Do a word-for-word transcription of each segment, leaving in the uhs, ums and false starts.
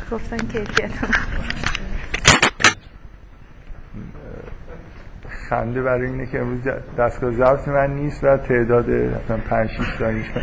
گفتن کیفیت خنده برای اینه که امروز دستگاه ضبط من نیست و تعداد مثلا پنج شش دانشجو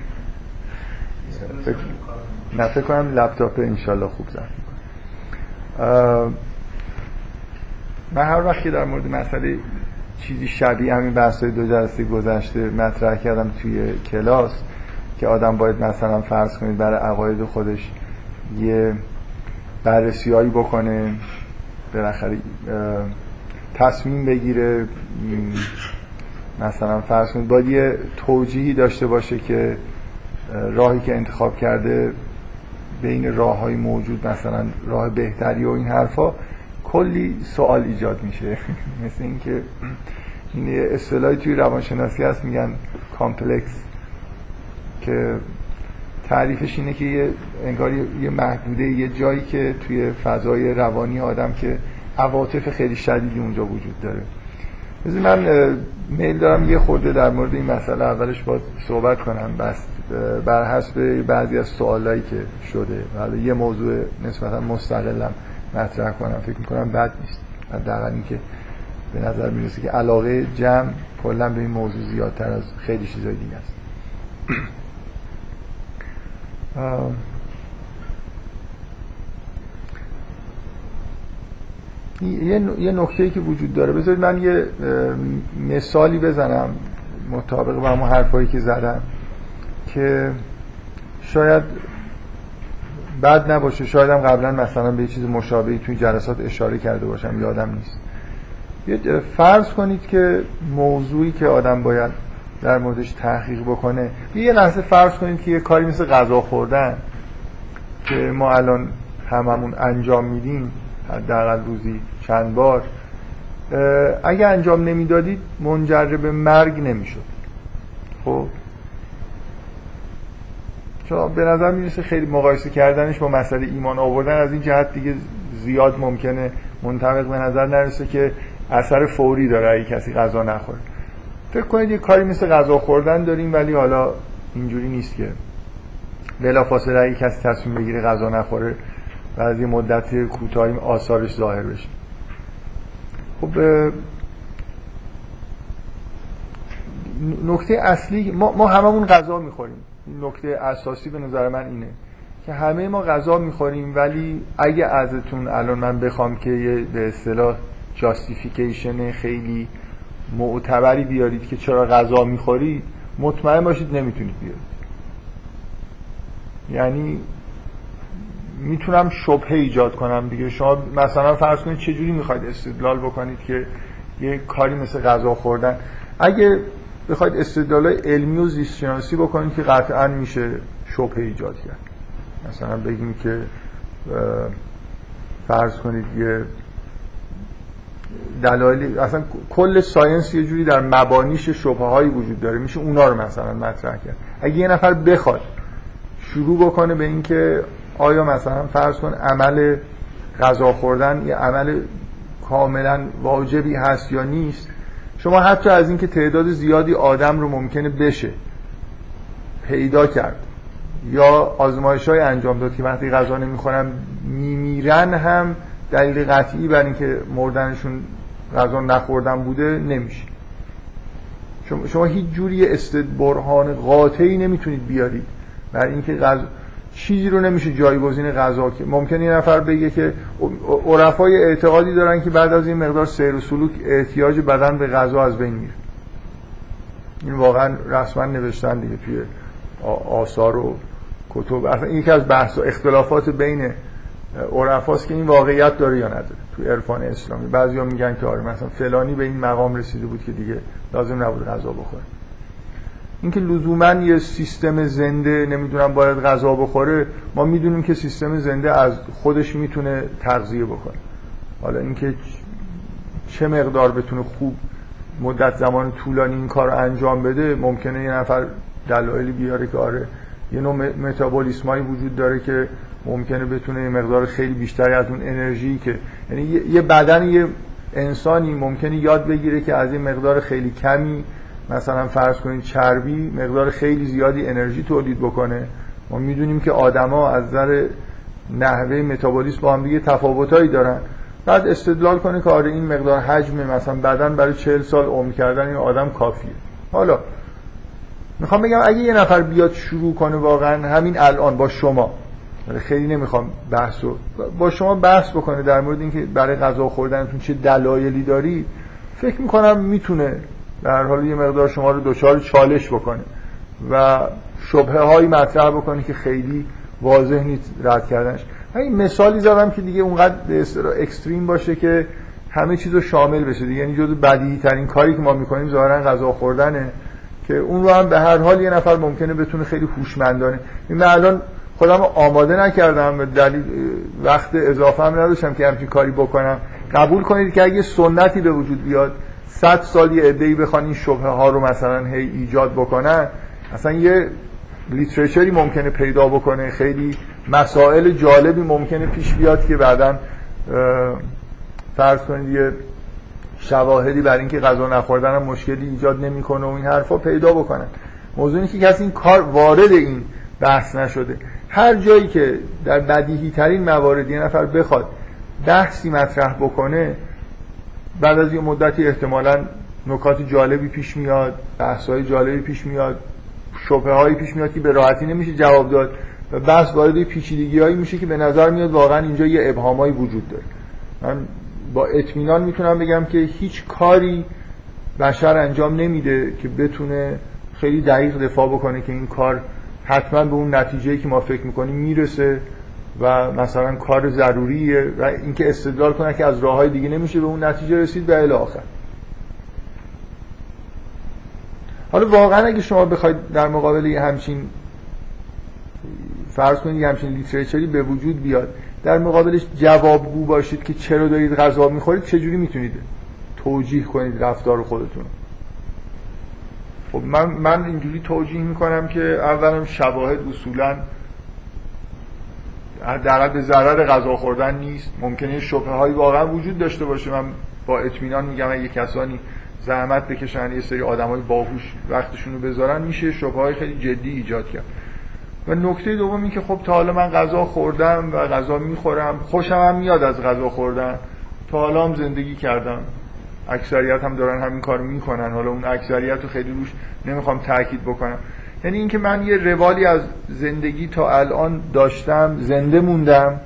نه فکر کنم لپتاپ انشالله خوب ضبط می‌کنه. من هر وقت که در مورد مسئله چیزی شبیه همین بحث‌های دو جلسه گذشته مطرح کردم توی کلاس که آدم باید مثلا فرض کنید برای عقاید خودش یه بررسی‌هایی بکنه، بالاخره تصمیم بگیره، مثلا فرض کنید باید یه توجیهی داشته باشه که راهی که انتخاب کرده بین راه‌های موجود مثلا راه بهتری و این حرفا، کلی سوال ایجاد میشه. مثل اینکه این اصطلاحی توی روانشناسی هست میگن کامپلکس، که تعریفش اینه که یه انگار یه محدوده، یه جایی که توی فضای روانی آدم که عواطف خیلی شدیدی اونجا وجود داره. مثل من میل دارم یه خورده در مورد این مسئله اولش باید صحبت کنم، بس بر حسب بعضی از سوالایی که شده حالا یه موضوع نسبتا مستقلم مطرح کنم، فکر میکنم بد نیست. حداقل این که به نظر میرسه که علاقه جمع کلا به این موضوع زیادتر از خیلی چیزای دیگه است. یه یه نکته‌ای که وجود داره، بذارید من یه مثالی بزنم مطابق با همون حرفایی که زدم که شاید بد نباشه، شاید هم قبلا مثلا به یه چیز مشابهی توی جلسات اشاره کرده باشم، یادم نیست. یه فرض کنید که موضوعی که آدم باید در موردش تحقیق بکنه، یه لحظه فرض کنید که یه کاری مثل غذا خوردن که ما الان هممون انجام میدیم حداقل روزی چند بار، اگه انجام نمیدادید منجر به مرگ نمیشد. خب چون به نظر میرسه خیلی مقایسه کردنش با مسئله ایمان آوردن از این جهت دیگه زیاد ممکنه منطبق به نظر نرسه که اثر فوری داره اگه کسی غذا نخوره. فکر کنید یه کاری مثل غذا خوردن داریم، ولی حالا اینجوری نیست که بلافاصله اگه کسی تصمیم بگیره غذا نخوره و از یه مدت کوتاهی آثارش ظاهر بشه. خب نکته اصلی ما, ما هممون غذا میخوریم. نکته اساسی به نظر من اینه که همه ما غذا میخوریم، ولی اگه ازتون الان من بخوام که یه به اصطلاح جاستیفیکیشن خیلی معتبری بیارید که چرا غذا میخورید، مطمئن باشید نمیتونید بیارید. یعنی میتونم شبهه ایجاد کنم دیگه. شما مثلا فرض کنید چجوری میخواید استدلال بکنید که یه کاری مثل غذا خوردن، اگه بخواید استدلال علمی و زیست شناسی بکنید که قطعا میشه شبهه ایجاد کرد. مثلا بگیم که فرض کنید یه دلایلی، اصلا کل ساینس یه جوری در مبانیش شبهه هایی وجود داره، میشه اونا رو مثلا مطرح کرد. اگه یه نفر بخواد شروع بکنه به این که آیا مثلا فرض کن عمل غذا خوردن یه عمل کاملا واجبی هست یا نیست، شما حتی از این که تعداد زیادی آدم رو ممکنه بشه پیدا کرد یا آزمایش‌های انجام داد که وقتی غذا نمیخورن میمیرن هم دلیل قطعی بر این که مردنشون غذا نخوردن بوده نمیشه. شما, شما هیچ جوری استدبرهان قاطعی نمیتونید بیارید برای اینکه غذا چیزی رو نمیشه جایگزین غذا که ممکنه یه نفر بگه که عرفای اعتقادی دارن که بعد از این مقدار سیر و سلوک احتیاج بدن به غذا از بین میره. این واقعا رسما نوشتن دیگه توی آثار و کتب. اصلا این یکی از بحث و اختلافات بین عرفاست که این واقعیت داره یا نداره توی عرفان اسلامی. بعضیا میگن که آره مثلا فلانی به این مقام رسیده بود که دیگه لازم نبود غذا بخوره. اینکه لزوما یه سیستم زنده نمیدونم باید غذا بخوره، ما میدونیم که سیستم زنده از خودش میتونه تغذیه بکنه. حالا اینکه چه مقدار بتونه خوب مدت زمان طولانی این کار رو انجام بده، ممکنه یه نفر دلایلی بیاره که آره یه نوع متابولیسمایی وجود داره که ممکنه بتونه یه مقدار خیلی بیشتری از اون انرژی که یعنی یه بدن یه انسانی ممکنه یاد بگیره که از این مقدار خیلی کمی مثلا فرض کنید چربی مقدار خیلی زیادی انرژی تولید بکنه. ما میدونیم که آدما از نظر نحوه متابولیسم با هم دیگه تفاوتایی دارن، بعد استدلال کنه که آره این مقدار حجم مثلا بدن برای چهل سال عمر کردن این آدم کافیه. حالا میخوام بگم اگه یه نفر بیاد شروع کنه واقعا همین الان با شما، خیلی نمیخوام بحثو با شما بحث بکنه در مورد اینکه برای غذا خوردنتون چه دلایلی داری، فکر میکنم میتونه در حال یه مقدار شما رو دچار چالش بکنه و شبهه هایی مطرح بکنه که خیلی واضح نیست رد کردنش. من این مثالی زدم که دیگه اونقدر به اصطلاح اکستریم باشه که همه چیزو شامل بشه دیگه، یعنی جزو بدیهی ترین کاری که ما میکنیم ظاهرا غذا خوردنه که اون رو هم به هر حال یه نفر ممکنه بتونه خیلی هوشمندانه. من الان خودم آماده نکردم به دلیل وقت اضافه هم نداشتم که همچین کاری بکنم. قبول کنید که اگه سنتی به وجود بیاد صد سال یه عده‌ای بخوان این شبهه ها رو مثلا هی ایجاد بکنن، اصلا یه لیتریچری ممکنه پیدا بکنه، خیلی مسائل جالبی ممکنه پیش بیاد که بعداً فرض کنید یه شواهدی برای اینکه غذا نخوردن هم مشکلی ایجاد نمیکنه و این حرفا پیدا بکنن. موضوع اینه که کسی این کار وارد این بحث نشده. هر جایی که در بدیهی ترین موارد یه نفر بخواد بحثی مطرح بکنه، بعد از یه مدتی احتمالاً نکات جالبی پیش میاد، بحث‌های جالبی پیش میاد، شبهه‌هایی پیش میاد که به راحتی نمیشه جواب داد و بحث وارد پیچیدگی‌هایی میشه که به نظر میاد واقعاً اینجا یه ابهامایی وجود داره. من با اطمینان میتونم بگم که هیچ کاری بشر انجام نمیده که بتونه خیلی دقیق دفاع بکنه که این کار حتما به اون نتیجه‌ای که ما فکر میکنیم میرسه و مثلا کار ضروریه و اینکه استدلال کنه که از راههای دیگه نمیشه به اون نتیجه رسید و الی آخر. حالا واقعا اگه شما بخواید در مقابل یه همچین فرض کنید یه همچین لیتریچری به وجود بیاد، در مقابلش جوابگو باشید که چرا دارید غذا میخورید، چجوری میتونید توجیه کنید رفتار خودتون؟ خب من من اینجوری توجیه میکنم که اولا شواهد اصولا در به ضرر غذا خوردن نیست. ممکنه شبهه هایی واقعا وجود داشته باشه. من با اطمینان میگم اگه کسانی زحمت بکشن یه سری آدمای باهوش وقتشون رو بذارن، میشه شبهه های خیلی جدی ایجاد کرد. و نکته دوم این که خب تا حالا من غذا خوردم و غذا میخورم، خوشم هم میاد از غذا خوردن، تا حالا هم زندگی کردم، اکثریت هم دارن همین کار میکنن. حالا اون اکثریت رو خیلی روش نمیخوام تاکید بکنم. یعنی اینکه من یه روالی از زندگی تا الان داشتم، زنده موندم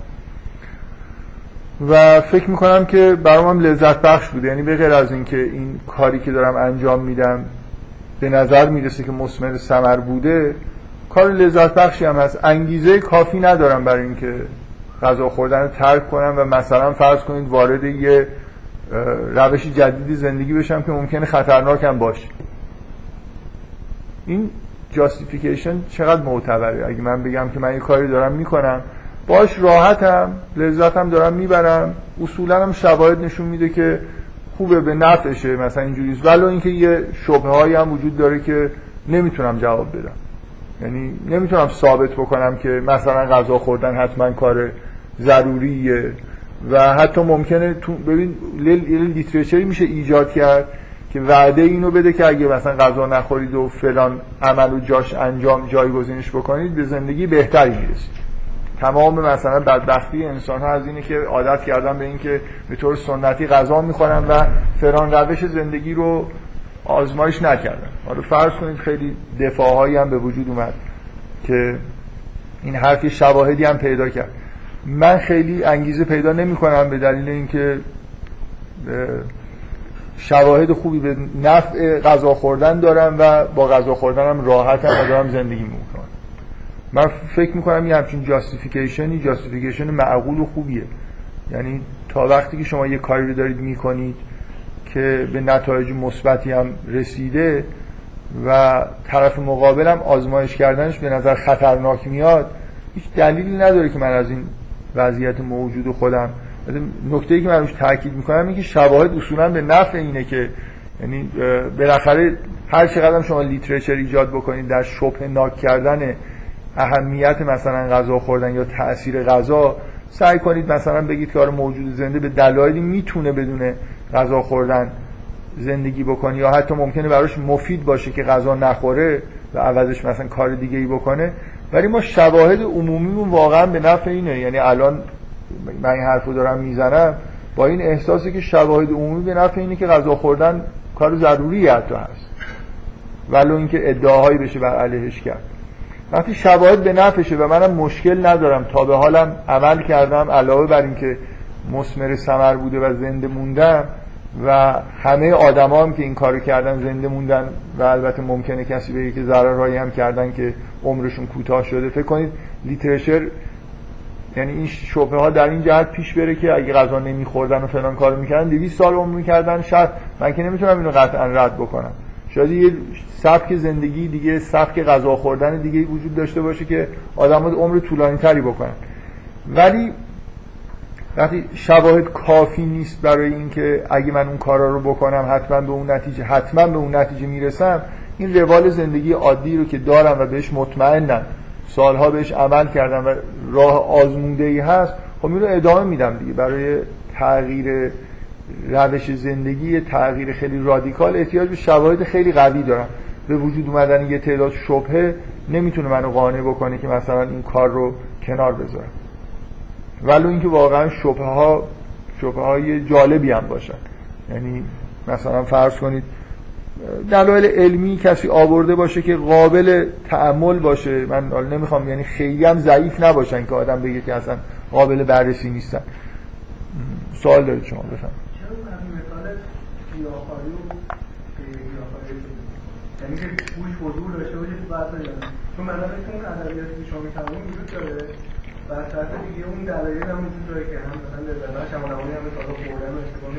و فکر میکنم که برام هم لذت بخش بوده. یعنی به غیر از اینکه این کاری که دارم انجام میدم به نظر میرسه که مثمر ثمر بوده، کار لذت بخشی هم هست. انگیزه کافی ندارم برای اینکه غذا خوردن رو ترک کنم و مثلا فرض کنید وارد یه روش جدیدی زندگی بشم که ممکنه خطرناک هم باشه. این جاستیفیکیشن چقدر معتبره؟ اگه من بگم که من یه کاری دارم میکنم باش راحتم، لذتم دارم میبرم، اصولا هم شواهد نشون میده که خوبه، به نفعشه، مثلا اینجوریست، ولو اینکه یه شبهه هایی هم وجود داره که نمیتونم جواب بدم. یعنی نمیتونم ثابت بکنم که مثلا غذا خوردن حتما کار ضروریه و حتی ممکنه تو ببین لیتریچری میشه ایجاد کرد که وعده اینو بده که اگه مثلا غذا نخورید و فلان عمل و جاش انجام جایگزینش بکنید به زندگی بهتری میرسید. تمام مثلا بدبختی انسان ها از اینه که عادت کردن به این که به طور سنتی غذا میخورن و فلان روش زندگی رو آزمایش نکردن. حالا فرض کنید خیلی دفاعهایی هم به وجود اومد که این حرفی شواهدی هم پیدا کرد. من خیلی انگیزه پیدا نمی کنم به دلیل اینکه شواهد خوبی به نفع غذا خوردن دارم و با غذا خوردنم راحتم و دارم زندگی میکنم. من فکر میکنم یه همچین جاستیفیکیشنی جاستیفیکیشن معقول و خوبیه. یعنی تا وقتی که شما یه کاری رو دارید میکنید که به نتایج مثبتی هم رسیده و طرف مقابلم آزمایش کردنش به نظر خطرناک میاد، هیچ دلیلی نداره که من از این وضعیت موجود خودم. نکته‌ای که من روش تاکید میکنم اینه که شواهد اصولا به نفع اینه که یعنی بالاخره هر چقدر شما لیتریچر ایجاد بکنید در شبهه ناک کردن اهمیت مثلا غذا خوردن یا تأثیر غذا، سعی کنید مثلا بگید که آره موجود زنده به دلایلی میتونه بدون غذا خوردن زندگی بکنه یا حتی ممکنه براش مفید باشه که غذا نخوره و عوضش مثلا کار دیگه ای بکنه. ولی ما شواهد عمومیمون واقعا به نفع اینه. یعنی الان من این حرفو دارم میزنم با این احساسی که شواهد عمومی به نفع اینه که غذا خوردن کار ضروری حتی هست، ولو اینکه ادعاهایی بشه بر علیهش کرد. وقتی شواهد به نفعشه و منم مشکل ندارم، تا به حالم عمل کردم، علاوه بر اینکه مثمر ثمر بوده و زنده موندم و همه آدما هم که این کارو کردن زنده موندن و البته ممکنه کسی بگه که ضررهایی هم کردن که عمرشون کوتاه شده. فکر کنید لیترچر، یعنی این شبهه ها در این جهت پیش بره که اگه غذا نمیخوردن و فلان کارو میکردن دویست سال عمر میکردن، شاید من که نمیتونم اینو قطعا رد بکنم، شاید یه سبک زندگی دیگه، سبک غذا خوردن دیگه وجود داشته باشه که آدم‌ها عمر طولانی تری بکنن. ولی وقتی شواهد کافی نیست برای اینکه اگه من اون کارا رو بکنم حتما به اون نتیجه حتما به اون نتیجه میرسم، این روال زندگی عادی رو که دارم و بهش مطمئنم، سالها بهش عمل کردم و راه آزموده‌ای هست، خب این رو ادامه میدم دیگه. برای تغییر روش زندگی، تغییر خیلی رادیکال احتیاج به شواهد خیلی قوی دارم. به وجود اومدن یه تعداد شبهه نمیتونه منو قانع بکنه که مثلا این کار رو کنار بذارم، ولو اینکه واقعا شبهه ها شبهه های جالبی هم باشن. یعنی مثلا فرض کنید دلایل علمی کسی آورده باشه که قابل تأمل باشه، من نمیخوام یعنی خیلی هم ضعیف نباشن که آدم بگه که اصلا قابل بررسی نیستن. سوال دارید شما بفرمایید. چرا مثال گیاهخواری و گیاهخواری یعنی که گوش حضور داشته باشه تو بحث یا نه؟ چون مثلا اون ادبیاتی که شما می‌فرمایید وجود داره و از طرف دیگه اون دلایل هم وجود داره که هم مثلا لذت شمالمانی هم مثلا خوردن و استفاده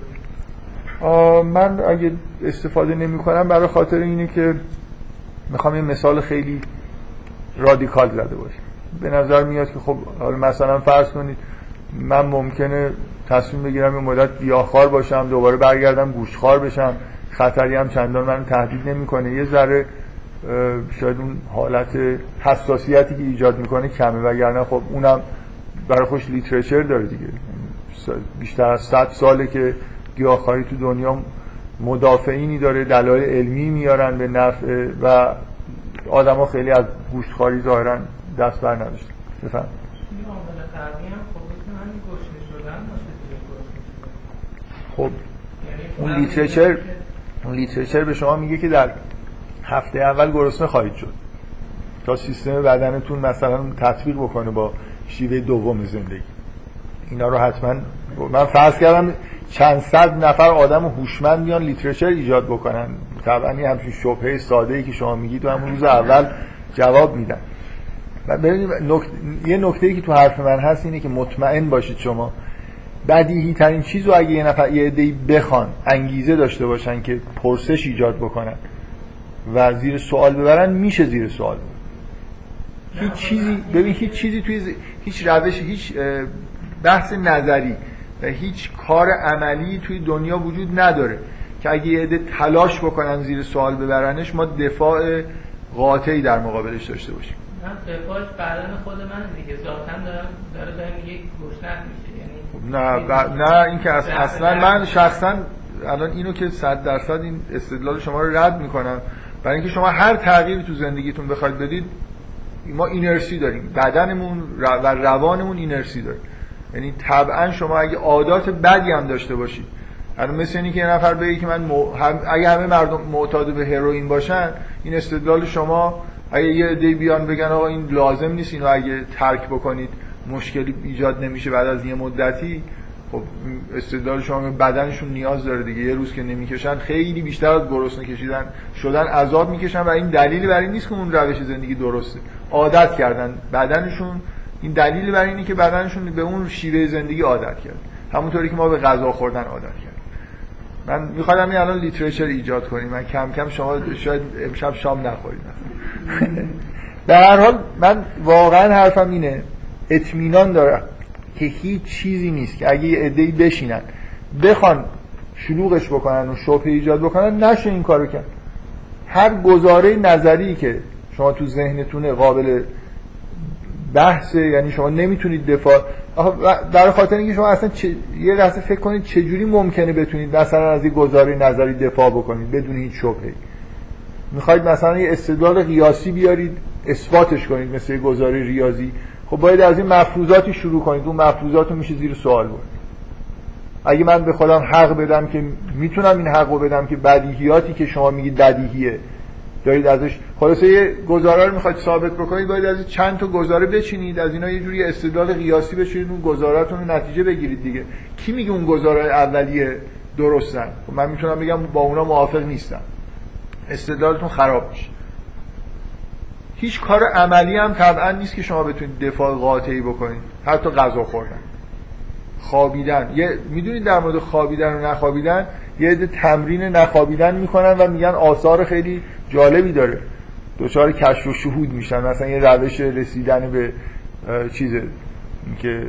نمی‌کنه. من اگه استفاده نمی‌کنم برای خاطر اینه که میخوام یه مثال خیلی رادیکال زده باشم. به نظر میاد که خب حالا مثلا فرض کنید من ممکنه تصمیم بگیرم یه مدت گیاهخوار باشم، دوباره برگردم گوشتخوار بشم، خطری هم چندان منو تهدید نمی‌کنه، یه ذره شاید اون حالت حساسیتی که ایجاد میکنه کمه، وگرنه خب اونم برای خوش لیترچر داره دیگه. بیشتر از صد ساله که گیاهخواری تو دنیا مدافعینی داره، دلایل علمی میارن به نفع و آدما خیلی از گوشتخواری ظاهرا دست بر نداشتن. بفهم خب اون لیترچر اون لیترچر به شما میگه که در هفته اول گرسنه خواهید شد تا سیستم بدنتون مثلا تطبیق بکنه با شیوه دوم زندگی. اینا رو حتما من فرض کردم چند صد نفر آدم هوشمند میان لیترچر ایجاد بکنن، طبعا این همچین شبهه ساده‌ای که شما میگید تو همون روز اول جواب میدن. و ببینید نکته یه نکته‌ای که تو حرف من هست اینه که مطمئن باشید شما بدیهی ترین چیزو اگه یه نفر یه عده‌ای بخوان انگیزه داشته باشن که پرسش ایجاد بکنن و زیر سوال ببرن، میشه زیر سوال ببرن. هیچ چیزی ببین هیچ چیزی توی ز... هیچ روش، هیچ بحث نظری و هیچ کار عملی توی دنیا وجود نداره که اگه یه عده تلاش بکنن زیر سوال ببرنش ما دفاع قاطعی در مقابلش داشته باشیم. من دفاعش بدن خود من دیگه ذاتاً دارم داره بهم یک گوشت میشه. یعنی نه ب... نه این که اصلا, اصلا من شخصا الان اینو که صد درصد این استدلال شما رو رد میکنم، برای اینکه شما هر تغییری تو زندگیتون بخواید بدید ما اینرسی داریم، بدنمون و روانمون اینرسی داره. یعنی طبعا شما اگه عادات بدی هم داشته باشید، الان مثل اینی که یه نفر بگه که من م... هم... اگه همه مردم معتاد به هروئین باشن، این استدلال شما اگه یه عده بیان بگن آقا این لازم نیست، اینو اگه ترک بکنید مشکلی ایجاد نمیشه بعد از یه مدتی، خب استدلال شما بدنشون نیاز داره دیگه، یه روز که نمیکشن خیلی بیشتر از گرسنه کشیدن شدن عذاب میکشن و این دلیلی برای این نیست که اون روش زندگی درسته، عادت کردن بدنشون، این دلیلی برای اینه که بدنشون به اون شیوه زندگی عادت کرد، همونطوری که ما به غذا خوردن عادت کردیم. من می‌خوام این الان لیترچر ایجاد کنیم، من کم کم شما شاید امشب شام نخورید. در هر حال من واقعا حرفم اینه، اطمینان دارم که هیچ چیزی نیست که اگه یه عده‌ای بشینن بخوان شلوغش بکنن و شبهه ایجاد بکنن نشه این کارو کرد. هر گزاره نظری که شما تو ذهنتونه قابل بحثه، یعنی شما نمیتونید دفاع در خاطر اینکه شما اصلا چه... یه لحظه فکر کنید چجوری ممکنه بتونید مثلا از این گزاره نظری دفاع بکنید بدون هیچ شبهه‌ای. میخواید مثلا یه استدلال قیاسی بیارید اثباتش کنید مثل یه گزاره ریاضی، خب باید از این مفروضاتی شروع کنید، اون مفروضات رو میشه زیر سوال برد. اگه من به خودم حق بدم که میتونم این حق رو بدم که بدیهیاتی که شما میگید بدیهیه دارید ازش خلاصه یه گزاره رو میخواید ثابت بکنید، باید از چند تا گزاره بچینید، از اینا یه جوری استدلال قیاسی بچینید، اون گزاره‌تون رو نتیجه بگیرید دیگه. کی میگه اون گزاره اولیه درستن؟ خب من میتونم بگم با اونا موافق نیستم، استدلالتون خراب میشه. هیچ کار عملی هم طبعا نیست که شما بتونید دفاع قاطعی بکنید، حتی غذا خوردن، خوابیدن. یه میدونید در مورد خوابیدن و نخوابیدن یه عده تمرین نخوابیدن میکنن و میگن آثار خیلی جالبی داره، دچار کشف و شهود میشن، مثلا یه روش رسیدن به چیزه که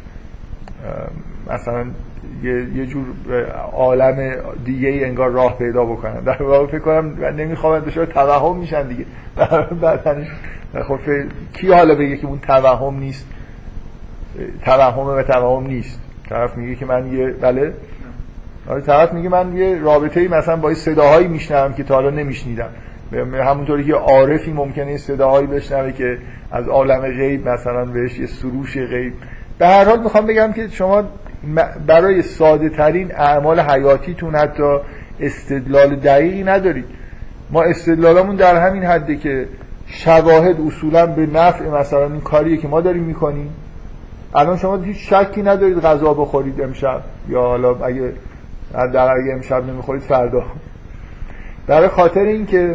مثلا یه, یه جور عالم دیگه ای انگار راه پیدا بکنن. در واقع فکر کنم نمیخوام دچار توهم میشن دیگه بدنش. خب کی حالا بگه که اون توهم نیست، توهمه و توهم نیست؟ طرف میگه که من یه بله آره طرف میگه من یه رابطه‌ای مثلا با صداهایی میشنوم که تا حالا نمیشنیدم، همونطوری که عارفی ممکنه صداهایی بشنوه که از عالم غیب مثلا بهش یه سروش غیب. به هر حال میخوام بگم که شما برای ساده ترین اعمال حیاتیتون حتی استدلال دقیقی ندارید. ما استدلالمون در همین حده که شواهد اصولا به نفع مثلا این کاریه که ما داریم میکنیم. الان شما هیچ شکی ندارید غذا بخورید امشب، یا حالا اگه در اگه امشب نمیخورید فردا، برای خاطر این که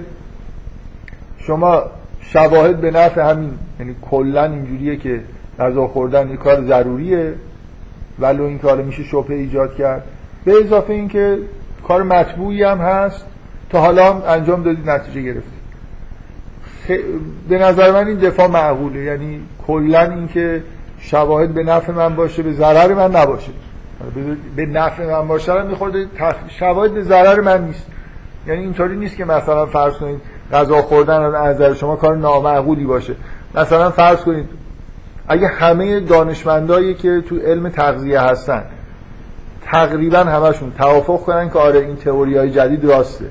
شما شواهد به نفع همین، یعنی کلا اینجوریه که غذا خوردن یک کار ضروریه ولو این کار میشه شبهه ایجاد کرد، به اضافه این که کار مطبوعی هم هست، تا حالا هم انجام دادید نتیجه گرفتید. خ... به نظر من این دفاع معقوله، یعنی کلا این که شواهد به نفع من باشه به ضرر من نباشه، به نفع من باشه هم میخورده تخ... شواهد به ضرر من نیست. یعنی اینطوری نیست که مثلا فرض کنید غذا خوردن از نظر شما کار نامعقولی باشه. مثلا فرض کنید اگه همه دانشمندایی که تو علم تغذیه هستن تقریبا همشون توافق کنن که آره این تئوریای جدید راسته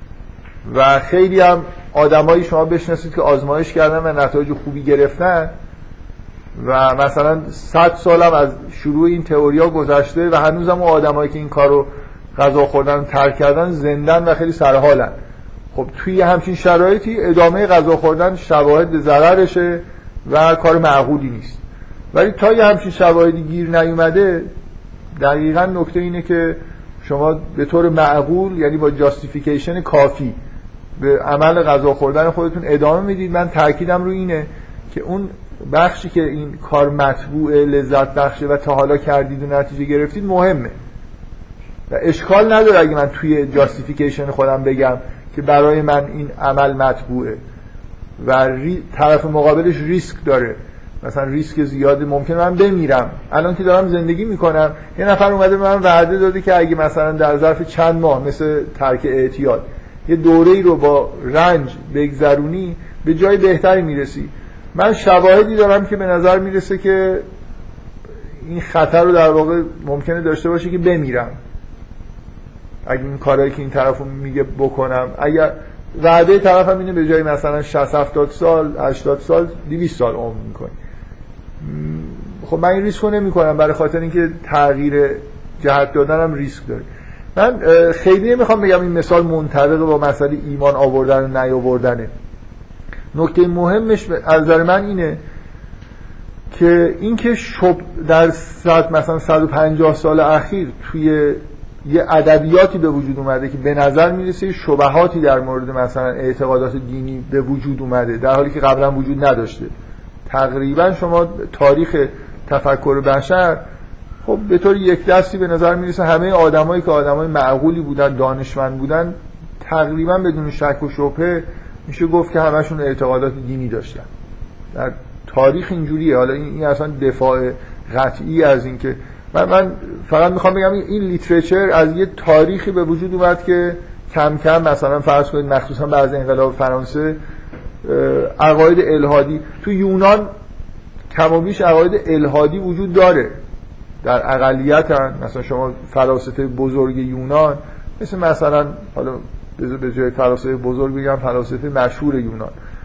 و خیلی هم آدمایی شما بشناسید که آزمایش کردن و نتایج خوبی گرفتن و مثلا صد سال هم از شروع این تئوریا گذشته و هنوز هم آدمایی که این کارو غذا خوردن ترک کردن زندن و خیلی سرحالن، خب توی همچین شرایطی ادامه غذا خوردن شواهد به ضررشه و کار معقولی نیست. ولی تا یه همچین شواهدی گیر نیومده، دقیقاً نکته اینه که شما به طور معقول، یعنی با جاستیفیکیشن کافی، به عمل غذا خوردن خودتون ادامه میدید. من تاکیدم رو اینه که اون بخشی که این کار مطبوع لذت بخشه و تا حالا کردید و نتیجه گرفتید مهمه و اشکال نداره اگه من توی جاستیفیکیشن خودم بگم که برای من این عمل مطبوعه و ری... طرف مقابلش ریسک داره، مثلا ریسک زیاده، ممکنه من بمیرم. الان که دارم زندگی میکنم یه نفر اومده به من وعده داده که اگه مثلا در ظرف چند ماه مثل ترک اعتیاد یه دوره‌ای رو با رنج بگذرونی به جای بهتری میرسی. من شواهدی دارم که به نظر میرسه که این خطر رو در واقع ممکنه داشته باشه که بمیرم اگه این کارهایی که این طرفو میگه بکنم. اگر وعده طرفم اینه به جای مثلا شصت هفتاد سال هشتاد سال دویست سال عمر میکنی، خب من این ریسک رو نمی کنم برای خاطر اینکه تغییر جهت دادنم ریسک داره. من خیلی نمیخوام بگم این مثال منطبق با مسئله ایمان آوردن و نیاوردنه. نکته مهمش از نظر من اینه که اینکه شب در صد مثلا صد و پنجاه سال اخیر توی یه ادبیاتی به وجود اومده که به نظر میرسه شبهاتی در مورد مثلا اعتقادات دینی به وجود اومده در حالی که قبلا وجود نداشته. تقریبا شما تاریخ تفکر بشر خب به طور یک دستی به نظر میرسه همه آدمایی که آدمای معقولی بودن، دانشمند بودن، تقریبا بدون شک و شبهه میشه گفت که همشون اعتقادات دینی داشتن. در تاریخ اینجوریه. حالا این اصلا دفاع قطعی از این که من, من فقط میخوام بگم این لیتریچر از یه تاریخی به وجود اومد که کم کم مثلا فرض کنید مخصوصا بعد از انقلاب فرانسه عقاید الحادی تو یونان کم و بیش عقاید الحادی وجود داره، در اقلیت هن. مثلا شما فلاسفه بزرگ یونان مثل مثلا حالا به جای فلاسفه بزرگ بگم فلاسفه مشهور یونان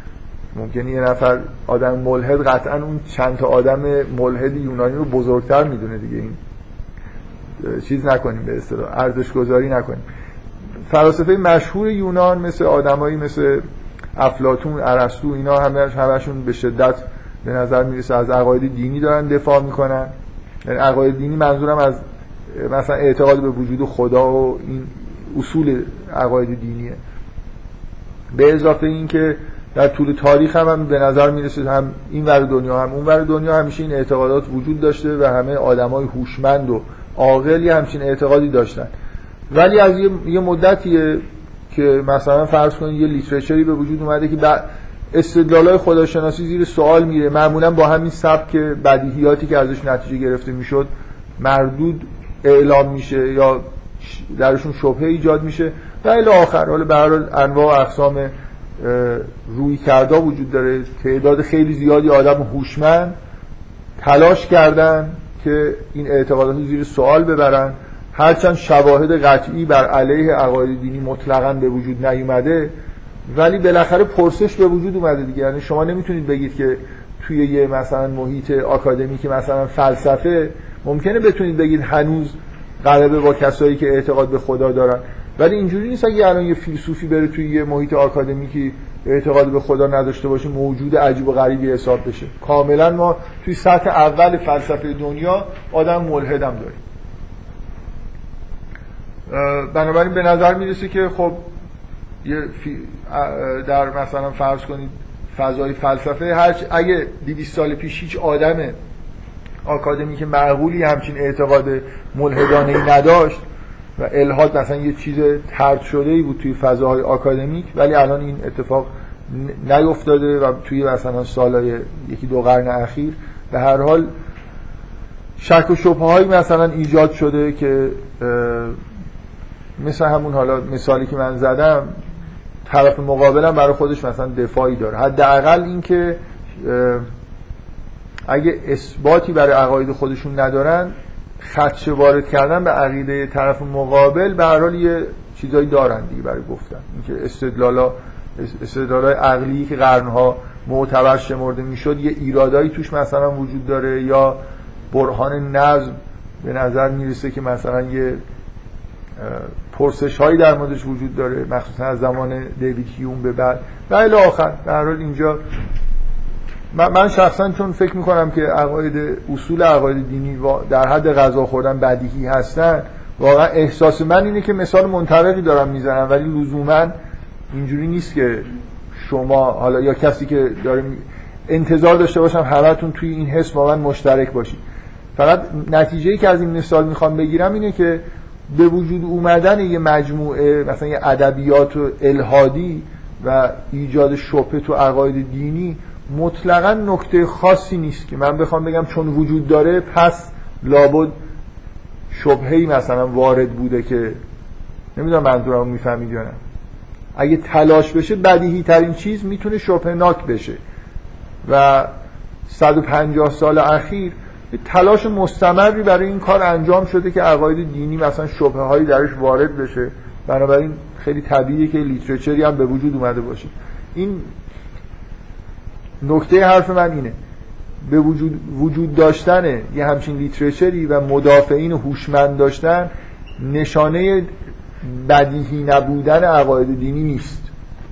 ممکنه یه نفر آدم ملحد قطعا اون چند تا آدم ملحد یونانی رو بزرگتر میدونه دیگه، این چیز نکنیم، به اصطلاح ارزش گذاری نکنیم. فلاسفه مشهور یونان مثل آدمایی مثل افلاطون، ارسطو، اینا همه همشون به شدت به نظر میرسه از عقاید دینی دارن دفاع میکنن. یعنی عقاید دینی منظورم از مثلا اعتقاد به وجود خدا و این اصول عقاید دینیه. به اضافه این که در طول تاریخ هم, هم به نظر میرسه هم این ور دنیا هم اون ور دنیا همیشه این اعتقادات وجود داشته و همه آدمای هوشمند و عاقلی همچین اعتقادی داشتن. ولی از یه, یه مدتیه که مثلا فرض کنید یه لیترچری به وجود اومده که استدلالای خداشناسی زیر سوال میره، معمولا با همین سبک بدیهیاتی که ازش نتیجه گرفته میشد مردود اعلام میشه یا درشون شبهه ایجاد میشه و الی آخر. حالا به هر حال انواع و اقسام روی کردا وجود داره. تعداد خیلی زیادی آدم هوشمند تلاش کردن که این اعتقادات رو زیر سوال ببرن، هرچند شواهد قطعی بر علیه عقاید دینی مطلقاً به وجود نیومده، ولی بالاخره پرسش به وجود اومده دیگه. یعنی شما نمیتونید بگید که توی یه مثلا محیط آکادمیک مثلا فلسفه ممکنه بتونید بگید هنوز غلبه با کسایی که اعتقاد به خدا دارن، ولی اینجوری نیست اگه الان یه فیلسوفی بره توی یه محیط آکادمیکی اعتقاد به خدا نداشته باشه موجود عجیب و غریبی حساب بشه. کاملا ما توی سطح اول فلسفه دنیا آدم ملحد هم داریم. بنابراین به نظر میرسه که خب یه در مثلا فرض کنید فضای فلسفه هر اگه دویست سال پیش هیچ آدم آکادمیک معقولی همچین اعتقاد ملحدانه‌ای نداشت و الحاد مثلا یه چیز طرد شده‌ای بود توی فضاهای آکادمیک، ولی الان این اتفاق نیفتاده و توی مثلا سالهای یکی دو قرن اخیر به هر حال شک و شبهه‌هایی مثلا ایجاد شده که مثل همون حالا مثالی که من زدم طرف مقابلم برای خودش مثلا دفاعی داره. حداقل این که اگه اثباتی برای عقاید خودشون ندارن خدشه وارد کردن به عقیده طرف مقابل به هر حال یه چیزایی دارن دیگه برای گفتن. اینکه استدلالا استدلالای عقلی که قرنها معتبر شمرده میشد یه ایرادایی توش مثلا وجود داره، یا برهان نظم به نظر میرسه که مثلا یه پرسش هایی در موردش وجود داره، مخصوصا از زمان دیوید هیوم به بعد و الی آخر. در حال اینجا من شخصا چون فکر میکنم که عقاید اصول عقاید دینی در حد غذا خوردن بدیهی هستن، واقعا احساس من اینه که مثال منطبقی دارم میزنم، ولی لزوما اینجوری نیست که شما حالا یا کسی که داره انتظار داشته باشم همتون توی این حس واقعا مشترک باشید. فقط نتیجه‌ای که از این مثال میخوام بگیرم اینه که به وجود اومدن یه مجموعه مثلا یه ادبیات و الحادی و ایجاد شبهه تو عقاید دینی مطلقاً نکته خاصی نیست که من بخوام بگم چون وجود داره پس لابد شبهه‌ای مثلا وارد بوده که نمیدونم منظورمو میفهمید یا نه. اگه تلاش بشه بدیهی ترین چیز میتونه شبهه‌ناک بشه و صد و پنجاه سال اخیر تلاش مستمری برای این کار انجام شده که عقاید دینی مثلا شبهه‌هایی درش وارد بشه. بنابراین خیلی طبیعیه که لیترچری هم به وجود اومده باشه. این نکته حرف من اینه، به وجود وجود داشتن یه همچین لیترچری و مدافعین هوشمند داشتن نشانه بدیهی نبودن عقاید دینی نیست.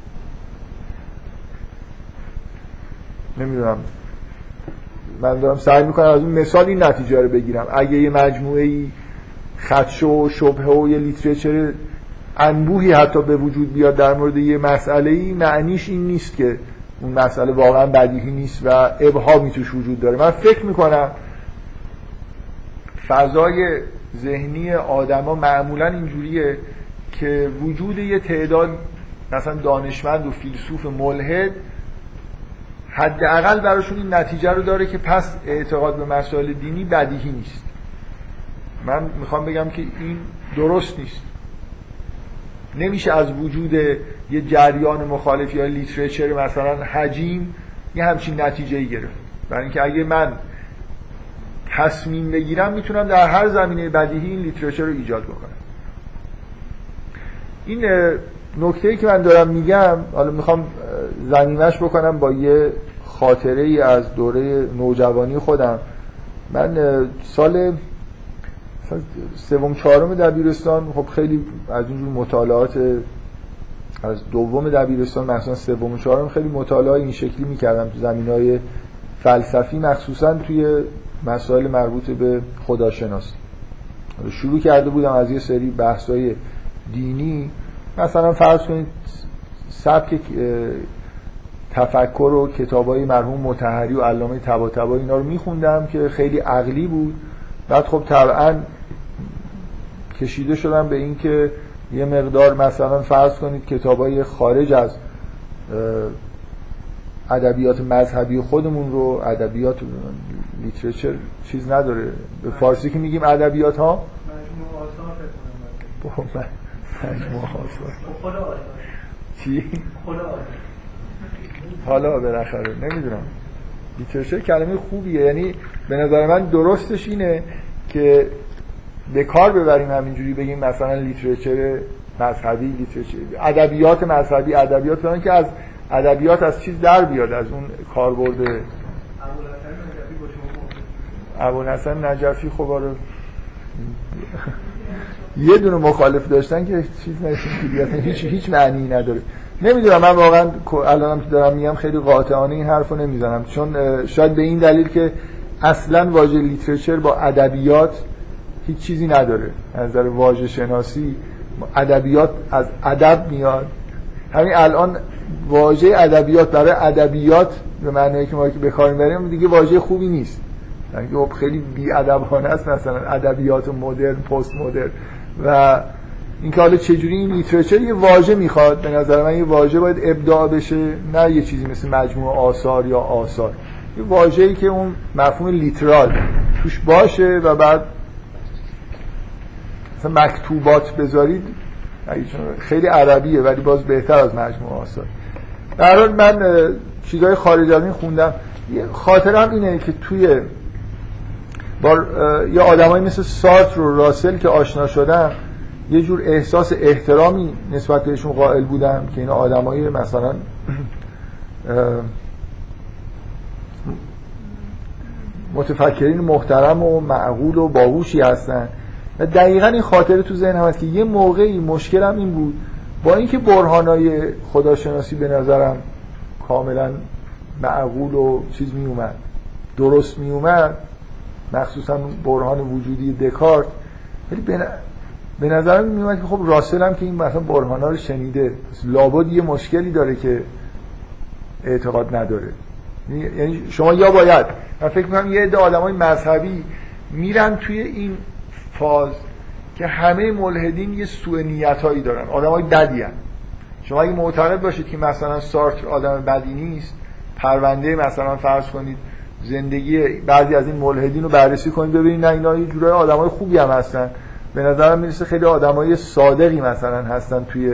نمیدونم، من دارم سعی میکنم از اون مثال این نتیجه رو بگیرم. اگه یه مجموعه‌ای خدشه و شبهه و یه لیترچر انبوهی حتی به وجود بیاد در مورد یه مسئله‌ای، معنیش این نیست که اون مسئله واقعا بدیهی نیست و ابهامی توش وجود داره. من فکر میکنم فضای ذهنی آدما معمولا اینجوریه که وجود یه تعداد مثلا دانشمند و فیلسوف ملحد حداقل براشون این نتیجه رو داره که پس اعتقاد به مسائل دینی بدیهی نیست. من میخوام بگم که این درست نیست. نمیشه از وجود یه جریان مخالف یا لیترچر مثلا حجیم یه همچین نتیجه‌ای گرفت. برای اینکه اگه من تصمیم بگیرم میتونم در هر زمینه بدیهی این لیترچر رو ایجاد بکنم. این نکته‌ای که من دارم میگم، حالا میخوام ضمیمش بکنم با یه خاطره ای از دوره نوجوانی خودم. من سال سوم چهارم دبیرستان خب خیلی از اینجور مطالعات از دوم دبیرستان مثلا سوم چهارم خیلی مطالعه این شکلی میکردم تو زمینه‌های فلسفی، مخصوصا توی مسائل مربوط به خداشناسی. شروع کرده بودم از یه سری بحث‌های دینی، مثلا فرض کنید سبک تفکر و کتابای مرحوم مطهری و علامه طباطبایی اینا رو میخوندم که خیلی عقلی بود. بعد خب طبعا کشیده شدم به این که یه مقدار مثلا فرض کنید کتابای خارج از ادبیات مذهبی خودمون رو، ادبیات لیترچر چیز نداره به فارسی که میگیم ادبیات ها مجموعه آثار فکر کنم مجموعه آثار خود آثار چی؟ خود آثار حالا بالاخره نمیدونم لیترچر کلمه خوبیه، یعنی به نظر من درستش اینه که به کار ببریم همینجوری بگیم مثلا لیترچر مذهبی، لیترچر ادبیات مذهبی، ادبیات برای که از ادبیات از چیز در بیاد، از اون کاربرد ابوالحسن نجفی. خب آره یه دونه مخالف داشتن که چیز نشون هیچ هیچ معنی نداره. نمیدونم، من واقعا الانم که دارم میگم خیلی قاطعانه این حرفو نمیزنم، چون شاید به این دلیل که اصلا واژه لیترچر با ادبیات هیچ چیزی نداره. از نظر واژه شناسی ادبیات از ادب میاد. همین الان واژه ادبیات برای ادبیات به معنی که ما که به کار میبریم دیگه واژه خوبی نیست، یعنی خیلی بی‌ادبانه است. مثلا ادبیات مدرن، پست مدرن و اینکه حالا چجوری این لیترچر یه واژه میخواد. به نظر من یه واژه باید ابداع بشه، نه یه چیزی مثل مجموعه آثار یا آثار. یه واژه‌ای که اون مفهوم لیترال توش باشه و بعد مثلا مکتوبات بذارید خیلی عربیه ولی باز بهتر از مجموعه آثار. در حال من چیزای خارج از این خوندم. یه خاطرم اینه که توی با یه آدمایی مثل سارتر و راسل که آشنا شدم یه جور احساس احترامی نسبت بهشون قائل بودم که اینا آدمای مثلا متفکرین محترم و معقول و باهوشی هستن. و دقیقاً این خاطره تو ذهنم هست که یه موقعی مشکلم این بود، با اینکه برهانای خداشناسی به نظرم کاملا معقول و چیز می اومد، درست می اومد، مخصوصا برهان وجودی دکارت، ولی به نظرم می اومد که خب راسل هم که این مثلا برهانا رو شنیده لابد یه مشکلی داره که اعتقاد نداره. یعنی شما یا باید، من فکر می‌کنم یه عده آدمای مذهبی میرن توی این فاز که همه ملحدین یه سوء نیتایی دارن، آدمای بدی هستن. شما اگه معتقد باشید که مثلا سارتر آدم بدی نیست، پرونده مثلا فرض کنید زندگی بعضی از این ملحدین رو بررسی کنید ببینید نه اینا یه جورای آدمای خوبی هم هستن، به نظرم میرسه خیلی آدمای صادقی مثلا هستن توی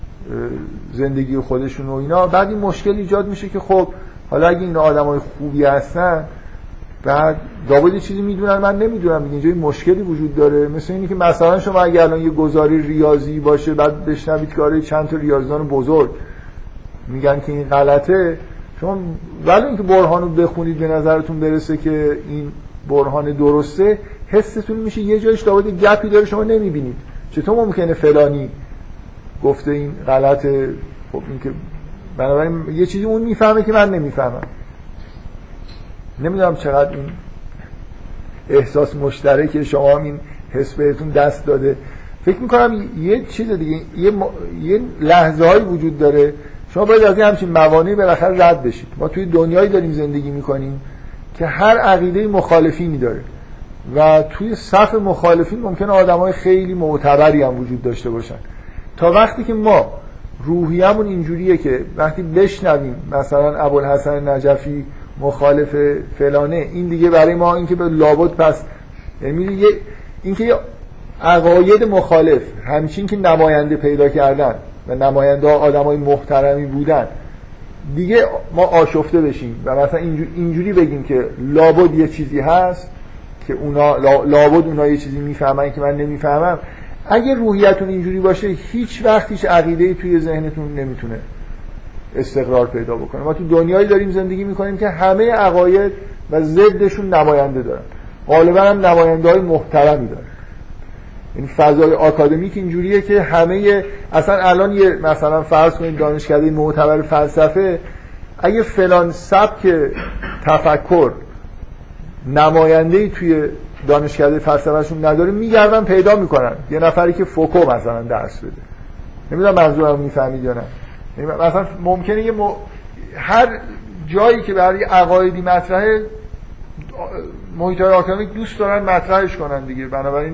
زندگی خودشون و اینا. بعد این مشکل ایجاد میشه که خب حالا اگه اینا آدمای خوبی هستن بعد لابد یه چیزی میدونن من نمیدونم، اینجا این مشکلی وجود داره. مثل اینی که مثلا شما اگه الان یه گزاری ریاضی باشه بعد بشنوید که آره چند تا ریاضیدان بزرگ میگن که این غلطه، شما ولی اینکه برهان رو بخونید به نظرتون برسه که این برهان درسته، حستون میشه یه جایش لابد گپی داره شما نمیبینید. چطور ممکنه فلانی گفته این غلطه؟ خب این که بنابراین یه چیزی اون میفهمه که من نمیفهمم. نمیدونم چقدر این احساس مشترکه، شما هم این حس بهتون دست داده. فکر میکنم یه چیز دیگه، یه, م... یه لحظه هایی وجود داره شما باید از این همچین موانعی بالاخره رد بشید. ما توی دنیایی داریم زندگی میکنیم که هر عقیده مخالفینی داره و توی صف مخالفین ممکنه آدمای خیلی معتبری هم وجود داشته باشن. تا وقتی که ما روحیه‌مون اینجوریه که وقتی بشنویم مثلا ابوالحسن نجفی مخالف فلانه، این دیگه برای ما اینکه به لابد پس یعنی اینکه یه عقاید مخالف همچین که نماینده پیدا کردن و نماینده ها آدمای محترمی بودن دیگه ما آشفته بشیم و مثلا اینجوری, اینجوری بگیم که لابد یه چیزی هست که اونا لابد اونا یه چیزی میفهمن که من نمیفهمم. اگه روحیتون اینجوری باشه هیچ وقت هیچ عقیده‌ای توی ذهنتون نمیتونه استقرار پیدا بکنه. ما تو دنیایی داریم زندگی میکنیم که همه عقاید و ضدشون نماینده دارن، غالبا هم نماینده های محترمی دارن. این فضای آکادمیک اینجوریه که همه اصلا الان یه مثلا فرض کنید دانشکده معتبر فلسفه اگه فلان سبک تفکر نماینده‌ای توی دانشکده فلسفهشون نداره میگردن پیدا میکنن یه نفری که فوکو مثلا درس بده. نمیدونم منظورم میفهمید یا نه. مثلا ممکنه یه م... هر جایی که برای عقایدی مطرحه محیط‌های آکادمیک دوست دارن مطرحش کنن دیگه. بنابراین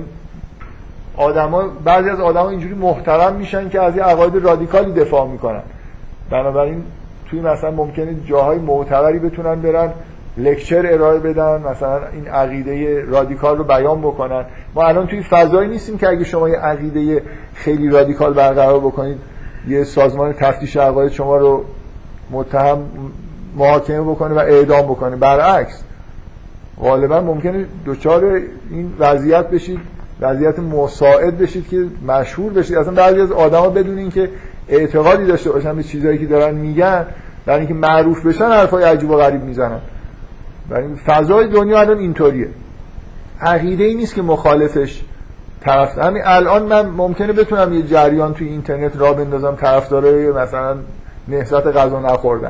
آدما بعضی از آدما اینجوری محترم میشن که از یه عقاید رادیکالی دفاع میکنن. بنابراین توی مثلا ممکنه جاهای معتبری بتونن برن لکچر ارائه بدن، مثلا این عقیده رادیکال رو بیان بکنن. ما الان توی فضایی نیستیم که اگه شما یه عقیده خیلی رادیکال برقرار بکنید یه سازمان تفتیش عقاید شما رو متهم محاکمه بکنه و اعدام بکنه. برعکس غالبا ممکنه دچار این وضعیت بشید، وضعیت مساعد بشید که مشهور بشید. اصلا بعضی از آدما بدون اینکه اعتقادی داشته باشن به چیزایی که دارن میگن، برای اینکه معروف بشن حرفای عجیب و غریب میزنن. برای فضای دنیا الان اینطوریه. عقیده ای نیست که مخالفش طرف. همین الان من ممکنه بتونم یه جریان توی اینترنت راه بندازم طرفدارای مثلا نهضت غذا نخوردن،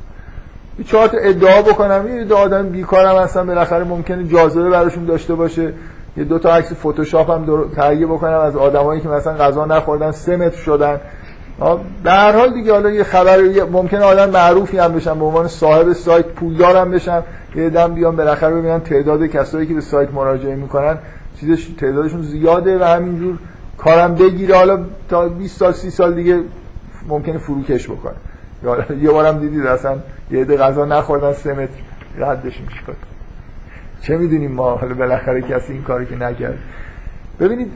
یه چهار تا ادعا بکنم، یه دو آدم بیکارم هستن بالاخره ممکنه جاذبه براشون داشته باشه، یه دو تا عکس فتوشاپ هم تهیه بکنم از آدمایی که مثلا غذا نخوردن سه متر شدن. به هر حال دیگه حالا یه خبر ممکنه آدم معروفی هم بشن به عنوان صاحب سایت، پولدار هم بشن، یه دم بیان بالاخره ببینن تعداد کسایی که به سایت مراجعه میکنن چیزش تعدادشون زیاده و همینجور کارم بگیره. حالا تا بیست سال سی سال دیگه ممکنه فروکش بکنه. یه بارم دیدید اصلا یه عده غذا نخوردن سه متر ردش میشه. چه میدونیم ما، حالا بالاخره کسی این کاری که نکرد. ببینید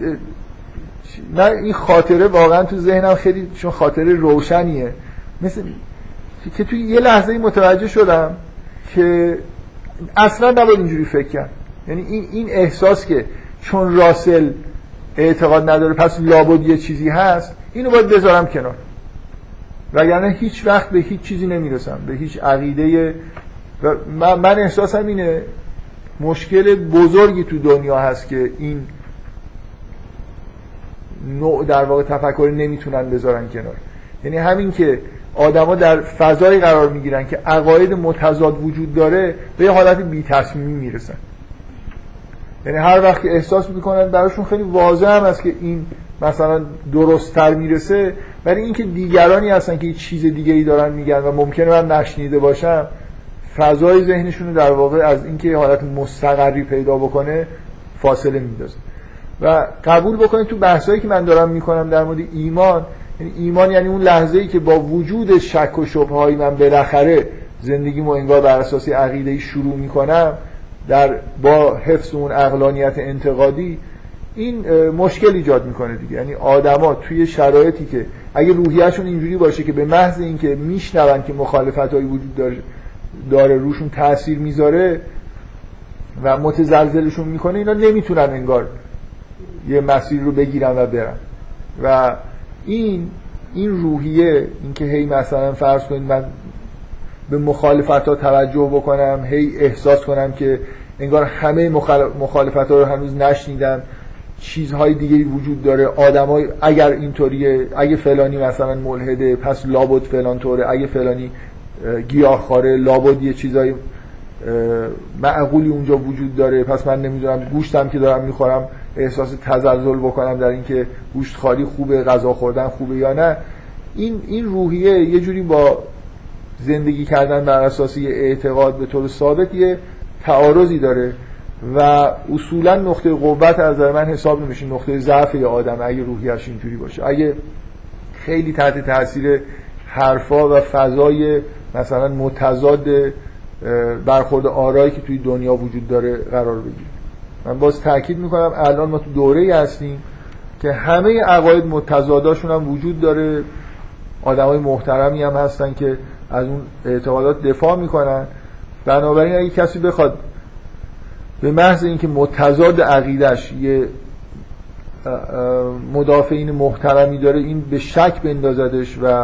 من این خاطره واقعا تو ذهنم خیلی چون خاطره روشنیه، مثل که توی یه لحظه متوجه شدم که اصلا نباید اینجوری فکر کرد. یعنی این این احساس که چون راسل اعتقاد نداره پس لابد یه چیزی هست، اینو باید بذارم کنار، وگرنه هیچ وقت به هیچ چیزی نمیرسم، به هیچ عقیده. و من, من احساسم اینه مشکل بزرگی تو دنیا هست که این نوع در واقع تفکر نمیتونن بذارن کنار. یعنی همین که آدما در فضایی قرار میگیرن که عقاید متضاد وجود داره به یه حالت بی تصمیمی میرسن. یعنی هر وقت که احساس میکنن براشون خیلی واضح هم است که این مثلا درست‌تر میرسه، ولی اینکه دیگرانی هستن که یه چیز دیگه ای دارن میگن و ممکنه من نشنیده باشم، فضای ذهنشون در واقع از اینکه حالت مستقری پیدا بکنه فاصله میندازه. و قبول بکنید تو بحثایی که من دارم میکنم در مورد ایمان، یعنی ایمان یعنی اون لحظه‌ای که با وجود شک و شبهه‌های من بالاخره زندگیمو انگار بر اساس عقیده‌ای شروع میکنم، در با حفظ اون عقلانیت انتقادی، این مشکل ایجاد میکنه دیگه. یعنی آدما توی شرایطی که اگه روحیه‌شون اینجوری باشه که به محض اینکه میشنون که مخالفتایی وجود داره داره روشون تأثیر میذاره و متزلزلشون میکنه، اینا نمیتونن انگار یه مسیر رو بگیرن و برن. و این این روحیه، این که هی مثلا فرض کنید من به مخالفت‌ها توجه بکنم، هی احساس کنم که انگار همه مخالفت‌ها رو هنوز نشنیدم، چیزهای دیگه‌ای وجود داره، آدمای اگر اینطوریه، اگه فلانی مثلا ملحده پس لابد فلان طوره، اگه فلانی گیاهخواره لابد یه چیزای معقولی اونجا وجود داره، پس من نمیدونم گوشتم که دارم میخورم احساس تزلزل بکنم در اینکه گوشت خالی خوبه، غذا خوردن خوبه یا نه. این این روحیه یه جوری با زندگی کردن بر اساس یه اعتقاد به طور ثابت یه تعارضی داره و اصولا نقطه قوت از نظر من حساب نمیشه نقطه ضعف یه آدم اگه روحیه‌اش اینجوری باشه. اگه خیلی تحت تاثیر حرفا و فضای مثلا متضاد برخورد آرایی که توی دنیا وجود داره قرار بگیره. من باز تاکید میکنم الان ما تو دوره‌ای هستیم که همه عقاید متضاداشون هم وجود داره، آدمای محترمی هم هستن که از اون اعتقادات دفاع میکنن. بنابراین اگه کسی بخواد به محض اینکه متضاد عقیدش یه مدافعین محترمی داره این به شک بندازدش و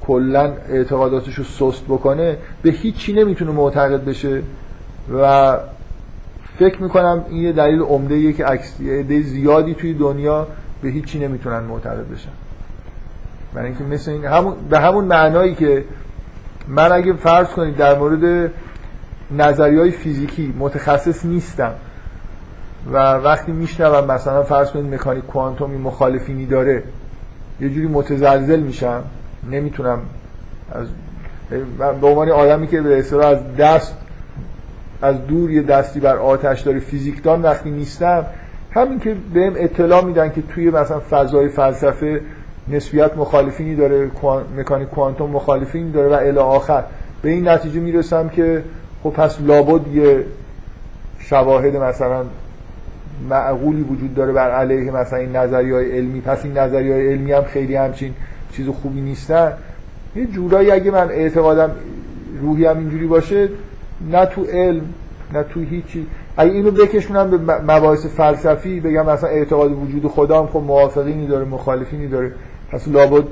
کلا اعتقاداتش رو سست بکنه به هیچی نمیتونه معتقد بشه و فکر میکنم این یه دلیل عمده‌ایه که عده زیادی توی دنیا به هیچی نمیتونن معتقد بشن. برای اینکه مثل این همون به همون معنایی که من اگه فرض کنید در مورد نظریه‌های فیزیکی متخصص نیستم و وقتی میشنوم مثلا فرض کنید مکانیک کوانتومی مخالفینی داره یه جوری متزلزل میشم، نمیتونم از به عنوان آدمی که به اصطلاح از دست از دور یه دستی بر آتش داره فیزیکدان وقتی نیستم، همین که بهم اطلاع میدن که توی مثلا فضای فلسفه نسبیت مخالفینی داره، مکانیک کوانتوم مخالفینی داره و الی آخر، به این نتیجه میرسم که خب پس لابد یه شواهد مثلا معقولی وجود داره بر علیه مثلا این نظریه‌های علمی، پس این نظریه‌های علمی هم خیلی همچین چیز خوبی نیستن. یه جورایی اگه من اعتقادم روحی هم اینجوری باشه، نه تو علم نه تو هیچی، اگه اینو بکشونم به مباحث فلسفی بگم مثلا اعتقاد وجود خدا هم خب موافقینی داره مخالفینی داره، پس لابد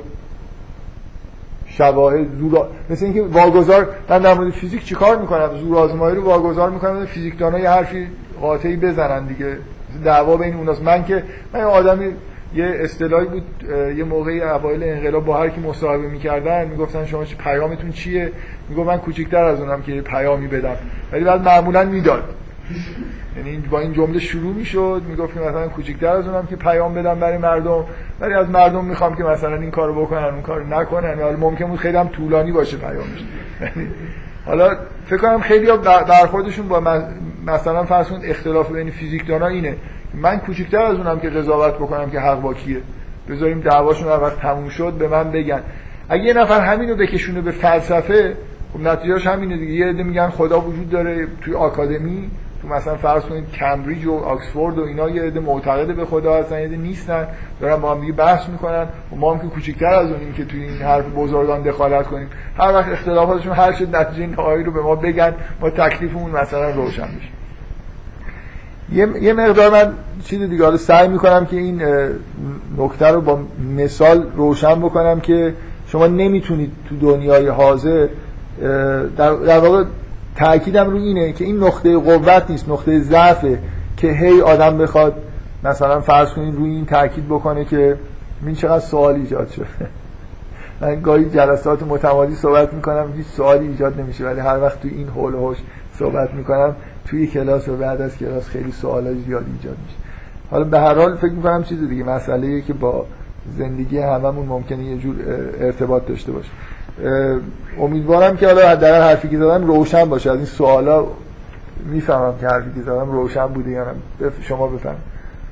شواهد زور مثل اینکه واگذار من در مورد فیزیک چیکار میکنم؟ زور آزمایی رو واگذار میکنم فیزیکدان‌ها یه حرفی قاطعی بزنن دیگه، دعوا بین اوناست. من که من آدمی یه اصطلاحی بود یه موقعی اوایل انقلاب با هر کی مصاحبه می‌کردن میگفتن شما چه پیامتون چیه؟ میگفت من کوچیک‌تر از اونم که پیامی بدم، ولی بعد معمولاً میداد. یعنی با این جمله شروع میشد، میگفت که مثلا کوچیک‌تر از اونم که پیام بدم برای مردم، ولی از مردم میخوام که مثلا این کارو بکنن اون کارو نکنن. حالا ممکن بود خیلی هم طولانی باشه پیامش. حالا فکر کنم خیلی‌ها برخوردشون با مثلا فرض کنید اختلاف بین فیزیکدان‌ها اینه، من کوچیک‌تر از اونم که قضاوت بکنم که حق با کیه، بذاریم دعواشون هر وقت تموم شد به من بگن. اگه یه نفر همینو بکشونه به فلسفه، خب نتیجهش همینه دیگه. یه عده میگن خدا وجود داره توی آکادمی، تو مثلا فرض کنید کمبریج و آکسفورد و اینا یه عده معتقد به خدا هستن، یه عده نیستن، دارن با هم دیگه بحث میکنن و ما هم که کوچیک‌تر از اونیم که توی این حرف بزرگان دخالت کنیم. هر وقت اختلافاتشون حل شد نتیجه نهایی رو به ما بگن، ما تکلیفمون مثلا روشن بشه. یه یه مقدار من چیز دیگه رو سعی میکنم که این نکته رو با مثال روشن بکنم که شما نمیتونید تو دنیای حاضر، در, در واقع تأکیدم رو اینه که این نقطه قوت نیست، نقطه ضعفه که هی آدم بخواد مثلا فرض کنید روی این تأکید بکنه که این چقدر سوال ایجاد شده. من گاهی جلسات متمادی صحبت میکنم هیچ سوالی ایجاد نمیشه، ولی هر وقت تو این حول و حوش صحبت میکنم توی کلاس و بعد از کلاس خیلی سوالای زیاد ایجاد میشه. حالا به هر حال فکر میکنم چیز دیگه مسئله‌ایه که با زندگی هممون ممکنه یه جور ارتباط داشته باشه. امیدوارم که حالا در حرفی که زدم روشن باشه. از این سوالا میفهمم که حرفی که زدم روشن بوده یا نه. شما بفرمایید.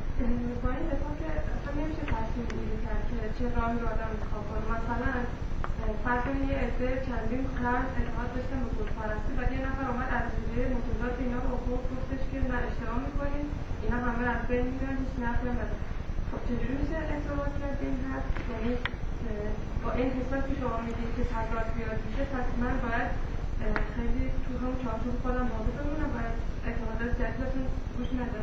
فرض کنید یه عده چندین قرن اعتقاد داشتن به بت‌پرستی و یه نفر اومد از دیده متضاد اینا رو آورد گفتش که نه اشتباه می‌کنید، اینا همه از بین میرن، هیچ نفعی هم نداره. خب چجوری میشه ارتباط کرد این حرف؟ یعنی با این حساب که شما میگید که تضاد زیاد میشه، پس من باید خیلی تو هم چارچوب خودم واقع بمونم، باید اعتقادات جدیدتون گوش ندم.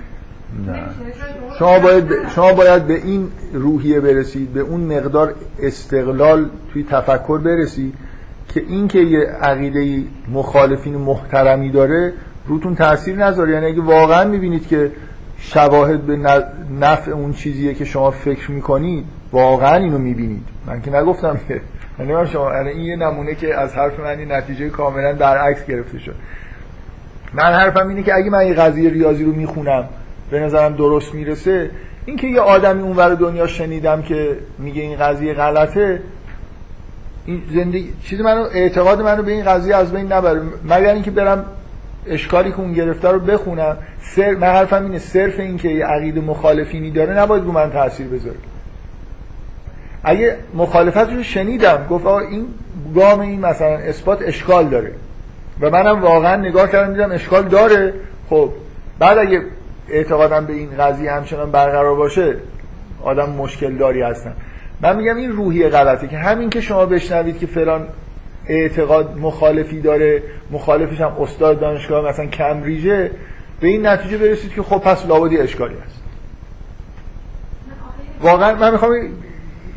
شما باید شما باید به این روحیه برسید، به اون مقدار استقلال توی تفکر برسید که این که یه عقیده مخالفین محترمی داره روتون تأثیر نذاره. یعنی اگه واقعا میبینید که شواهد به نفع اون چیزیه که شما فکر میکنید، واقعا اینو میبینید، من که نگفتم که یعنی شما این یه نمونه که از حرف من این نتیجه کاملا برعکس گرفته شد. من حرفم اینه که اگه من یه قضیه ریاضی رو میخونم به نظرم درست میرسه، این که یه آدمی اونور دنیا شنیدم که میگه این قضیه غلطه، این زندگی چیز منو اعتقاد منو به این قضیه از بین نبره، مگر اینکه برم اشکالی که اون گرفته رو بخونم. سر من حرفم اینه صرف این که یه عقیده مخالفینی داره نباید رو من تاثیر بذاره. اگه مخالفتش رو شنیدم گفت آقا این گام این مثلا اثبات اشکال داره و منم واقعا نگاه کردم دیدم اشکال داره، خب بعد اگه اعتقادم به این قضیه همچنان برقرار باشه آدم مشکل داری هستن. من میگم این روحیه غلطه که همین که شما بشنوید که فلان اعتقاد مخالفی داره، مخالفش هم استاد دانشگاه مثلا کمبریجه، به این نتیجه برسید که خب پس لابد اشکالی هست. واقعا من میخوام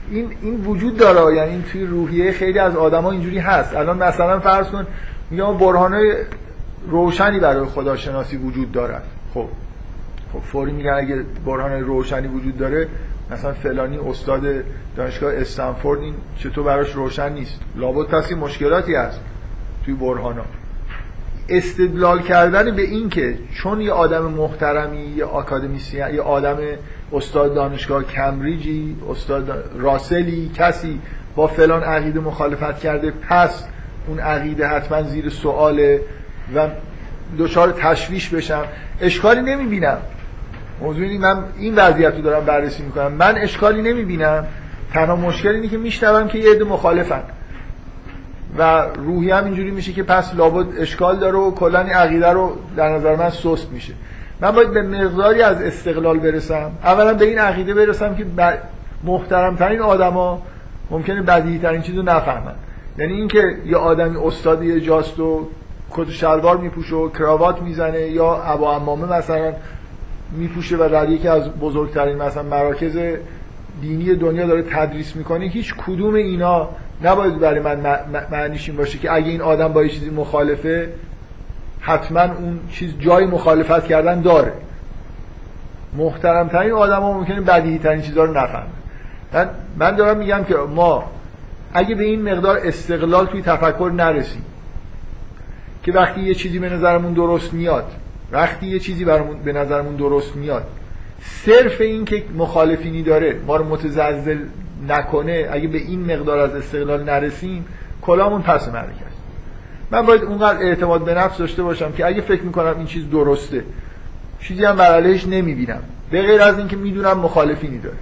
این این وجود داره، یعنی این توی روحیه خیلی از آدما اینجوری هست. الان مثلا فرض کن میگم برهانای روشنی برای خداشناسی وجود دارد. خب خب فوری میگن اگه برهانای روشنی وجود داره، مثلا فلانی استاد دانشگاه استنفورد این چطور براش روشن نیست؟ لابد پس مشکلاتی هست توی برهانا. استدلال کردن به این که چون یه آدم محترمی، یه آکادمیسین، یه آدم استاد دانشگاه کمبریجی، استاد راسلی، کسی با فلان عقیده مخالفت کرده، پس اون عقیده حتما زیر سؤاله و دچار تشویش بشم، اشکالی نمیبینم. موضوع اینه من این وضعیت رو دارم بررسی میکنم، من اشکالی نمیبینم. تنها مشکل اینه که میشنوم که یه عده مخالفن و روحی هم اینجوری میشه که پس لابد اشکال داره و کلا این عقیده رو در نظر من سست میشه. من باید به مقداری از استقلال برسم. اولا به این عقیده برسم که محترم ترین آدما ممکنه بدیهی ترین چیزو نفهمن. یعنی اینکه یه آدمی استاد یه جاست و کت و شلوار میپوشه و کراوات میزنه یا عبا عمامه مثلا میپوشه و در یکی از بزرگترین مثلا مراکز دینی دنیا داره تدریس میکنه، هیچ کدوم اینا نباید برای من معنیش این باشه که اگه این آدم با یه چیزی مخالفه حتما اون چیز جای مخالفت کردن داره. محترم ترین آدم ها ممکنه بدیهی ترین چیزها رو نفهمه. من, من دارم میگم که ما اگه به این مقدار استقلال توی تفکر نرسیم که وقتی یه چیزی به نظرمون درست میاد وقتی یه چیزی برامون به نظرمون درست میاد صرف این که مخالفینی داره ما رو متزلزل نکنه، اگه به این مقدار از استقلال نرسیم کلامون پس معرکه است. من باید اونقدر اعتماد به نفس داشته باشم که اگه فکر میکنم این چیز درسته چیزی هم بر علیهش نمیبینم به غیر از اینکه میدونم مخالفینی داره.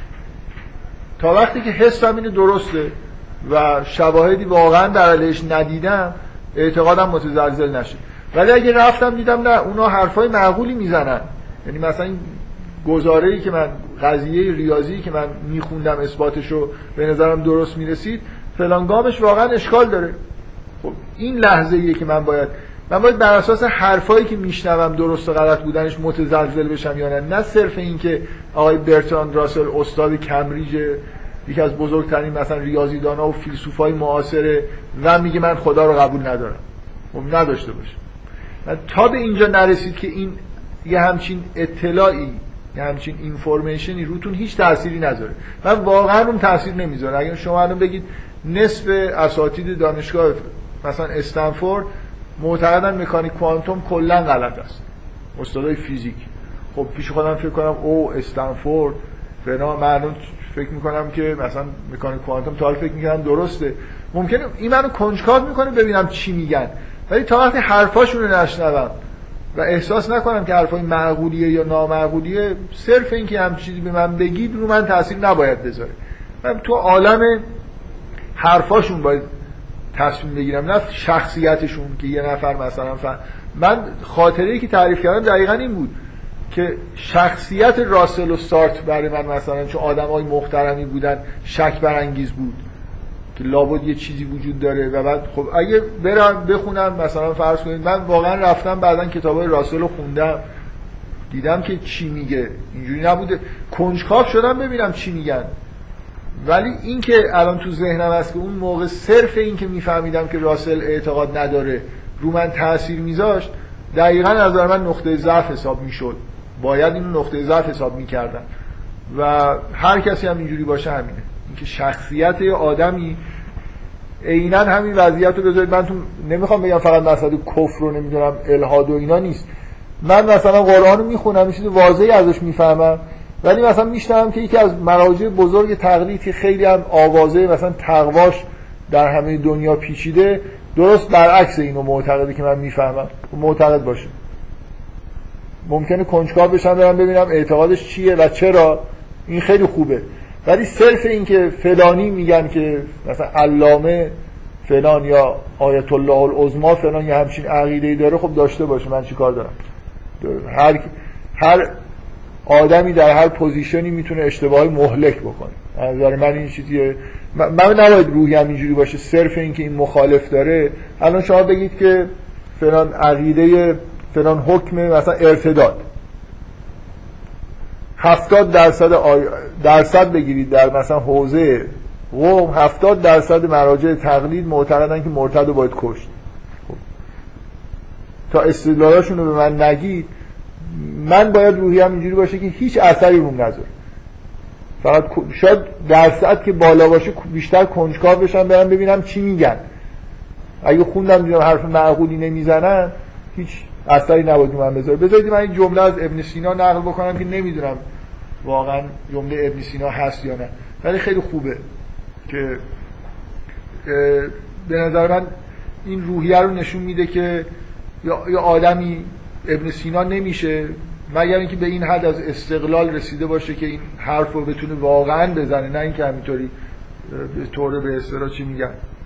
تا وقتی که حسم اینه درسته و شواهدی واقعا در علیهش ندیدم اعتقادم متزلزل نشه. ولی اگه رفتم دیدم نه اونا حرفای معقولی میزنن، یعنی مثلا این گزاره‌ای که من قضیه ریاضی که من میخوندم اثباتشو به نظرم درست میرسید فلان گامش واقعا اشکال داره، خب این لحظه‌ایه که من باید من باید بر اساس حرفایی که میشنوم درست و غلط بودنش متزلزل بشم یا نه، نه صرف این که آقای برتراند راسل استاد کمبریج یکی از بزرگترین مثلا ریاضیدان‌ها و فیلسوفای معاصره و میگه من خدا رو قبول ندارم، خب نداشته باشه. من تا به اینجا نرسید که این یه همچین اطلاعی یه همچین اینفورمیشنی روتون هیچ تأثیری نذاره، من واقعا اون تأثیر نمیذاره. اگه شما الان بگید نصف اساتید دانشگاه مثلا استنفورد معتقدن مکانیک کوانتوم کلا غلط است، استادای فیزیک، خب پیش خودم فکر کنم او استنفورد فنا معنون فکر میکنم که مثلا مکانیک کوانتوم تا حالا فکر میکردم درسته، ممکنه این منو کنجکاو میکنه ببینم چی میگن، ولی تا وقتی حرفاشون رو نشنوم و احساس نکنم که حرفای معقولیه یا نامعقولیه، صرف این که هم چیزی به من بگید رو من تاثیر نباید بذاره. من تو عالم حرفاشون باید تصمیم بگیرم، نه شخصیتشون که یه نفر مثلا فهم. من خاطره‌ای که تعریف کردم دقیقاً این بود که شخصیت راسل و سارت برای من مثلا چون آدمای محترمی بودن شک برانگیز بود که لابد یه چیزی وجود داره و بعد خب اگه برم بخونم مثلا فرض کنید من واقعا رفتم بعدن کتابای راسل رو خوندم دیدم که چی میگه اینجوری نبوده، کنجکاو شدم ببینم چی میگن، ولی این که الان تو ذهنم هست که اون موقع صرف این که میفهمیدم که راسل اعتقاد نداره رو من تأثیر میذاشت دقیقاً از نظر من نقطه ضعف حساب میشد، باید این نقطه ضعف حساب میکردن و هر کسی هم اینجوری باشه همینه، اینکه شخصیت آدمی عیناً همین وضعیت رو بذارید. من تو نمیخوام بگم فقط مسئله کفر و نمیدونم الحاد و اینا نیست، من مثلا قرآن رو میخونم یه چیز واضحی ازش میفهمم، ولی مثلا میشنوم که یکی از مراجع بزرگ تقلید که خیلی هم آوازه مثلا تقواش در همه دنیا پیچیده درست برعکس اینو معتقده که من میفهمم، معتقد باشه ممکنه کنجکاو بشم برم ببینم اعتقادش چیه و چرا، این خیلی خوبه، ولی صرف این که فلانی میگن که مثلا علامه فلان یا آیت الله العظما فلان یه همچین عقیده‌ای داره، خب داشته باشه من چیکار دارم. هر هر آدمی در هر پوزیشنی میتونه اشتباهی مهلک بکنه، از نظر من این چیزیه. من نباید روحیم اینجوری باشه صرف این که این مخالف داره. الان شما بگید که فلان عقیده فلان حکم مثلا ارتداد، هفتاد درصد آی... درصد بگیرید در مثلا حوزه قوم، هفتاد درصد مراجع تقلید معتقدن که مرتد رو باید کشت. خب. تا استدلالاشون رو به من نگید، من باید روحیم اینجوری باشه که هیچ اثری روم نذاره. فقط شاید درصد که بالا باشه بیشتر کنجکاو بشم برم ببینم چی میگن. اگه خوندم دیدم حرف معقولی نمیزنن هیچ اثری نباید من بذاره. بذارید من این جمله از ابن سینا نقل بکنم که نمیدونم واقعا جمله ابن سینا هست یا نه، ولی خیلی خوبه که به نظر من این روحیه رو نشون میده که یا آدمی ابن سینا نمیشه مگر اینکه به این حد از استقلال رسیده باشه که این حرف رو بتونه واقعا بزنه، نه اینکه همینطوری به طور به اصطلاح چی میگن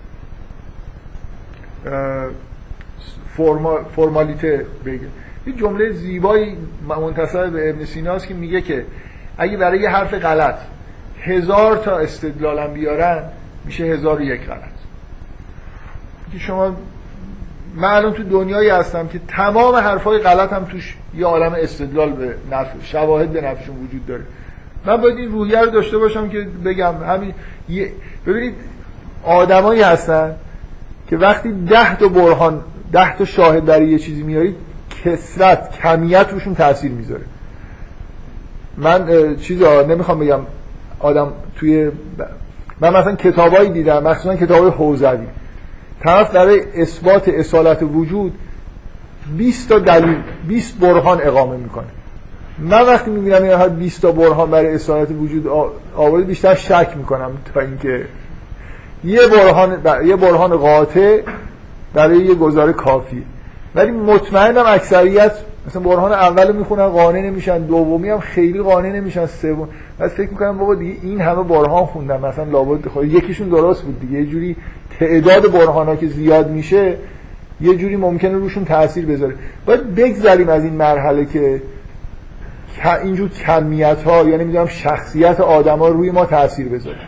فرما، فرمالیته بگه. این جمله زیبایی منتسب به ابن سیناست که میگه که اگه برای یه حرف غلط هزار تا استدلالم بیارن میشه هزار و یک غلط. که شما من الان تو دنیایی هستم که تمام حرفای غلط هم توش یه عالم استدلال به نفع، شواهد به نفعشون وجود داره. من باید این روحیه رو داشته باشم که بگم همین یه... ببینید آدمایی هستن که وقتی ده تا برهان ده تا شاهد برای یه چیزی میارید کثرت کمیت روشون تاثیر میذاره. من چیزا نمیخوام بگم آدم توی من مثلا کتابایی دیدم، مخصوصا کتابای حوزوی، طرف برای اثبات اصالت وجود بیست تا دلیل بیست برهان اقامه میکنه. من وقتی میبینم این هر بیست تا برهان برای اصالت وجود آورده بیشتر شک میکنم تا اینکه یه برهان یه برهان قاطع برای یه گزاره کافی. ولی مطمئنم اکثریت مثلا برهان اول میخونن قانع نمیشن، دومی هم خیلی قانع نمیشن، سوم بس فکر میکنم بابا دیگه این همه برهان خوندم مثلا لابد خود یکیشون درست بود دیگه. یه جوری تعداد برهانا که زیاد میشه یه جوری ممکنه روشون تاثیر بذاره. باید بگذریم از این مرحله که اینجور کمیت ها یعنی میدونم شخصیت آدم ها روی ما تاثیر بذاره.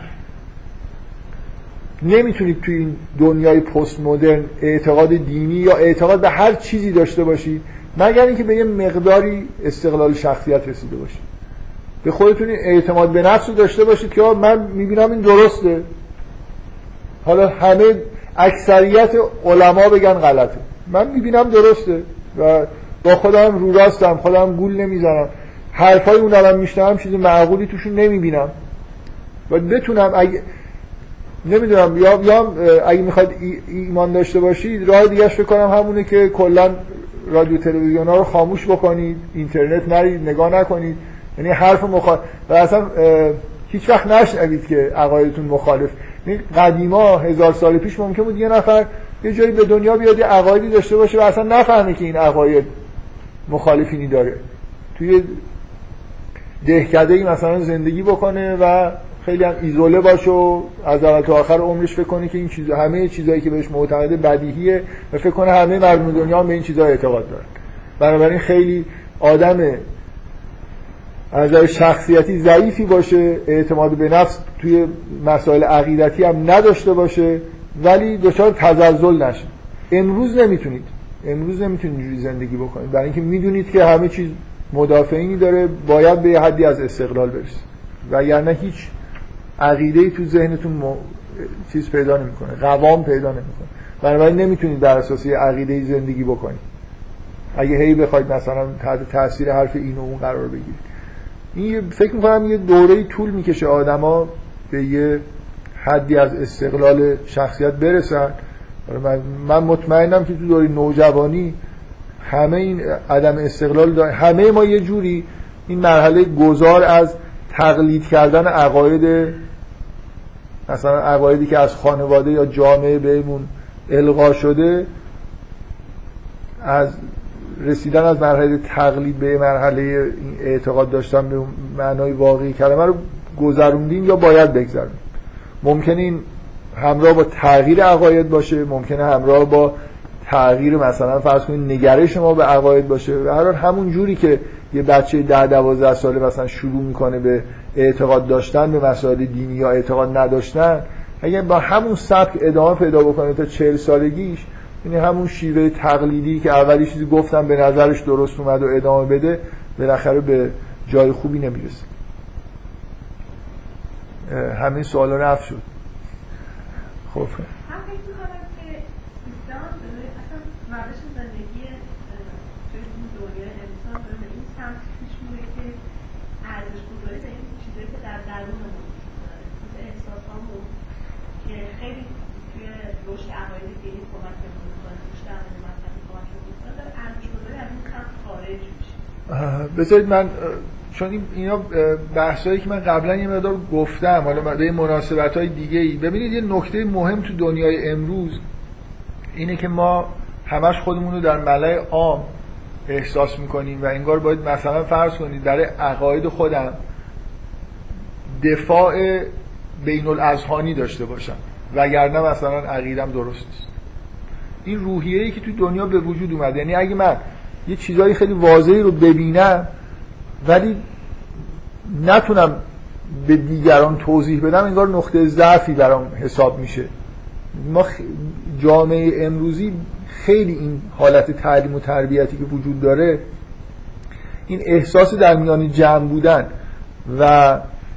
نمیتونید توی این دنیای پست مدرن اعتقاد دینی یا اعتقاد به هر چیزی داشته باشید مگر اینکه به یه مقداری استقلال شخصیت رسیده باشید. به خودتون اعتماد به نفس رو داشته باشید که من میبینم این درسته، حالا همه اکثریت علما بگن غلطه، من میبینم درسته و با خودم رو راستم، خودم گول نمیزنم، حرفای اون آدم میشنم چیز معقولی توشون نمیبینم و بتونم اگه نمیدونم یا یا اگه میخواید ایمان داشته باشید راه دیگه‌اش فکر کنم همونه که کلا رادیو تلویزیون ها رو خاموش بکنید، اینترنت نرید، نگاه نکنید، یعنی حرف مخالف و اصلا هیچ وقت نشنوید که عقایدتون مخالف. یعنی قدیما هزار سال پیش ممکن بود یه نفر یه جایی به دنیا بیاد یه عقایدی داشته باشه و اصلا نفهمه که این عقاید مخالفینی داره، توی دهکده‌ای مثلا زندگی بکنه و خیلی هم ایزوله باشه و از اول تا آخر عمرش فکر کنه که این چیزا همه چیزایی که بهش معتقده بدیهیه و فکر کنه همه مردم دنیا هم به این چیزا اعتقاد دارن. بنابراین خیلی آدم از نظر شخصیتی ضعیفی باشه، اعتماد به نفس توی مسائل عقیدتی هم نداشته باشه ولی دچار تزلزل نشه. امروز نمیتونید امروز نمیتونید اینجوری زندگی بکنید برای اینکه میدونید که همه چیز مدافعینی داره، باید به حدی از استقلال برسید وگرنه هیچ عقیده‌ای تو ذهنتون م... چیز پیدا نمی‌کنه، قوام پیدا نمی‌کنه. بنابراین نمیتونید بر اساس یه عقیده‌ای زندگی بکنید. اگه هی بخواید مثلا تحت تاثیر حرف این و اون قرار بگیرید. این فکر می‌کنم یه دوره‌ای طول می‌کشه آدما به یه حدی از استقلال شخصیت برسن. من من مطمئنم که تو دوره نوجوانی همه این عدم استقلال داره. همه ما یه جوری این مرحله گذار از تقلید کردن عقاید مثلا عقایدی که از خانواده یا جامعه بهمون القا شده، از رسیدن از مرحله تقلید به مرحله این اعتقاد داشتن به معنای واقعی کلمه رو گذروندیم یا باید بگذرونیم. ممکنه این همراه با تغییر عقاید باشه، ممکنه همراه با تغییر مثلا فرض کنید نگرش ما به عقاید باشه. و هر حال همون جوری که یه بچه ده دوازده ساله مثلا شروع میکنه به اعتقاد داشتن به مسائل دینی یا اعتقاد نداشتن، اگه با همون سبک ادامه پیدا بکنه تا چهل سالگیش، یعنی همون شیوه تقلیدی که اولی چیزی گفتم به نظرش درست اومد و ادامه بده، بالاخره به جای خوبی نمیرسه. همه سوالا رفت شد. خب هم فکر می‌کنم که اسلام اصلا روش زندگی توی این دنیای انسان داره به این سمت پیش میره که ارزش گذاری به این چیزایی که در درونمون داره، مثل احساسامون که خیلی توی رشد عقاید دینی کمکمون می‌کنه، رشد عقاید مذهبی کمکمون می‌کنه، داره ارزش گذاری از این سمت خارج میشه. بذارید من چون اینا بحثایی که من قبلا یه مقدار گفتم، حالا به مناسبت‌های دیگه‌ای، ببینید یه نکته مهم تو دنیای امروز اینه که ما همش خودمون رو در ملأ عام احساس می‌کنیم و انگار باید مثلا فرض کنید برای عقاید خودم دفاع بین الاذهانی داشته باشم وگرنه مثلا عقیدم درست نیست. این روحیه‌ای که تو دنیا به وجود اومده، یعنی اگه من یه چیزایی خیلی واضحی رو ببینم ولی نتونم به دیگران توضیح بدم، انگار نقطه ضعفی برام حساب میشه. ما خ... جامعه امروزی خیلی این حالت تعلیم و تربیتی که وجود داره، این احساس در میان جمع بودن و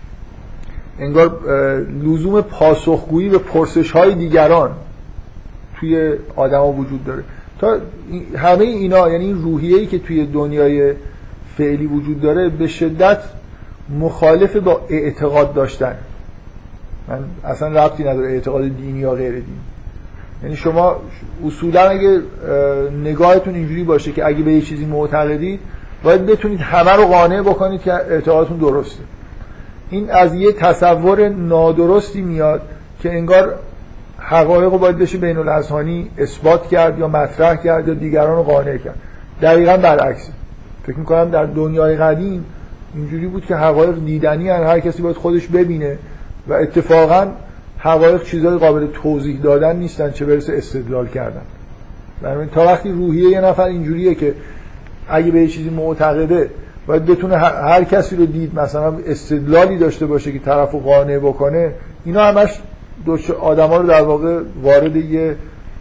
انگار لزوم پاسخگویی به پرسش‌های دیگران توی آدم‌ها وجود داره. تا همه اینا، یعنی این روحیه‌ای که توی دنیای فعلی وجود داره به شدت مخالف با اعتقاد داشتن. من اصلا ربطی نداره اعتقاد دینی یا غیر دینی. یعنی شما اصولا اگه نگاهتون اینجوری باشه که اگه به یه چیزی معتقدید باید بتونید همه رو قانع بکنید که اعتقادتون درسته. این از یه تصور نادرستی میاد که انگار حقایق رو باید بشه بین الاذهانی اثبات کرد یا مطرح کرد یا دیگران رو قانع کرد. دقیقاً برعکسه. فکر میکنم در دنیای قدیم اینجوری بود که حقایق دیدنی هن، هر کسی باید خودش ببینه و اتفاقاً حقایق چیزای قابل توضیح دادن نیستن چه برسه استدلال کردن. برای تا وقتی روحیه یه نفر اینجوریه که اگه به یه چیزی معتقده باید بتونه هر کسی رو دید، مثلا استدلالی داشته باشه که طرفو قانع بکنه، اینا همش آدما رو در واقع وارد یه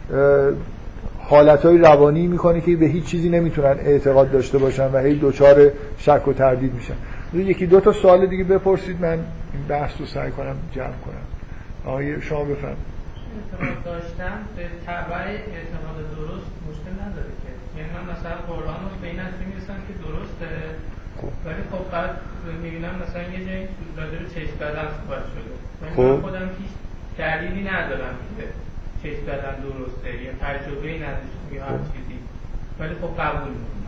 حالتهای روانی میکنه که به هیچ چیزی نمیتونن اعتقاد داشته باشن و هی دوچار شک و تردید میشن. یکی دو تا سوال دیگه بپرسید، من این بحث رو سعی کنم جمع کنم. آقای شما بفرمایید. اعتقاد داشتن به تبع اعتقاد درست مشکل نداره که، یعنی من مثلا قرآن رو به این نتیجه میرسم که درسته، ولی خب بعد میبینم مثلا یه جایی راجع به چشم زدن صحبت شده، من خودم هیچ دلیلی ندارم که چشم زدن درسته یا تجربه‌ای نداشتم یا هر چیزی، ولی خب قبول میکنم.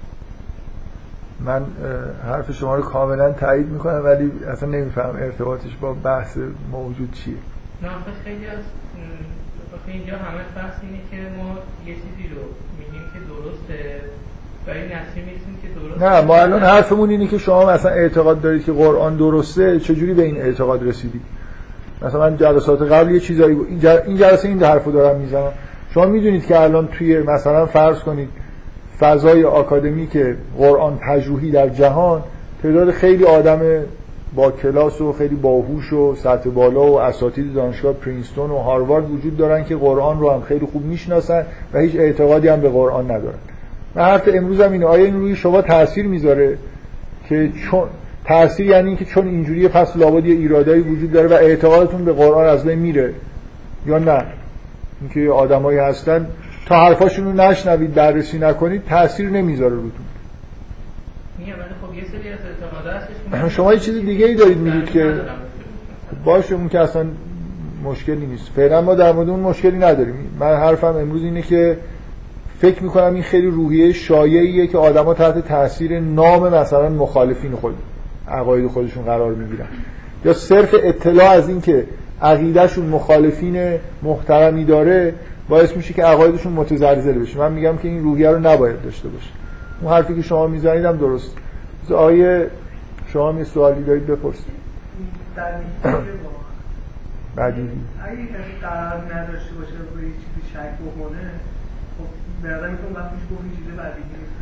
من حرف شما رو کاملا تایید میکنم ولی اصلا نمیفهم ارتباطش با بحث موجود چیه. نه آخه خیلی از اینجا همه بحث اینه که ما یه چیزی رو میگیم که درسته و این نتیجه میرسیم که درسته. نه ما الان حرفمون اینه که شما مثلا اعتقاد دارید که قرآن درسته، چجوری به این اعتقاد رسیدید؟ مثلا من جلسات قبل یه چیزایی این جلسه این حرفو دارم میزنم. شما میدونید که الان توی مثلا فرض کنید فضای آکادمیک قرآن پژوهی در جهان تعداد خیلی آدم با کلاس و خیلی باهوش و سطح بالا و اساتید دانشگاه پرینستون و هاروارد وجود دارن که قرآن رو هم خیلی خوب میشناسن و هیچ اعتقادی هم به قرآن ندارن. من حرف امروز هم اینه، آیا این روی شما تأثیر میذاره که چون تأثیر یعنی اینکه چون اینجوریه پس لابد یه ایرادایی وجود داره و اعتقادتون به قرآن از بین میره، یا نه اینکه آدمایی هستن تا حرفاشون رو نشنوید بررسی نکنید تأثیر نمیذاره روتون؟ میگم ولی خب یه سری از اعتقادات هستش شما یه چیز دیگه ای دارید میگید که باشه اون که اصلا مشکلی نیست، فعلا ما در مورد اون مشکلی نداریم. من حرفم امروز اینه که فکر میکنم این خیلی روحیه شایعیه که آدما تحت تاثیر نام مثلا مخالفین خود عقاید خودشون قرار میگیرن، یا صرف اطلاع از این که عقیدهشون مخالفین محترمی داره باعث میشه که عقایدشون متزلزل بشه. من میگم که این روحیه رو نباید داشته باشه. اون حرفی که شما میزنید هم درست. آیه شما می سوالی دارید بپرسید. در نتیجه بعدی اگه کسی قرار نداشته باشه روی چیزی شک بکنه، خب به نظر میتونم وقتیش گفت این چیزه بعدی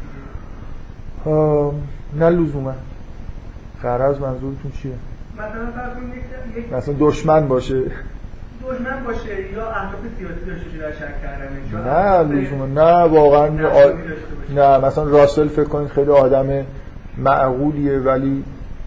نیست. نه لزوما. غرض منظورتون چیه؟ مثلا فرض کنید یک مثلا دشمن باشه، دشمن باشه یا اهداف سیاسی داشته باشه در شک کردن. نه لزوما، نه واقعا. نه مثلا راسل فکر کنید خیلی آدم معقولیه، ولی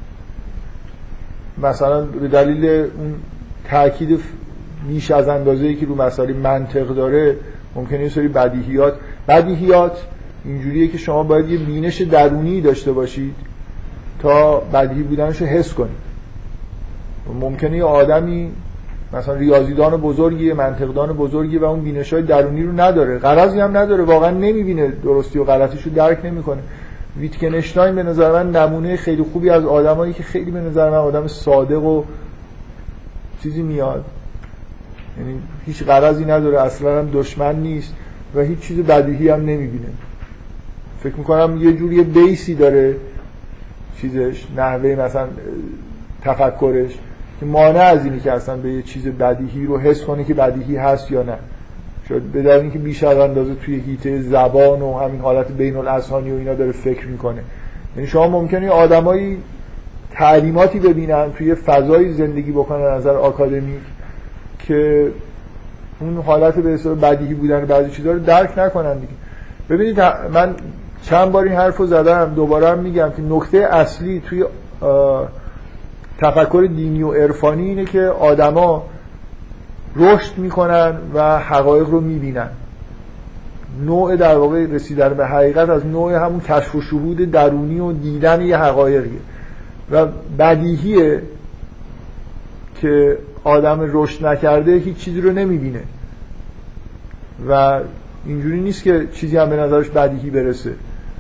مثلا به دلیل اون تأکید بیش از اندازه‌ای که رو مسئله منطق داره ممکنه یه سری بدیهیات بدیهیات اینجوریه که شما باید یه بینش درونی داشته باشید تا بدیهی بودنشو حس کنید. ممکنه یه آدمی مثلا ریاضیدان بزرگیه، منطقدان بزرگیه و اون بینش‌های درونی رو نداره، غرضی هم نداره، واقعا نمی‌بینه درستی و غلطیش رو درک نمی‌کنه. ویتکنشتاین به نظر من نمونه خیلی خوبی از آدمایی که خیلی به نظر من آدم صادق و چیزی میاد، یعنی هیچ غرضی نداره، اصلا هم دشمن نیست و هیچ چیز بدیهی هم نمی‌بینه. فکر می‌کنم یه جوری بیسی داره چیزش، نحوه مثلا تفکرش که مانع از اینی که اصلا به یه چیز بدیهی رو حس کنه که بدیهی هست یا نه. شاید به دلیل اینکه بیش از اندازه توی حیطه زبان و همین حالت بین الاذهانی و اینا داره فکر میکنه. یعنی شما ممکنه آدمایی تعلیماتی ببینن توی فضای زندگی بکنن از نظر آکادمیک که اون حالت به اصطلاح بدیهی بودن بعضی چیزا رو درک نکنن دیگه. ببینید من چند بار این حرفو زدم، دوباره هم میگم که نکته اصلی توی تفکر دینی و عرفانی اینه که آدما رشد میکنن و حقایق رو میبینن. نوع در واقع رسیدن به حقیقت از نوع همون کشف و شهود درونی و دیدن یه حقایقیه و بدیهیه که آدم رشد نکرده هیچ چیزی رو نمیبینه و اینجوری نیست که چیزی هم به نظرش بدیهی برسه.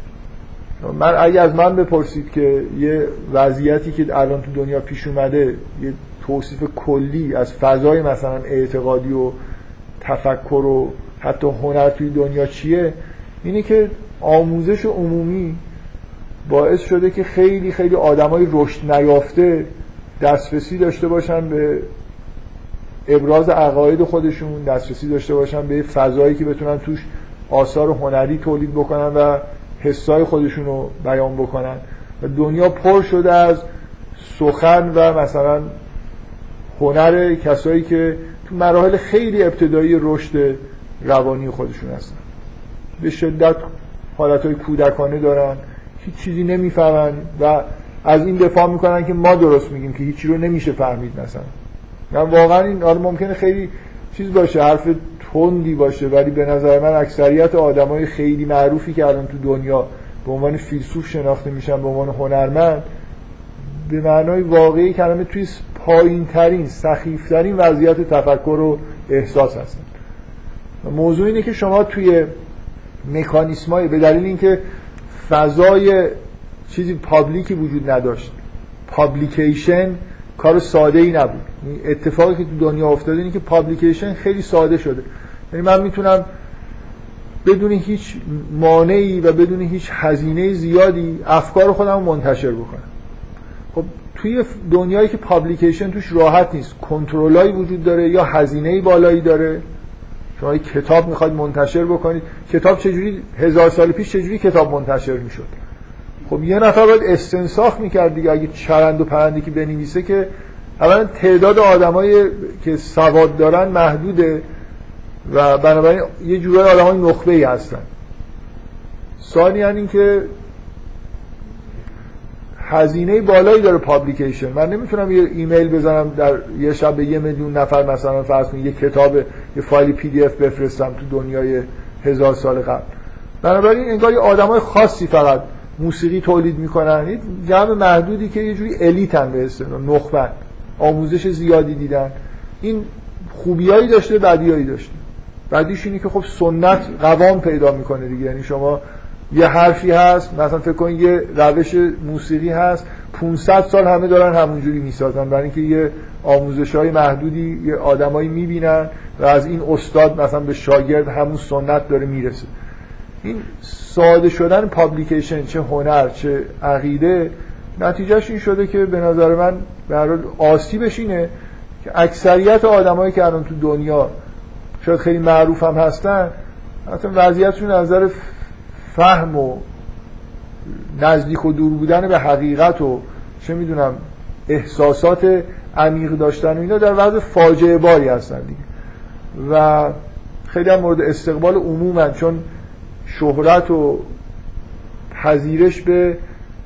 من اگه از من بپرسید که یه وضعیتی که الان تو دنیا پیش اومده یه توصیف کلی از فضای مثلا اعتقادی و تفکر و حتی هنر توی دنیا چیه، اینه که آموزش عمومی باعث شده که خیلی خیلی آدمای رشد نیافته دسترسی داشته باشن به ابراز عقاید خودشون، دسترسی داشته باشن به فضایی که بتونن توش آثار هنری تولید بکنن و حسای خودشون رو بیان بکنن و دنیا پر شده از سخن و مثلا هنر کسایی که تو مراحل خیلی ابتدایی رشد روانی خودشون هستن، به شدت حالتهای کودکانه دارن، هیچ چیزی نمیفهمن و از این دفاع میکنن که ما درست میگیم که هیچی رو نمیشه فهمید. مثلا یعنی واقعا این آره ممکنه خیلی چیز باشه، حرف تندی باشه، ولی به نظر من اکثریت آدمای خیلی معروفی که الان تو دنیا به عنوان فیلسوف شناخته میشن، به عنوان هنرمند، به معنای واقعی کلمه توی پایین ترین سخیف ترین وضعیت تفکر و احساس هستن. موضوع اینه که شما توی مکانیسمای به دلیل اینکه فضای چیزی پابلیکی وجود نداشت، پابلیکیشن کار ساده ای نبود. اتفاقی که تو دنیا افتاده اینه که پابلیکیشن خیلی ساده شده. یعنی من میتونم بدون هیچ مانعی و بدون هیچ هزینه زیادی افکار خودم منتشر بکنم. خب توی دنیایی که پابلیکیشن توش راحت نیست، کنترلایی وجود داره یا هزینه بالایی داره. شما یک کتاب میخواید منتشر بکنید، کتاب چجوری هزار سال پیش چجوری کتاب منتشر میشد؟ خب یه نفر باید استنساخ میکرد دیگه. اگه چرند و پرندی که بنویسه که اولا تعداد آدمایی که سواد دارن محدوده و بنابراین یه جورای آدمای نخبه‌ای هستن. ثانیاً این که هزینه بالایی داره پابلیکیشن. من نمیتونم یه ایمیل بزنم در یه شب به یه میلیون نفر مثلا فرض کنید یه کتاب، یه فایل پی دی اف بفرستم تو دنیای هزار سال قبل. بنابراین انگار یه آدمای خاصی فقط موسیقی تولید میکنن، یه جمع محدودی که یه جوری الیتن به اصطلاح، نخبه، آموزش زیادی دیدن. این خوبیایی داشته، بدیایی داشته. بدیش اینه که خب سنت قوام پیدا میکنه دیگه. یعنی شما یه حرفی هست، مثلا فکر کنید یه روش موسیقی هست، پانصد سال همه دارن همونجوری میسازن، برای اینکه یه آموزش‌های محدودی یه آدمایی میبینن و از این استاد مثلا به شاگرد همون سنت داره میرسه. این ساده شدن پابلیکیشن، چه هنر چه عقیده، نتیجهش این شده که به نظر من به هر حال آسیبش اینه که اکثریت آدمایی که الان تو دنیا شاید خیلی معروف هم هستن، حتی وضعیتشون از نظر فهم و نزدیک و دور بودن به حقیقت و چه میدونم احساسات عمیق داشتن و اینا در وضع فاجعه باری هستن دیگه و خیلی هم مورد استقبال عمومن، چون شهرت و پذیرش به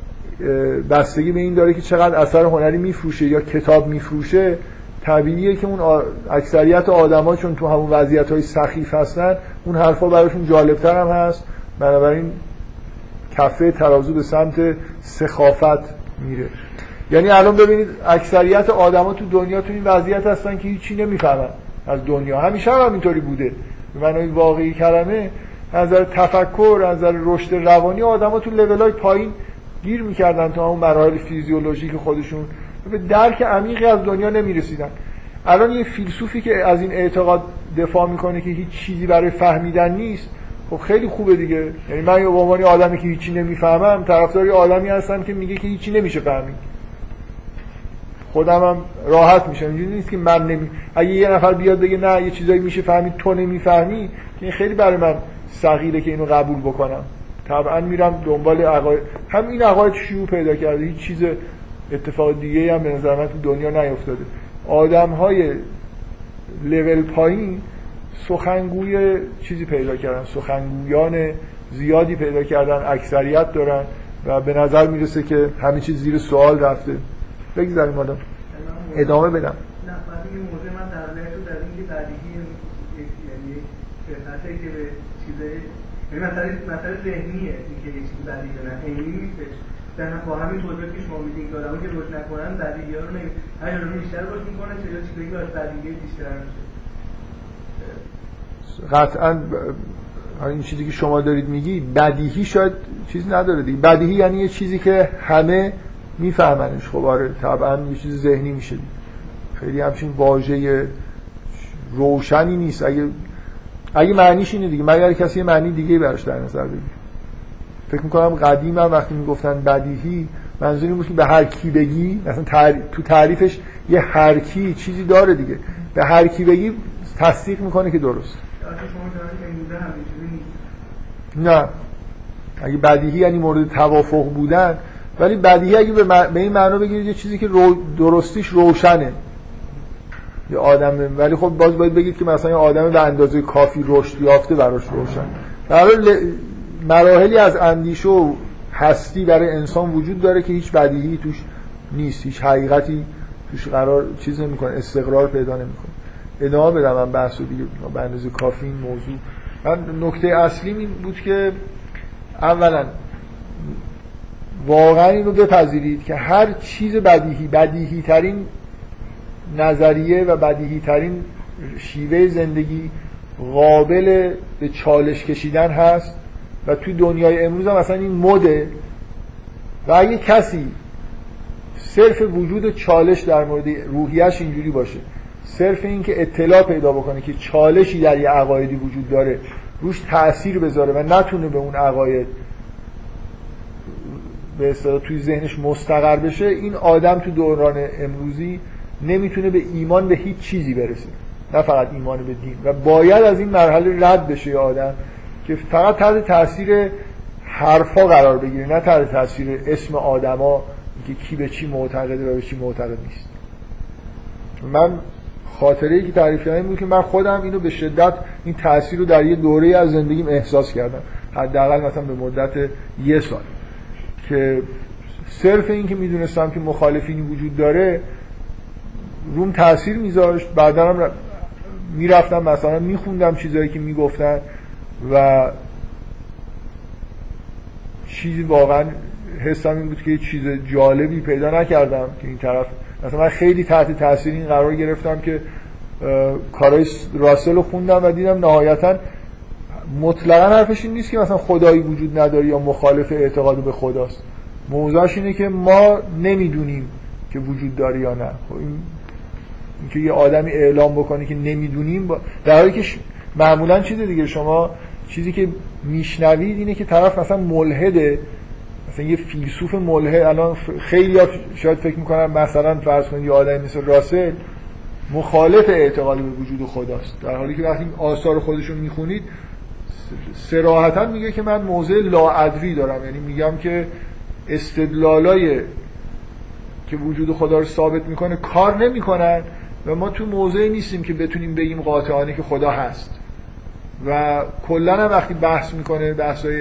بستگی به این داره که چقدر اثر هنری میفروشه یا کتاب میفروشه. طبیعیه که اون اکثریت آدما چون تو همون وضعیت‌های سخیف هستن اون حرفا براشون جالب‌تر هم هست، بنابراین کفه ترازو به سمت سخافت میره. یعنی الان ببینید اکثریت آدما تو دنیا تو این وضعیت هستن که هیچی نمیفهمن از دنیا. همیشه هم اینطوری بوده. به معنای واقعی کلمه از نظر تفکر، از نظر رشد روانی آدما تو لول‌های پایین گیر می‌کردن تا اون مراحل فیزیولوژیک خودشون به درک عمیقی از دنیا نمی‌رسیدن. الان یه فیلسوفی که از این اعتقاد دفاع میکنه که هیچ چیزی برای فهمیدن نیست، خب خیلی خوبه دیگه. یعنی من به عنوان آدمی که هیچی نمیفهمم طرفدار آدمی هستم که میگه که هیچی نمیشه فهمید. خودم هم راحت میشم. اینجوری نیست که من نمی اگه یه نفر بیاد بگه نه یه چیزایی میشه فهمید تو نمیفهمی، که این خیلی برای من ثقیله که اینو قبول بکنم. طبعا میرم دنبال عقاید. هم این عقاید شیوع پیدا کرده، هیچ چیز اتفاق دیگه هم به نظر من تو دنیا نیفتاده. آدم‌های لول پایین سخنگوی چیزی پیدا کردن، سخنگویان زیادی پیدا کردن، اکثریت دارن و به نظر میرسه که همه چیز زیر سوال رفته. بگذاریم آدم ادامه بدم. نه وقتی این موضوع من در نهایت در این که بدیهی یعنی فرصتی که به چیزای یعنی مثلا مثلا ذهنیه اینکه یه چیزی بدیهی نه عینی نیستش. در با همین توضیحاتی که شما میدین که آدم‌ها که روش نکنن بدیهی‌ها رو نمی هر جا بیشتر روش میکنن چه چیزی که از بدیهی بیشتر میشه. قطعاً این چیزی که شما دارید میگی بدیهی شاید چیز نداره دیگه. بدیهی یعنی یه چیزی که همه میفهمنش. خب آره طبعا یه چیز ذهنی میشه دیگه. خیلی همچین واژه روشنی نیست. اگه اگه معنیش اینه دیگه، مگر کسی یه معنی دیگه براش در نظر بگیره. فکر میکنم قدیما وقتی میگفتن بدیهی منظور این بود که به هر کی بگی، مثلا تعریف تو تعریفش یه هر کی چیزی داره دیگه، به هر کی بگی تصدیق میکنه که درست. نه اگه بدیهی یعنی مورد توافق بودن، ولی بدیهی اگه به, م... به این معنا بگیرید یه چیزی که رو... درستیش روشنه یه آدمه، ولی خب باز باید بگید که مثلا یه آدم به اندازه کافی رشد یافته براش روشن. در حال ل... مراحلی از اندیشه و هستی برای انسان وجود داره که هیچ بدیهی توش نیست، هیچ حقیقتی توش قرار چیز نمیکنه، استقرار پیدا نمیکنه. ادامه بدم من بحثو دیگه به اندازه کافی این موضوع. من نکته اصلی این بود که اولا واقعا این رو بپذیرید که هر چیز بدیهی، بدیهی ترین نظریه و بدیهی ترین شیوه زندگی قابل به چالش کشیدن هست و توی دنیای امروز هم مثلا این مده. و اگه کسی صرف وجود چالش در مورد روحیش اینجوری باشه، صرف این که اطلاع پیدا بکنه که چالشی در یه عقایدی وجود داره روش تأثیر بذاره و نتونه به اون عقاید به اصطلاح توی ذهنش مستقر بشه، این آدم تو دوران امروزی نمیتونه به ایمان به هیچ چیزی برسه، نه فقط ایمان به دین. و باید از این مرحله رد بشه آدم که فقط تحت تاثیر حرفا قرار بگیره، نه تحت تاثیر اسم آدما که کی به چی معتقده و به چی معتقد نیست. من خاطره‌ای که تعریف کردم بود که من خودم اینو به شدت این تاثیر رو در یه دوره از زندگیم احساس کردم، حداقل مثلا به مدت یه سال، که صرف این که میدونستم که مخالفینی وجود داره روم تاثیر میذاشت. بعدا هم میرفتم مثلا میخوندم چیزایی که میگفتن و چیزی واقعا حسم این بود که چیز جالبی پیدا نکردم که این طرف. مثلا من خیلی تحت تاثیر این قرار گرفتم که کارهای راسل رو خوندم و دیدم نهایتا مطلقا حرفش این نیست که مثلا خدایی وجود نداره یا مخالف اعتقاد به خداست. موضوعش اینه که ما نمیدونیم که وجود داره یا نه. خب این اینکه یه آدمی اعلام بکنه که نمیدونیم با... در حالی که ش... معمولا چیزه دیگه، شما چیزی که میشنوید اینه که طرف مثلا ملحده، مثلا یه فیلسوف ملحد. الان خیلی ها شاید فکر میکنن مثلا فرض کنید یه آدمی مثل راسل مخالف اعتقاد به وجود خداست، در حالی که وقتی آثار خودشون میخونید صراحتا میگه که من موضع لاادری دارم، یعنی میگم که استدلالای که وجود خدا رو ثابت میکنه کار نمیکنن و ما تو موضعی نیستیم که بتونیم بگیم قاطعانه که خدا هست. و کلا هم وقتی بحث میکنه بحثای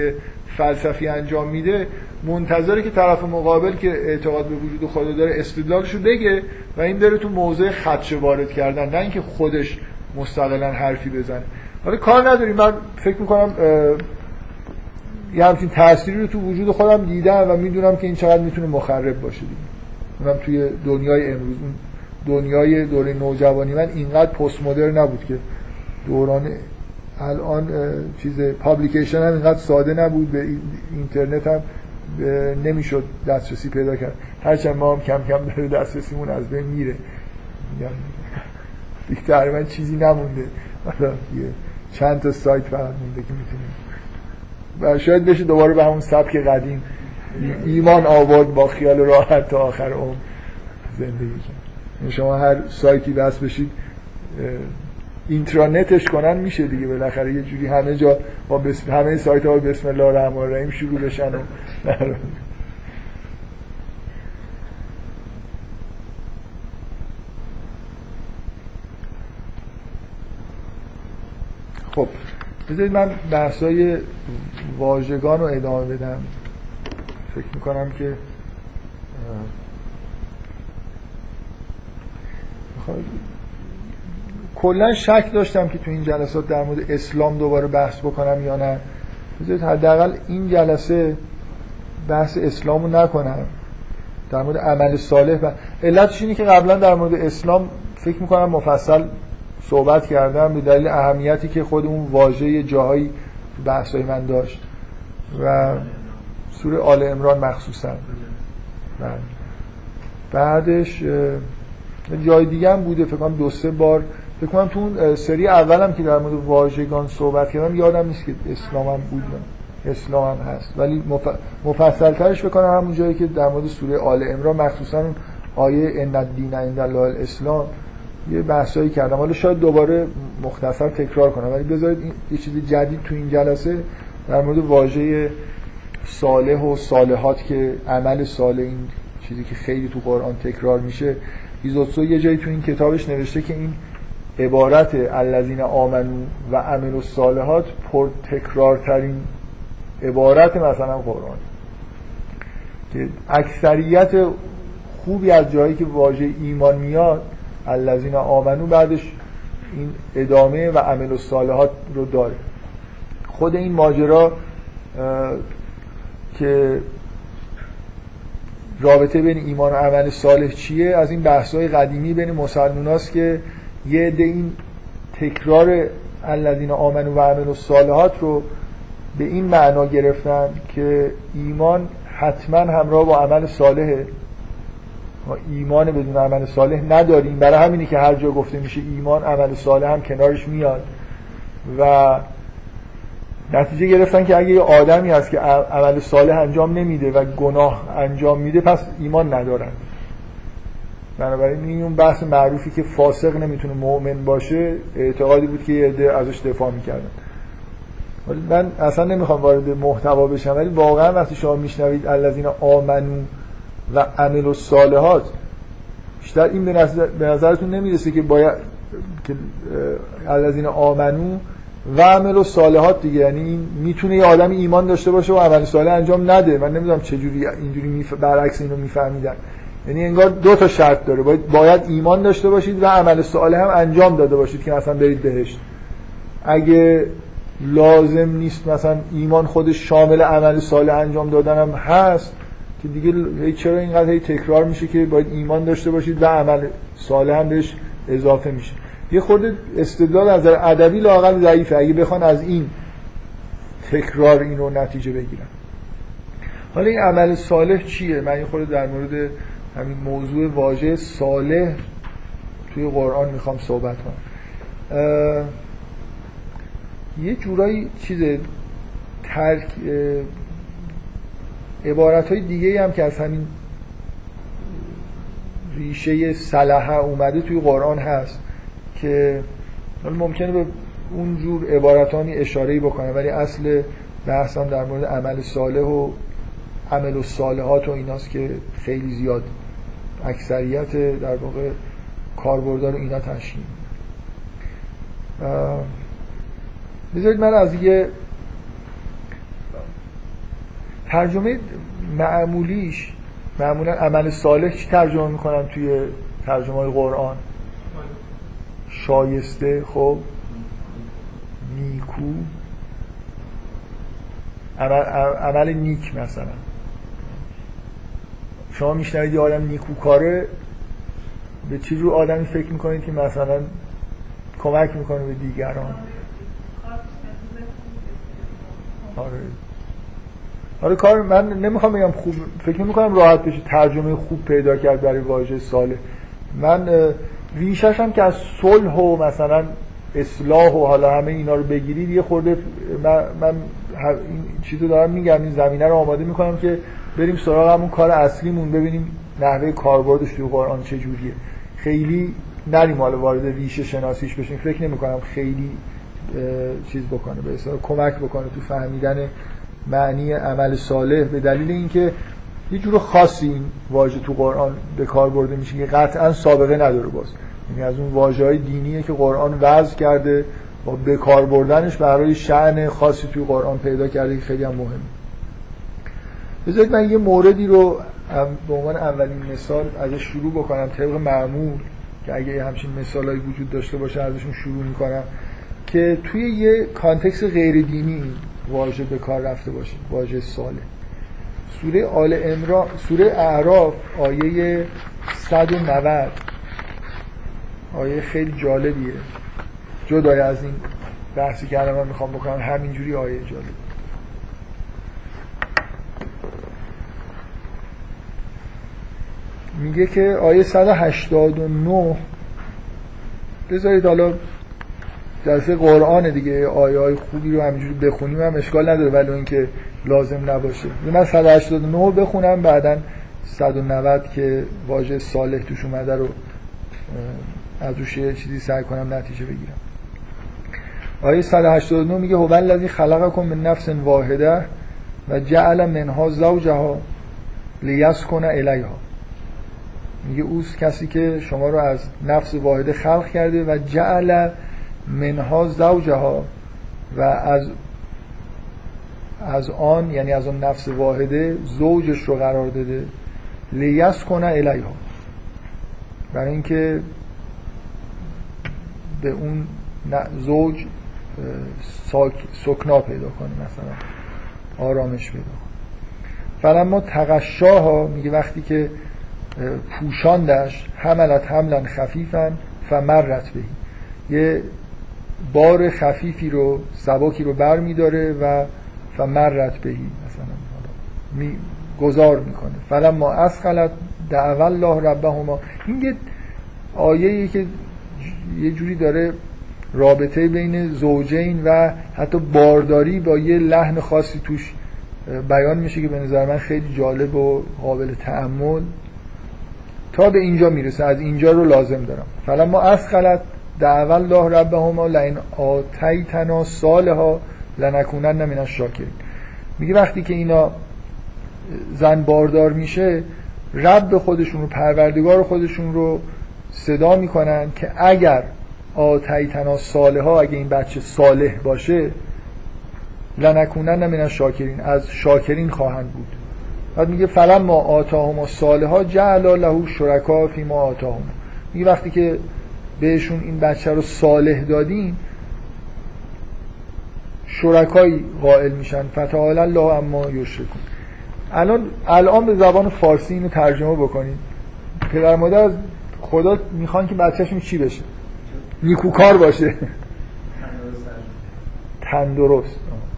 فلسفی انجام میده منتظره که طرف مقابل که اعتقاد به وجود خدا داره استدلالشو بگه و این بره تو موضع خدشه وارد کردن، نه اینکه خودش مستقلا حرفی بزنه. حالا کار نداریم، من فکر میکنم یه همچین تأثیری رو تو وجود خودم دیدم و میدونم که این چقدر میتونه مخرب باشه دیگه. اونم توی دنیای امروز، اون دنیای دوره نوجوانی من اینقدر پست مدرن نبود که دوران الان چیز پابلیکیشن هم اینقدر ساده نبود، به اینترنت هم نمیشد دسترسی پیدا کرد. هرچند ما هم کم کم داره دسترسیمون از بین میره، میگم دیگه تقریبا چیزی نمونده، حالا یه چند تا سایت فقط مونده که میتونیم و شاید بشه دوباره به همون سبک قدیم ایمان آورد با خیال راحت تا آخر عمر زندگی کنید. شما هر سایتی بس بشید اینترنتش کنن میشه دیگه، بالاخره یه جوری همه جا با بسم همه سایت ها بسم الله الرحمن الرحیم شروع بشن و خب بذارید من بحثای واژگان رو ادامه بدم. فکر میکنم که کلا شک داشتم که تو این جلسات در مورد اسلام دوباره بحث بکنم یا نه. بذارید حداقل این جلسه بحث اسلامو نکنم، در مورد عمل صالح. و علتش اینه که قبلا در مورد اسلام فکر میکنم مفصل صحبت کردم به دلیل اهمیتی که خود اون واژه جاهایی تو بحثای من داشت و سوره آل عمران مخصوصا. بعدش جای دیگه هم بوده، فکر کنم دو سه بار، فکر کنم تو اون سری اولم که در مورد واژگان صحبت کردم یادم نیست که اسلام هم بود، اسلام هم هست، ولی مفصل ترش فکر کنم همون جایی که در مورد سوره آل عمران مخصوصا آیه ان الدین عند الله الاسلام یه بحثایی کردم. حالا شاید دوباره مختصر تکرار کنم، ولی بذارید یه چیز جدید تو این جلسه در مورد واژه صالح و صالحات که عمل صالح، این چیزی که خیلی تو قرآن تکرار میشه. ایزوتسو یه جایی تو این کتابش نوشته که این عبارت الذین آمنو و عملوا الصالحات پر تکرارترین عبارت مثلا قرآن، که اکثریت خوبی از جایی که واژه ایمان میاد الذین آمنو بعدش این ادامه و عملوا الصالحات رو داره. خود این ماجرا که رابطه بین ایمان و عمل صالح چیه از این بحث‌های قدیمی بین مسلماناست که یه عده این تکرار الذین آمنوا و عملوا الصالحات رو به این معنا گرفتن که ایمان حتما همراه با عمل صالحه، ما ایمان بدون عمل صالح نداریم، برای همینی که هر جا گفته میشه ایمان عمل صالح هم کنارش میاد و نتیجه گرفتن که اگه یه آدمی هست که عمل صالح انجام نمیده و گناه انجام میده پس ایمان ندارن. بنابراین این اون بحث معروفی که فاسق نمیتونه مؤمن باشه اعتقادی بود که یه عده ازش دفاع میکردن. ولی من اصلا نمیخوام وارد محتوا بشم، ولی واقعا وقتی شما میشنوید الذین آمنو و عملوا الصالحات بیشتر این به نظر به نظرتون نمیرسه که باید که الذین آمنو و عمل و صالحات دیگه، یعنی این میتونه یه آدمی ایمان داشته باشه و عمل صالح انجام نده. من نمیدونم چه جوری اینجوری میف... برعکس اینو میفهمیدن، یعنی انگار دو تا شرط داره، باید باید ایمان داشته باشید و عمل صالح هم انجام داده باشید که مثلا برید بهشت. اگه لازم نیست مثلا ایمان خودش شامل عمل صالح انجام دادن هم هست که دیگه چرا اینقدر هی تکرار میشه که باید ایمان داشته باشید و عمل صالح هم بهش اضافه میشه. یه خورده استدلال از نظر ادبی لااقل ضعیفه اگه بخوان از این تکرار این رو نتیجه بگیرن. حالا این عمل صالح چیه؟ من یه خورده در مورد همین موضوع واژه صالح توی قرآن میخوام صحبت کنم. یه جورایی چیز ترک عبارت‌های دیگه هم که از همین ریشه صلح اومده توی قرآن هست که ممکنه به اون جور عبارتانی اشاره‌ای بکنم، ولی اصل بحثم در مورد عمل صالح و عمل الصالحات و ایناست که خیلی زیاد اکثریت در واقع کاربردار اینا تشکیل. بذارید من از یه ترجمه معمولیش معمولا عمل صالح چی ترجمه میکنن توی ترجمه های قرآن؟ شایسته، خب نیکو، عمل, عمل نیک. مثلا شما میشنوید یه آدم نیکوکاره، به چی رو آدمی فکر میکنید که مثلا کمک میکنه به دیگران؟ آره آره کار من نمیخوام بگم خوب، فکر میکنم راحت بشه ترجمه خوب پیدا کرد برای واژه صالح. من ریشش هم که از صلح و مثلا اصلاح و حالا همه اینا رو بگیرید یه خورده من, من این چیزو دارم میگم، این زمینه رو آماده میکنم که بریم سراغ همون کار اصلیمون، ببینیم نحوه کاربردش توی قرآن چجوریه. خیلی نریم حالا وارد ریشه شناسیش بشیم، فکر نمیکنم خیلی چیز بکنه، به اصطلاح کمک بکنه تو فهمیدن معنی عمل صالح، به دلیل اینکه یه جور خاصی این واژه تو قرآن به کار برده میشه که قطعا سابقه نداره. باز یعنی از اون واژه‌های دینیه که قرآن وضع کرده و به کار بردنش برای شأن خاصی توی قرآن پیدا کرده که خیلی هم مهمه. بذارید من یه موردی رو به عنوان اولین مثال ازش شروع بکنم طبق معمول، که اگه همچین مثالایی وجود داشته باشه ازشون شروع میکنم، که توی یه کانتکست غیر دینی واژه به کار رفته باشه، واژه صالح. سوره آل عمران، سوره اعراف آیه صد و نود آیه خیلی جالبیه، جدای از این بحثی که الان من میخوام بکنم، همینجوری آیه جالب. میگه که آیه صد و هشتاد و نه، بذارید حالا جلسه قرآن دیگه آیه های خوبی رو همینجوری بخونیم هم اشکال نداره، ولی اینکه لازم نباشه. من صد و هشتاد و نه بخونم، بعداً صد و نود که واژه صالح توش اومده رو از روش یه چیزی سعی کنم نتیجه بگیرم. آیه صد و هشتاد و نه میگه هو الذی خلقکم من نفس واحده و جعل منها زوجها لیسکن الیها. میگه اوست کسی که شما رو از نفس واحده خلق کرده و جعل منها زوجها، و از از آن یعنی از اون نفس واحده زوجش رو قرار داده، لیسکن الیها، برای اینکه به اون زوج ساک سکنا پیدا کنه، مثلا آرامش پیدا کنه. فلما تغشاها، میگه وقتی که پوشاندش، حملت حملا خفیفا فمرت بهی، یه بار خفیفی رو سبکی رو بر میداره و فمرت بهی، مثلا می گذار میکنه. فلما اسخلت دعوا الله ربهما. این یه آیه‌ای که یه جوری داره رابطه بین زوجین و حتی بارداری با یه لحن خاصی توش بیان میشه که به نظر من خیلی جالب و قابل تأمل. تا به اینجا میرسه، از اینجا رو لازم دارم. فلما اسخلت دعوا الله ربهما لئن آتیتنا صالحا لنکونن من الشاکرین. میگه وقتی که اینا زن باردار میشه، رب خودشون رو، پروردگار خودشون رو صدا میکنن که اگر آتیتنا صالحا، اگه این بچه صالح باشه، لنکونن من الشاکرین، از شاکرین خواهند بود. بعد میگه فلما آتاهما صالحا جعل له شرکا فیما آتاهما. میگه وقتی که بهشون این بچه رو صالح دادین، شرکایی قائل میشن. فتعالی الله عما یشرکون. الان الان به زبان فارسی اینو ترجمه بکنید. پدر مادر از خدا میخوان که بچه‌شون چی بشه؟ نیکوکار باشه، تندرست.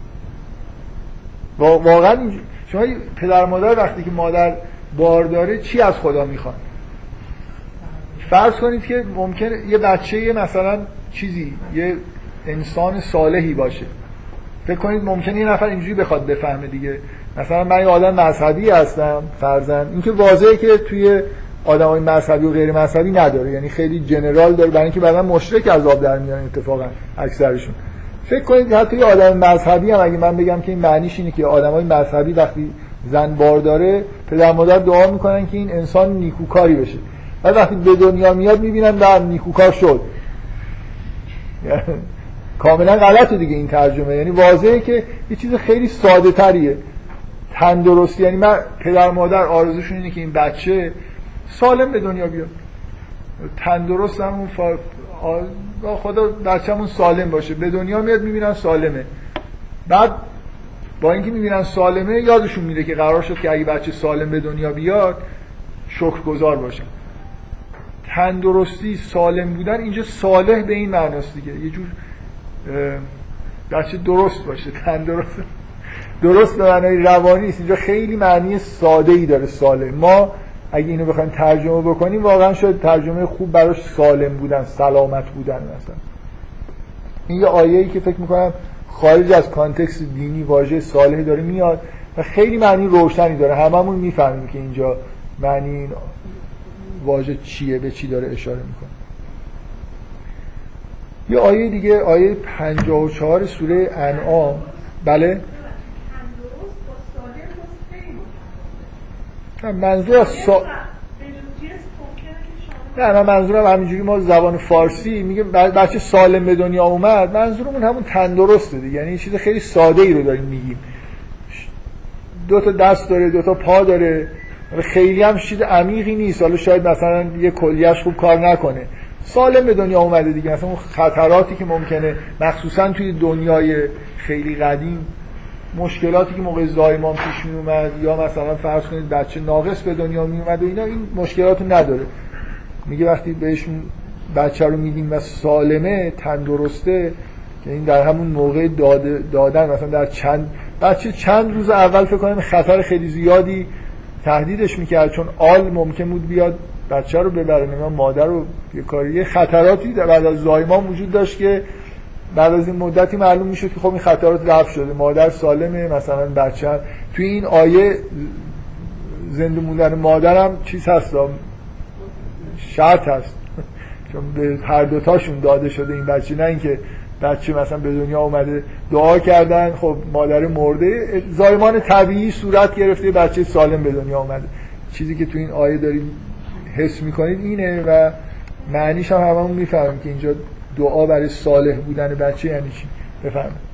واقعا شما پدر مادر وقتی که مادر بار داره چی از خدا میخوان؟ فرض کنید که ممکنه یه بچه مثلا چیزی، یه انسان صالحی باشه. فکر کنید ممکنه یه نفر اینجوری بخواد بفهمه دیگه، مثلا من یه آدم مذهبی هستم فرضاً، این که واضحه که توی آدمای مذهبی و غیر مذهبی نداره، یعنی خیلی جنرال داره، برای اینکه بعداً مشرک از آب در میان اتفاقا اکثرشون. فکر کنید حتی یه آدم مذهبی هم اگه من بگم که این معنیش اینه که آدمای مذهبی وقتی زن بار داره، پدر مادر دعا میکنن که این انسان نیکوکاری بشه، بعد وقتی به دنیا میاد میبینن بعد نیکوکار شد. کاملا غلطه دیگه این ترجمه. یعنی واضحه که یه چیز خیلی ساده تریه. تندرستی، یعنی من پدر مادر آرزوشون اینه که این بچه سالم به دنیا بیاد، تندرست همون فا... آ... خدا بچه‌مون سالم باشه، به دنیا میاد میبینن سالمه، بعد با اینکه میبینن سالمه یادشون میره که قرار شد که اگه بچه سالم به دنیا بیاد شکرگزار باشن. تندرستی، سالم بودن، اینجا صالح به این معناست دیگه، یه جور بچه درست باشه. تندرست درست به معنای روانی است، اینجا خیلی معنی ساده ای داره سالم. ما اگه اینو بخوایم ترجمه بکنیم واقعا شاید ترجمه خوب براش سالم بودن، سلامت بودن مثلا. این یه آیه‌ای که فکر میکنم خارج از کانتکست دینی واژه صالح داره میاد و خیلی معنی روشنی داره، هممون میفهمیم که اینجا معنی این واژه چیه، به چی داره اشاره میکنه. یه آیه دیگه، آیه پنجاه و چهار سوره انعام. بله منظور از سا... نه من منظورم همینجوری ما زبان فارسی میگه بچه سالم به دنیا اومد، منظورمون همون تندرسته دیگه، یعنی چیز خیلی ساده ای رو داریم میگیم، دو تا دست داره، دو تا پا داره، خیلی هم چیز عمیقی نیست، حالا شاید مثلا یه کلیه‌اش خوب کار نکنه، سالم به دنیا اومده دیگه. مثلا اون خطراتی که ممکنه مخصوصا توی دنیای خیلی قدیم، مشکلاتی که موقع زایمان پیش می اومد یا مثلا فرض کنید بچه ناقص به دنیا می اومد و اینا، این مشکلاتو نداره. میگه وقتی بهشون بچه رو میدیم و سالمه، تندرسته، که این در همون موقع داده دادن مثلا در چند بچه چند روز اول فکر کنم خطر خیلی زیادی تهدیدش میکرد، چون آل ممکن بود بیاد بچه رو ببره، نمیدونم مادر رو یه کاری، خطراتی بعد از زایمان وجود داشت که بعد از این مدتی معلوم میشد که خب این خطرات رفع شده، مادر سالمه، مثلا بچه هم. توی این آیه زنده موندن مادرم چیز هست، شرط هست، چون به هر دوتاشون داده شده این بچه، نه اینکه بچه مثلا به دنیا اومده دعا کردن خب مادر مرده، زایمان طبیعی صورت گرفته، بچه سالم به دنیا اومده. چیزی که تو این آیه داریم حس میکنید اینه و معنیش هم هممون میفهمیم که اینجا دعا برای صالح بودن بچه یعنی چی. بفرمایید.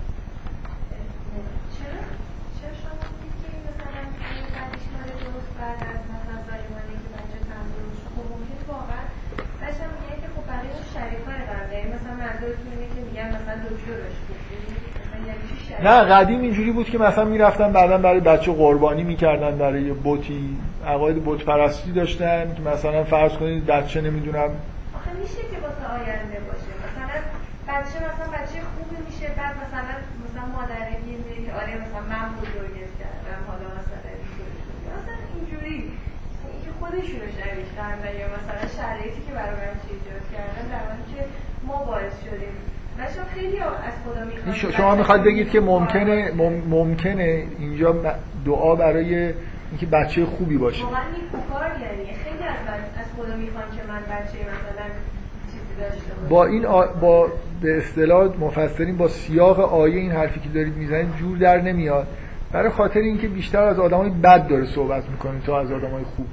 نه قدیم اینجوری بود که مثلا میرفتن بعداً برای بچه قربانی میکردن، برای بتی، عقاید بت پرستی داشتن که مثلا فرض کنید بچه نمیدونم آخه میشه که واسه آینده باشه، مثلا بچه مثلا بچه خوبی میشه، بعد مثلا مثلا مادره میگه که آره مثلا من بزرگش کردم، حالا مثلا اینجوری مثلا اینجوری اینکه خودشونو شریک کردن یا مثلا شرایطی که برای بچه ایجاد کردن در حالی که ما باعث شدیم. خیلی از خدا میخواد. شما میخواد بگید که ممکنه ممکنه اینجا دعا برای اینکه بچه خوبی باشه. واقعا نیکوکار، یعنی خیلی از از خدا میخوان که من بچه مثلا چیزی داشته باشم. با این آ... با به اصطلاح مفسرین با سیاق آیه این حرفی که دارید میزنید جور در نمیاد، برای خاطر اینکه بیشتر از آدمای بد داره صحبت میکنه تا از آدمای خوب.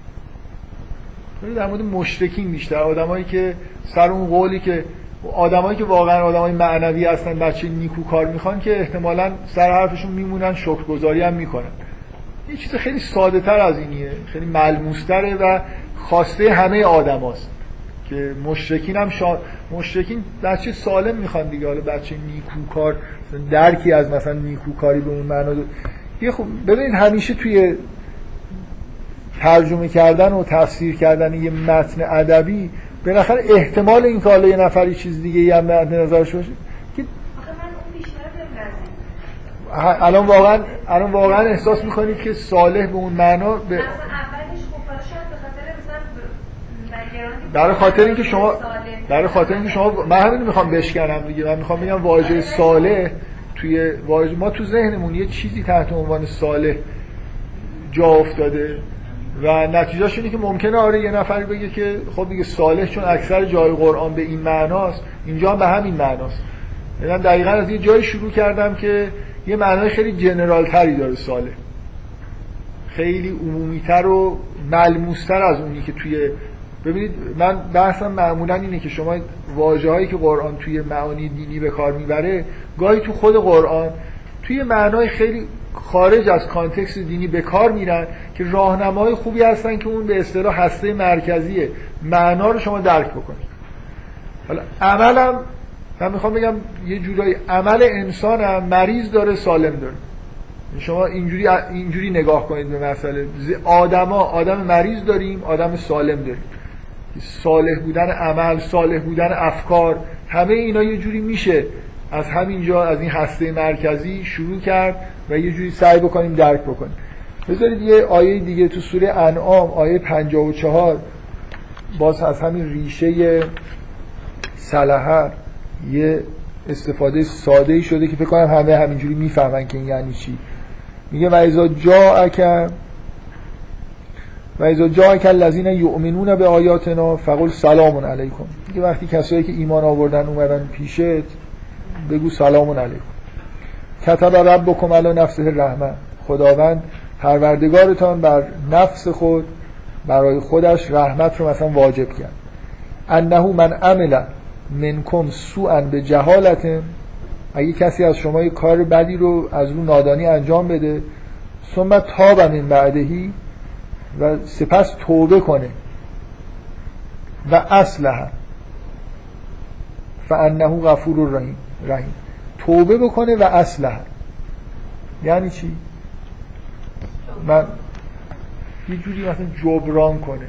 در مورد مشرکین بیشتر، آدمایی که سر اون قولی که آدمایی که واقعا آدمای معنوی هستن بچه نیکوکار میخوان که احتمالاً سر حرفشون میمونن، شکرگزاری هم میکنن. یه چیز خیلی ساده تر از اینیه، خیلی ملموس تره و خواسته همه آدماست که مشرکین هم شا... مشرکین بچه سالم میخوان دیگه، حالا بچه نیکوکار درکی از مثلا نیکوکاری به اون معنا دو... یه خب ببینید همیشه توی ترجمه کردن و تفسیر کردن یه متن ادبی بالاخره احتمال این که حالا یه نفری چیز دیگه ای هم مد نظرش باشه که آخه من اون بیشتر بهم نزدیک. الان واقعا الان واقعا احساس میکنید که صالح به اون معنا به اولش خوب شاید به خاطر مثلا برای خاطر اینکه شما برای خاطر اینکه شما من همین میخوام بشکنم دیگه، من میخوام بگم واژه صالح توی واژه ما تو ذهنمون یه چیزی تحت عنوان صالح جا افتاده و نتیجهش اینه که ممکنه آره یه نفری بگه که خب دیگه صالح چون اکثر جای قرآن به این معناست اینجا هم به همین معناست. من دقیقاً از یه جایی شروع کردم که یه معنای خیلی جنرال تری داره صالح، خیلی عمومی‌تر و ملموس‌تر از اونی که توی ببینید من بحثم معمولاً اینه که شما واژه‌هایی که قرآن توی معانی دینی به کار میبره گاهی تو خود قرآن توی معنای خیلی خارج از کانتکست دینی به کار میرن که راهنمای خوبی هستن که اون به اصطلاح هسته مرکزیه معنا رو شما درک بکنید. حالا عملم من میخوام بگم یه جورایی عمل انسان هم مریض داره سالم داره. شما اینجوری اینجوری نگاه کنید به مسئله. آدما آدم مریض داریم، آدم سالم داریم. صالح بودن عمل، صالح بودن افکار، همه اینا یه جوری میشه از همینجا از این هسته مرکزی شروع کرد و یه جوری سعی بکنیم درک بکنیم. بذارید یه آیه دیگه تو سوره انعام آیه پنجاه و چهار باز از همین ریشه صلح یه استفاده ساده‌ای شده که فکر کنم همه همینجوری میفهمن که این یعنی چی. میگه و اذا جاءک و اذا جاءک الذین یؤمنون بآیاتنا فقل سلام علیکم. میگه وقتی کسایی که ایمان آوردن اومدن پیشت بگو سلام علیکم. کتب ربکم علی نفسه الرحمه. خداوند پروردگارتان بر نفس خود برای خودش رحمت رو مثلا واجب کرد. انه من عمل منکم سوءا بجهالت، اگه کسی از شما یه کار بدی رو از رو نادانی انجام بده، ثم تاب من بعدهی و سپس توبه کنه و اصلح فانه غفور رحیم رحیم توبه بکنه و اصلح یعنی چی؟ من یه جوری مثلا جبران کنه،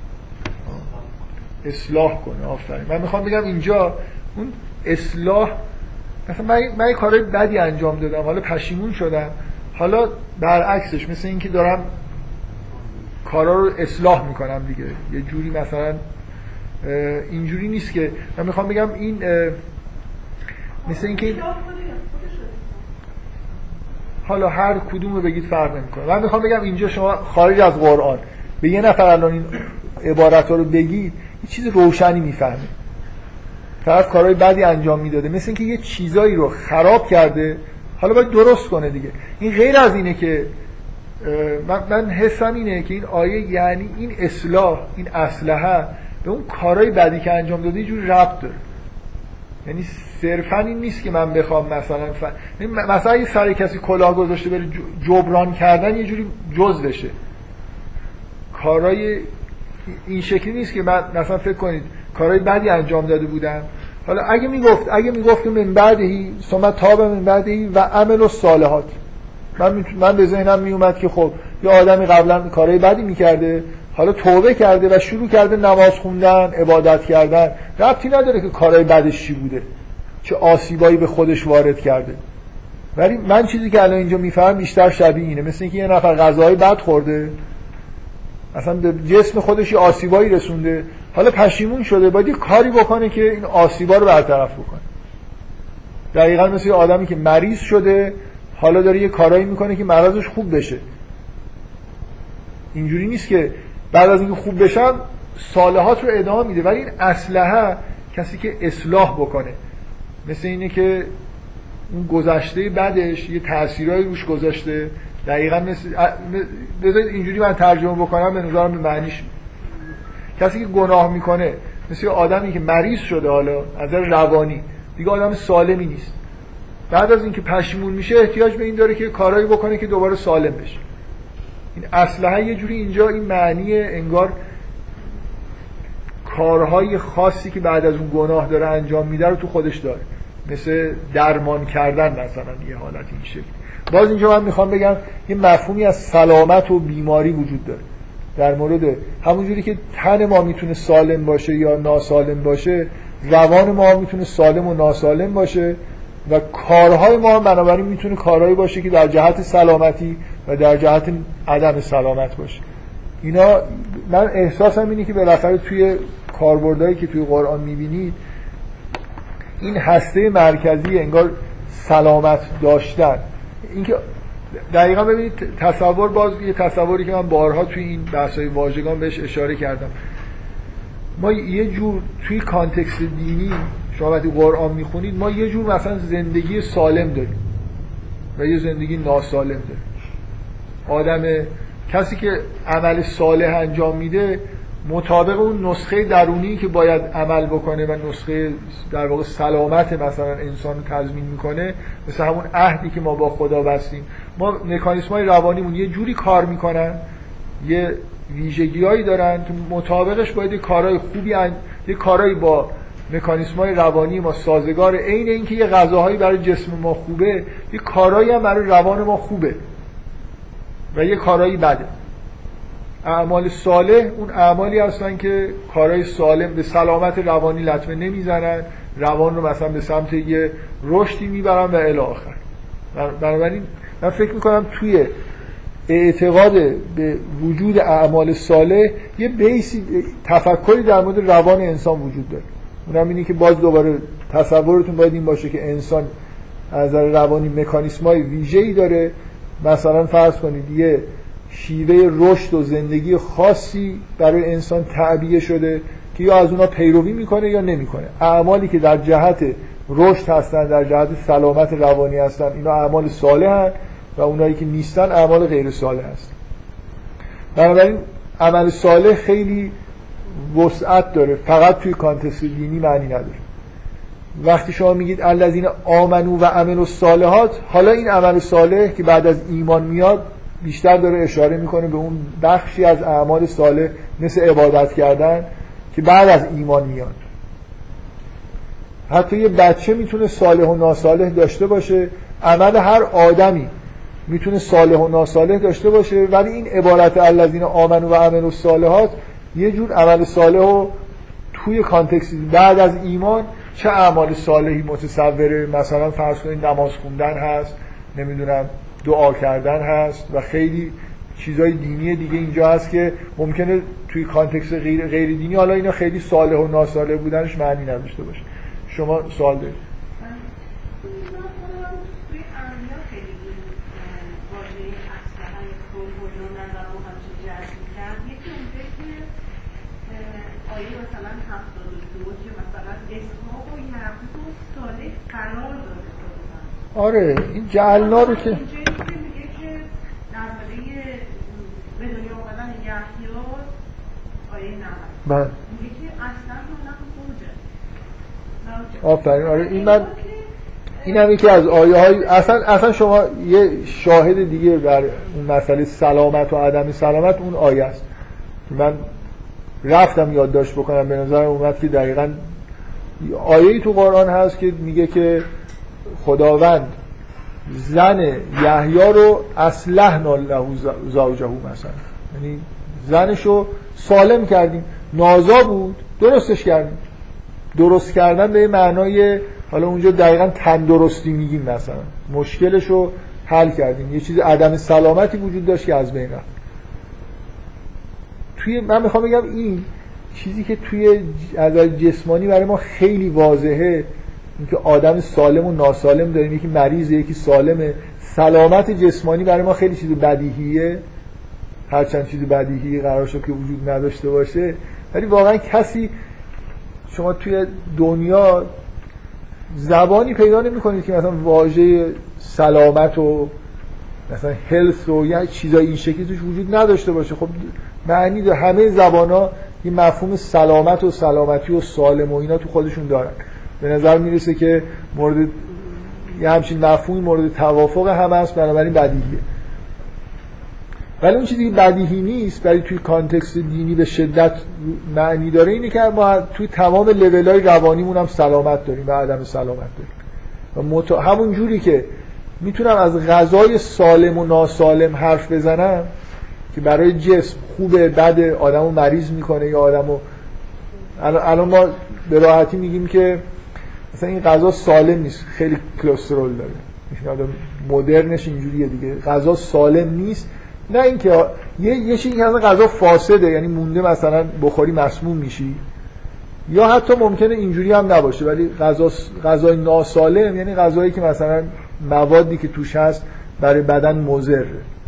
اصلاح کنه. آفرین. من میخوام بگم اینجا اون اصلاح مثلا من من یه کارهای بدی انجام دادم، حالا پشیمون شدم، حالا برعکسش مثل اینکه دارم کارا رو اصلاح میکنم دیگه. یه جوری مثلا اینجوری نیست که من میخوام بگم این مثل اینکه حالا هر کدوم رو بگید فرق نمیکنه. من میخوام بگم اینجا شما خارج از قرآن به یه نفر الان این عبارت‌ها رو بگید یه چیز روشنی میفهمه. طرف کارهای بدی انجام میداده، مثل اینکه یه چیزایی رو خراب کرده، حالا باید درست کنه دیگه. این غیر از اینه که من, من حسم اینه که این آیه یعنی این اصلاح، این اصلحه به اون کارهای بدی که انجام داده یه جور ربط داره. یعنی صرفا این نیست که من بخوام مثلا ف... مثلا یه سر کسی کلاه گذاشته بره جبران کردن یه جوری جز بشه. کارهای این شکلی نیست که من مثلا فکر کنید کارهای بدی انجام داده بودم، حالا اگه میگفت اگه میگفت که من بعدی ثم تاب من بعدی و عمل الصالحات، من من به ذهنم میومد که خب یه آدمی قبلا کارهای بدی میکرده، حالا توبه کرده و شروع کرده نماز خوندن، عبادت کردن. ربطی نداره که کارهای بدش چی بوده، چه آسیبایی به خودش وارد کرده. ولی من چیزی که الان اینجا میفهمم بیشتر شبیه اینه، مثل اینکه یه نفر غذای بد خورده، اصلا به جسم خودش آسیبایی رسونده، حالا پشیمون شده، باید یه کاری بکنه که این آسیبا رو برطرف بکنه. دقیقاً مثل یه آدمی که مریض شده، حالا داره یه کارایی میکنه که مرضش خوب بشه. اینجوری نیست که بعد از اینکه خوب بشم صالحات رو ادامه میده، ولی این اصلحه کسی که اصلاح بکنه، مثل اینه که اون گذشته بعدش یه تأثیرایی روش گذاشته. دقیقاً مثل بذارید اینجوری من ترجمه بکنم به نظرم به معنیش کسی که گناه میکنه مثل یه آدمی که مریض شده، حالا از نظر روانی دیگه آدم سالمی نیست، بعد از اینکه پشیمون میشه احتیاج به این داره که کارایی بکنه که دوباره سالم بشه. این اصلحه یه جوری اینجا این معنی انگار کارهای خاصی که بعد از اون گناه داره انجام میده رو تو خودش داره، مثل درمان کردن مثلا یه حالت این شکلی. باز اینجا من میخوام بگم یه مفهومی از سلامت و بیماری وجود داره در مورد همونجوری که تن ما میتونه سالم باشه یا ناسالم باشه، روان ما میتونه سالم و ناسالم باشه و کارهای ما بنابراین میتونه کارهایی باشه که در جهت سلامتی و در جهت عدم سلامت باشه. اینا من احساسم اینه که بالاخره توی کاربردهایی که توی قرآن میبینید این هسته مرکزی انگار سلامت داشتن. اینکه دقیقا ببینید تصور، باز یه تصوری که من بارها توی این بحث‌های واژگان بهش اشاره کردم، ما یه جور توی کانتکست دینی شما وقتی قرآن میخونید ما یه جور مثلا زندگی سالم داریم و یه زندگی ناسالم داریم. آدم کسی که عمل صالح انجام میده مطابق اون نسخه درونی که باید عمل بکنه و نسخه در واقع سلامت مثلا انسان تضمین میکنه، مثل همون عهدی که ما با خدا بستیم، ما مکانیسم‌های روانیمون یه جوری کار میکنن، یه ویژگی‌هایی دارن که مطابقش باید یه کارهای خوبی ان... یه کارهایی با مکانیسم‌های روانی ما سازگار، عین اینکه یه غذاهایی برای جسم ما خوبه، یه کارهایی هم برای روان ما خوبه و یه کارهایی بده. اعمال صالح اون اعمالی هستن که کارهای سالم به سلامت روانی لطمه نمیزنن، روان رو مثلا به سمت یه رشدی میبرن و الی آخر. بنابراین من فکر میکنم توی اعتقاد به وجود اعمال صالح یه بیسی تفکری در مورد روان انسان وجود داره. اونم اینه که باز دوباره تصورتون باید این باشه که انسان از نظر روانی مکانیسم‌های ویژه‌ای داره. مثلا فرض کنید یه شیوه رشد و زندگی خاصی برای انسان تعبیه شده که یا از اونا پیروی میکنه یا نمیکنه. اعمالی که در جهت رشد هستن، در جهت سلامت روانی هستن، اینا اعمال صالح هستن و اونایی که نیستن اعمال غیر صالح هستن. بنابراین عمل صالح خیلی وسعت داره، فقط توی کانتکست دینی معنی نداره. وقتی شما میگید الذین آمنوا و عملوا الصالحات، حالا این عمل صالح که بعد از ایمان میاد بیشتر داره اشاره میکنه به اون بخشی از اعمال صالح مثل عبادت کردن که بعد از ایمان میاد. حتی یه بچه میتونه صالح و ناصالح داشته باشه، عمل هر آدمی میتونه صالح و ناصالح داشته باشه، ولی این عبارت الذین آمنوا و عملوا الصالحات یه جور عمل صالح و توی کانتکست بعد از ایمان چه اعمال صالحی متصوره. مثلا فرض کنید نماز خوندن هست، نمیدونم دعا کردن هست و خیلی چیزای دینی دیگه اینجا هست که ممکنه توی کانتکست غیر غیر دینی حالا اینا خیلی صالح و ناصالح بودنش معنی نداشته باشه. شما سوال دارید؟ آره این جعلنا رو که بله آفرین. آره این من این هم یکی از آیه های اصلا اصلا شما یه شاهد دیگه بر اون مسئله سلامت و عدم سلامت اون آیه است. من رفتم یادداشت بکنم، به نظر اومد که دقیقاً آیه‌ای تو قرآن هست که میگه که خداوند زن یحیی رو اصلحنا له زوجه، مثلا یعنی زنشو سالم کردیم، نازا بود درستش کردیم. درست کردن به معنای حالا اونجا دقیقاً تندرستی میگیم، مثلا مشکلشو حل کردیم، یه چیز عدم سلامتی وجود داشت که از بین رفت. توی من میخوام بگم این چیزی که توی از جسمانی برای ما خیلی واضحه، اینکه آدم سالم و ناسالم داریم، یکی مریضه یکی سالمه. سلامت جسمانی برای ما خیلی چیز بدیهیه، هرچند چیز بدیهی قرار شد که وجود نداشته باشه، ولی واقعا کسی شما توی دنیا زبانی پیدا نمی‌کنید که مثلا واژه سلامت و مثلا هلث و یا چیزای این شکلی توش وجود نداشته باشه. خب معنی داره، همه زبان‌ها یه مفهوم سلامت و سلامتی و سالم و اینا تو خودشون دارن. به نظر میرسه که مورد یه همچین مفهومی مورد توافق همه است، بنابراین بدیهیه. ولی اون چیزی که بدیهی نیست ولی توی کانتکست دینی به شدت معنی داره اینه که ما توی تمام لول‌های روانیمون هم سلامت داریم و عدم سلامت داریم. و مت... همون جوری که میتونم از غذای سالم و ناسالم حرف بزنم که برای جسم خوبه بده، آدمو مریض میکنه یا آدمو الان ما به راحتی میگیم که مثلا این غذا سالم نیست، خیلی کلسترول داره. آدم مدرنش اینجوریه دیگه، غذا سالم نیست. نه اینکه یه یه چیزی که اصلا غذا فاسده، یعنی مونده مثلا بخوری مسموم میشی، یا حتی ممکنه اینجوری هم نباشه ولی غذا غذای ناسالم یعنی غذایی که مثلا موادی که توش هست برای بدن مضره.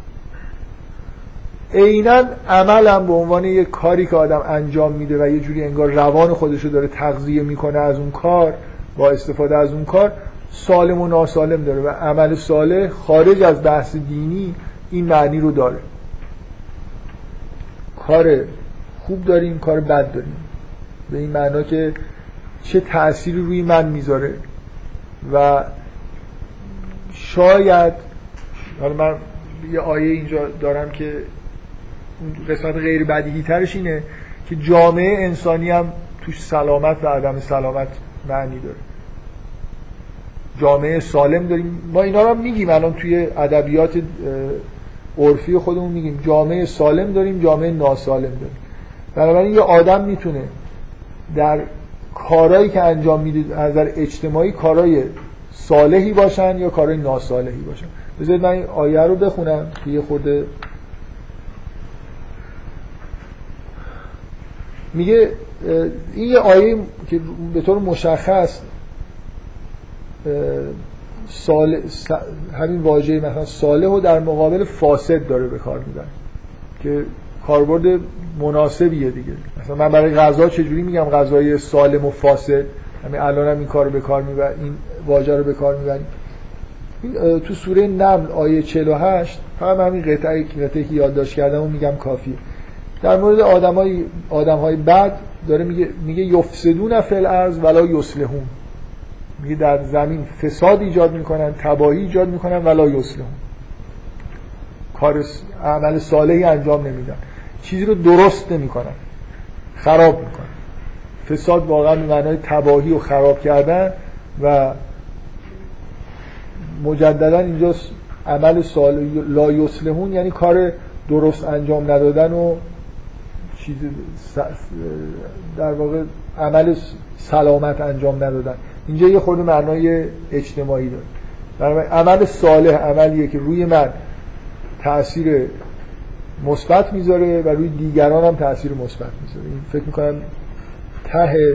عیناً عمل هم به عنوان یه کاری که آدم انجام میده و یه جوری انگار روان خودشو داره تغذیه میکنه از اون کار، با استفاده از اون کار سالم و ناسالم داره و عمل صالح خارج از بحث دینی این معنی رو داره. کار خوب داریم، کار بد داریم، به این معنا که چه تأثیری روی من میذاره و شاید حالا من یه آیه اینجا دارم که قسمت غیر بدیهی ترش اینه که جامعه انسانی هم توش سلامت و عدم سلامت معنی داره. جامعه سالم داریم، ما اینا رو هم میگیم الان توی ادبیات عرفی خودمون میگیم جامعه سالم داریم، جامعه ناسالم داریم. بنابراین یه آدم میتونه در کارهایی که انجام میده از نظر اجتماعی کارهای صالحی باشن یا کارهای ناصالحی باشن. بذارید من این آیه رو بخونم که یه خورده میگه. این یه آیه که به طور مشخص سال همین واژه مثلا صالح رو در مقابل فاسد داره به کار میبره که کاربرد مناسبیه دیگه. مثلا من برای غذا چجوری میگم غذای سالم و فاسد، همین الان هم این کار رو به کار میبرم، این واژه رو به کار میبریم. این تو سوره نمل آیه چهل و هشت، فقط همین قطعه قطعه که یادداشت کردم و میگم کافیه. در مورد آدمای آدمهای بد داره میگه میگه یفسدون فی الارض ولا یصلحون، میگه در زمین فساد ایجاد میکنن، تباهی ایجاد میکنن، ولا یصلحون، کار عمل صالحی انجام نمیدن، چیزی رو درست نمیکنن، خراب میکنن. فساد واقعا به معنای تباهی و خراب کردن و مجددا اینجا عمل صالح لا یصلحون یعنی کار درست انجام ندادن و چیز در واقع عمل سلامت انجام ندادن. اینجا یه خورده معنای اجتماعی داره. در عمل صالح عملیه که روی من تأثیر مثبت میذاره و روی دیگران هم تأثیر مثبت میذاره. این فکر میکنم ته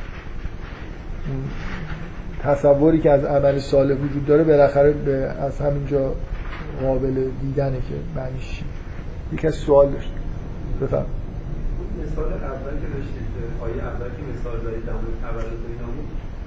تصوری که از عمل صالح وجود داره بالاخره به از همینجا قابل دیدنه که معنیش چیه. یک از سوال داشت بفهم. مثال اول که داشتید آیه اول که مثال دارید در مورد تولد اینا بود،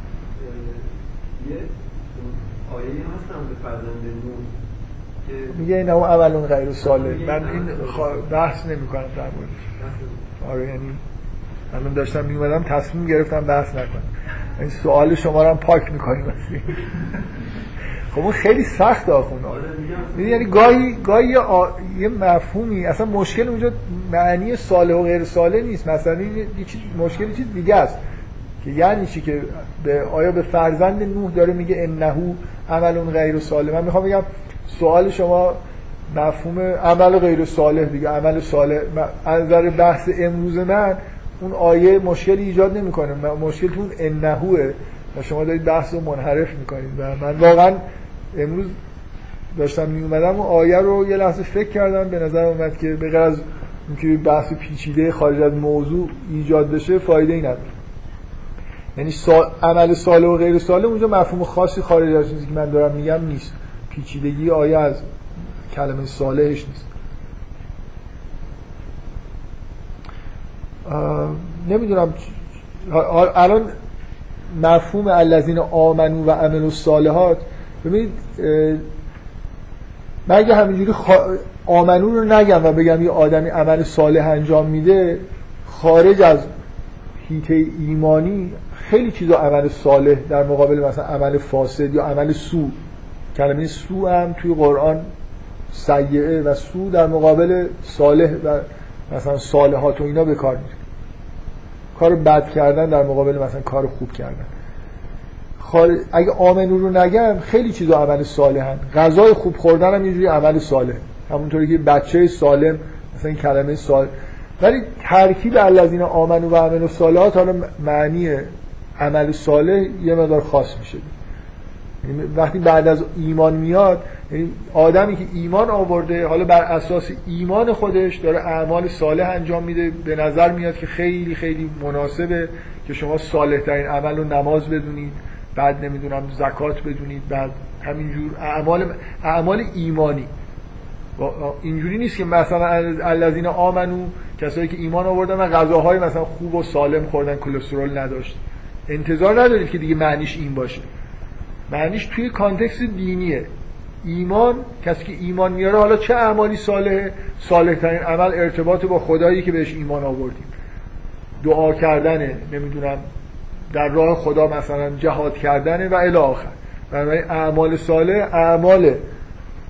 یه آیه هست در مورد فرزند نوح که میگه اینا اولون غیر صالح. من این بحث نمی‌کنم در موردش. آره یعنی الان داشتم میومدم تصمیم گرفتم بحث نکنم. این سوال شما رو هم پاک می‌کنیم اصلا. خب اون خیلی سخت آخونه. میدونی یعنی گاهی گاهی یه, آ... یه مفهومی اصلا مشکل اونجا معنی صالح و غیر صالح نیست. مثلا این یه چیز مشکل چیز دیگه است که یعنی چی که به آیا به فرزند نوح داره میگه انه عمل غیر صالح. من میخوام بگم سوال شما مفهوم عمل غیر صالح دیگه، عمل صالح از نظر بحث امروز من اون آیه مشکلی ایجاد نمیکنه. مشکلتون انهوه و شما دارید بحث رو منحرف میکنید. و من واقعا امروز داشتم میومدم و آیه رو یه لحظه فکر کردم، به نظر اومد که به غیر از اینکه بحث پیچیده خارج از موضوع ایجاد بشه فایده ای نداره. یعنی سا... عمل صالح و غیر صالح اونجا مفهوم خاصی خارج از چیزی که من دارم میگم نیست. پیچیدگی آیه از کلمه صالحش نیست. نمیدونم الان مفهوم الذین آمنوا و عملوا الصالحات، ببینید من اگه همینجوری خا... آمنو رو نگم و بگم یه آدمی عمل صالح انجام میده، خارج از حیطه ایمانی خیلی چیزا عمل صالح در مقابل مثلا عمل فاسد یا عمل سو. کلمه سو هم توی قرآن سیئه و سو در مقابل صالح و مثلا صالحات و اینا به کار میره. کار بد کردن در مقابل مثلا کار خوب کردن. خال... اگه آمنو رو نگم خیلی چیزا عمل صالحن. غذای خوب خوردن هم یه جوری عمل صالح، همونطوری که بچه سالم مثلا این کلمه صالح. ولی ترکیب الذین آمنوا و عملوا الصالحات حالا معنی عمل صالح یه مقدار خاص میشه. یعنی وقتی بعد از ایمان میاد، یعنی آدمی که ایمان آورده حالا بر اساس ایمان خودش داره اعمال صالح انجام میده، به نظر میاد که خیلی خیلی مناسبه که شما صالح ترین عمل رو نماز بدونید، بعد نمیدونم زکات بدونید، بعد همینجور اعمال اعمال ایمانی. اینجوری نیست که مثلا الذین آمنو کسایی که ایمان آوردن و غذاهای مثلا خوب و سالم خوردن، کلسترول نداشت. انتظار ندارید که دیگه معنیش این باشه. معنیش توی کانتکست دینیه. ایمان، کسی که ایمان میاره حالا چه اعمالی صالحه، صالح ترین عمل ارتباط با خدایی که بهش ایمان آوردیم، دعا کردنه، نمیدونم در راه خدا مثلا جهاد کردنه و الی آخر. بنابراین اعمال صالح اعمال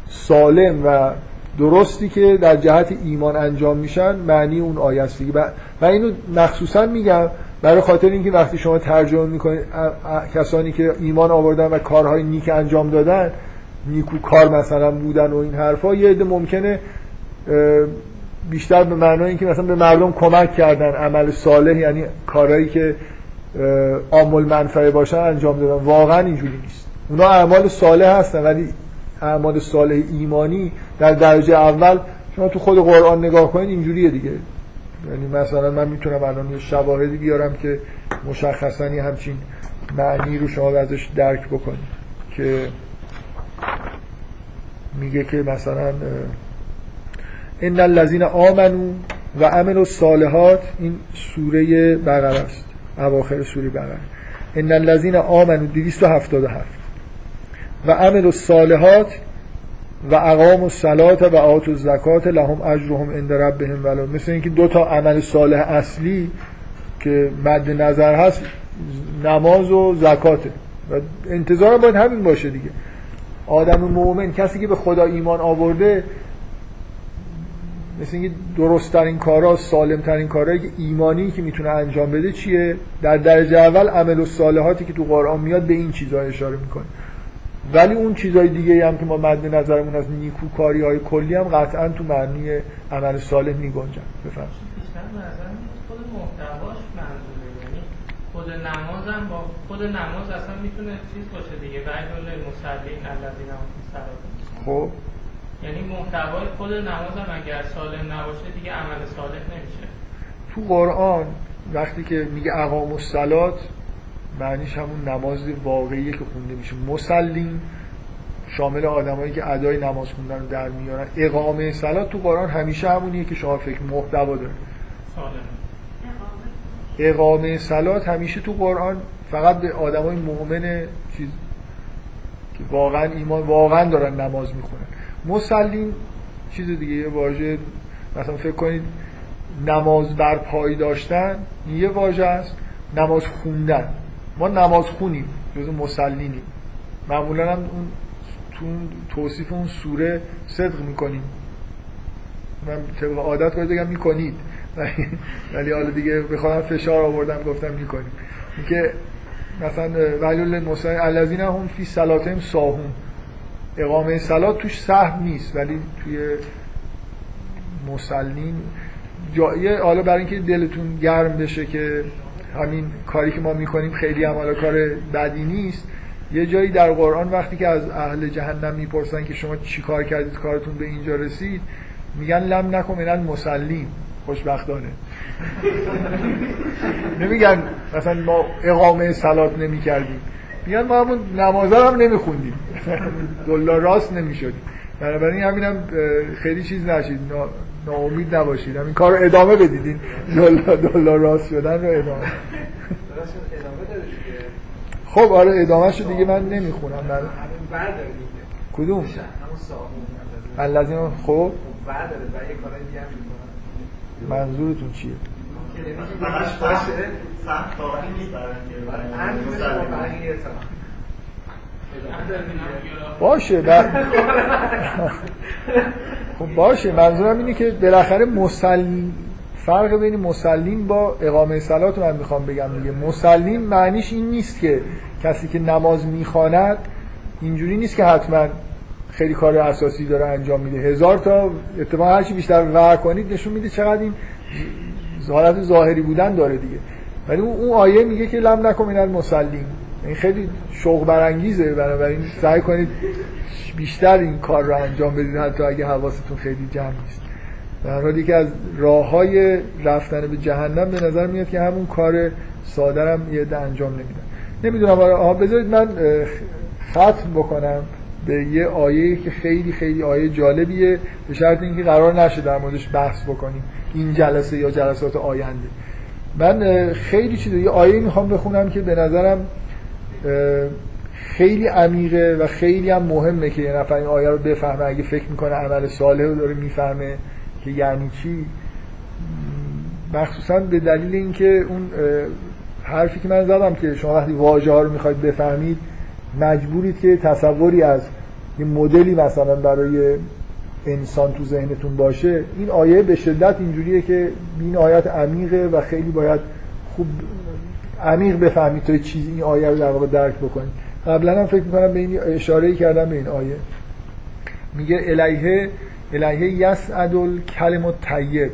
سالم و درستی که در جهت ایمان انجام میشن معنی اون آیه است دیگه. و اینو مخصوصا میگم برای خاطر اینکه وقتی شما ترجمه میکنید کسانی که ایمان آوردن و کارهای نیک انجام دادن، نیکو کار مثلا بودن و این حرفا، یه عده ممکنه بیشتر به معنای اینکه مثلا به مردم کمک کردن، عمل صالح یعنی کارهایی که عام المنفعه باشن انجام دادن. واقعا اینجوری نیست. اونا اعمال صالح هستن ولی اعمال صالح ایمانی در درجه اول شما تو خود قرآن نگاه کنید اینجوریه دیگه. یعنی مثلا من میتونم الان یه شواهدی بیارم که مشخصاً همچین معنی رو شما ازش درک بکنید که میگه که مثلا ان الذين آمنوا و عملوا الصالحات، این سوره بقره است، اواخر سوره بقره. ان الذين آمنوا دویست و هفتاد و هفت و عملوا الصالحات و اقاموا الصلاة و آتوا الزکات لهم اجرهم عند ربهم ولا، مثل اینکه دو تا عمل صالح اصلی که مد نظر هست نماز و زکاته و انتظارم باید همین باشه دیگه. آدم مومن، کسی که به خدا ایمان آورده، مثل اینکه درست ترین کارها، سالم ترین کارهایی که ایمانی که میتونه انجام بده چیه؟ در درجه اول عمل و صالحاتی که تو قرآن میاد به این چیزها اشاره میکنه، ولی اون چیزهای دیگه هم که ما مد نظرمون از نیکوکاری های کلی هم قطعا تو معنی عمل صالح میگنجن. بفرمایید. بیشتر نظر خود محتواش منظوره، یعنی خود نماز هم با خود نماز اصلا میتونه چیز باشه دیگه، وعید المصلین الذین هم فی صلاتهم. خب یعنی محتوای خود نماز هم اگر سالم نباشه دیگه عمل صالح نمیشه. تو قرآن وقتی که میگه اقام الصلات معنیش همون نماز واقعیه که خونده میشه. مسلین شامل آدمایی که ادای نماز خوندن رو در میارن. اقامه صلات تو قرآن همیشه همونیه که شما فکر محتوا داره. سالم. اقامه صلات همیشه تو قرآن فقط به آدمای مؤمن چیز که واقعا ایمان واقعا دارن نماز میخونن. مسلین چیز دیگه، یه واژه، مثلا فکر کنید نماز بر پای داشتن یه واژه است، نماز خوندن. ما نماز خونیم، جزو مسلینیم. معمولا هم اون تو توصیف اون سوره صدق میکنیم. من طبق عادت باید بگم میکنید، ولی حالا دیگه به خودم فشار آوردم گفتم میکنیم. اینکه مثلا ولی المصلین الذین هم فی صلاتهم ساهون، اقامه صلات توش سهو نیست، ولی توی مسلین جایه. حالا برای اینکه دلتون گرم بشه که همین کاری که ما میکنیم خیلی هم حالا کار بدی نیست، یه جایی در قرآن وقتی که از اهل جهنم میپرسن که شما چی کار کردید کارتون به اینجا رسید، میگن لم نکن من المصلین. خوشبختانه نمیگن مثلا ما اقامه صلات نمی کردیم، میگن ما همون نمازها هم نمی خوندیم دلار راست نمی شدیم. بنابراین همین هم خیلی چیز نشید، ناامید نباشید، همین کار رو ادامه بدید، دلار دلار راست شدن رو ادامه خب آره ادامه شد دیگه. من نمی خونم کدوم الذین. خب منظورتون چیه؟ باشه خب باشه، منظورم اینه که بالاخره مسلین، فرق بین مسلین با اقامه صلات من میخوام بگم دیگه. مسلین معنیش این نیست که کسی که نماز میخواند اینجوری نیست که حتما خیلی کار اساسی داره انجام میده. هزار تا اتفاقا هرچی بیشتر ور کنید نشون میده چقدر این حالت ظاهری بودن داره دیگه. ولی اون آیه میگه که لم نکن من المصلین، این خیلی شوق برانگیزه. بنابراین سعی کنید بیشتر این کار رو انجام بدید حتی اگه حواستون خیلی جمع نیست. در حالی که از راههای رفتن به جهنم به نظر میاد که همون کار ساده هم یه ده انجام نمیدن. نمیدونم آها بذارید من ختم بکنم به یه آیه که خیلی خیلی آیه جالبیه، به شرط اینکه قرار نشه در موردش بحث بکنیم این جلسه یا جلسات آینده. من خیلی چیز یه آیه میخوام بخونم که به نظرم خیلی عمیقه و خیلی هم مهمه که یه نفر این آیه رو بفهمه اگه فکر میکنه عمل صالح رو داره میفهمه که یعنی چی، مخصوصا به دلیل اینکه اون حرفی که من زدم که شما وقتی واژه ها رو میخواید بفهمید مجبورید که تصوری از یه مدلی مثلا برای انسان تو ذهنتون باشه، این آیه به شدت اینجوریه که این آیات عمیقه و خیلی باید خوب عمیق بفهمید تا چیزی این آیه رو در واقع درک بکنید. قبلا هم فکر می‌کنم به این اشاره کردم به این آیه، میگه الیه الیه یسعد الکلم الطیب،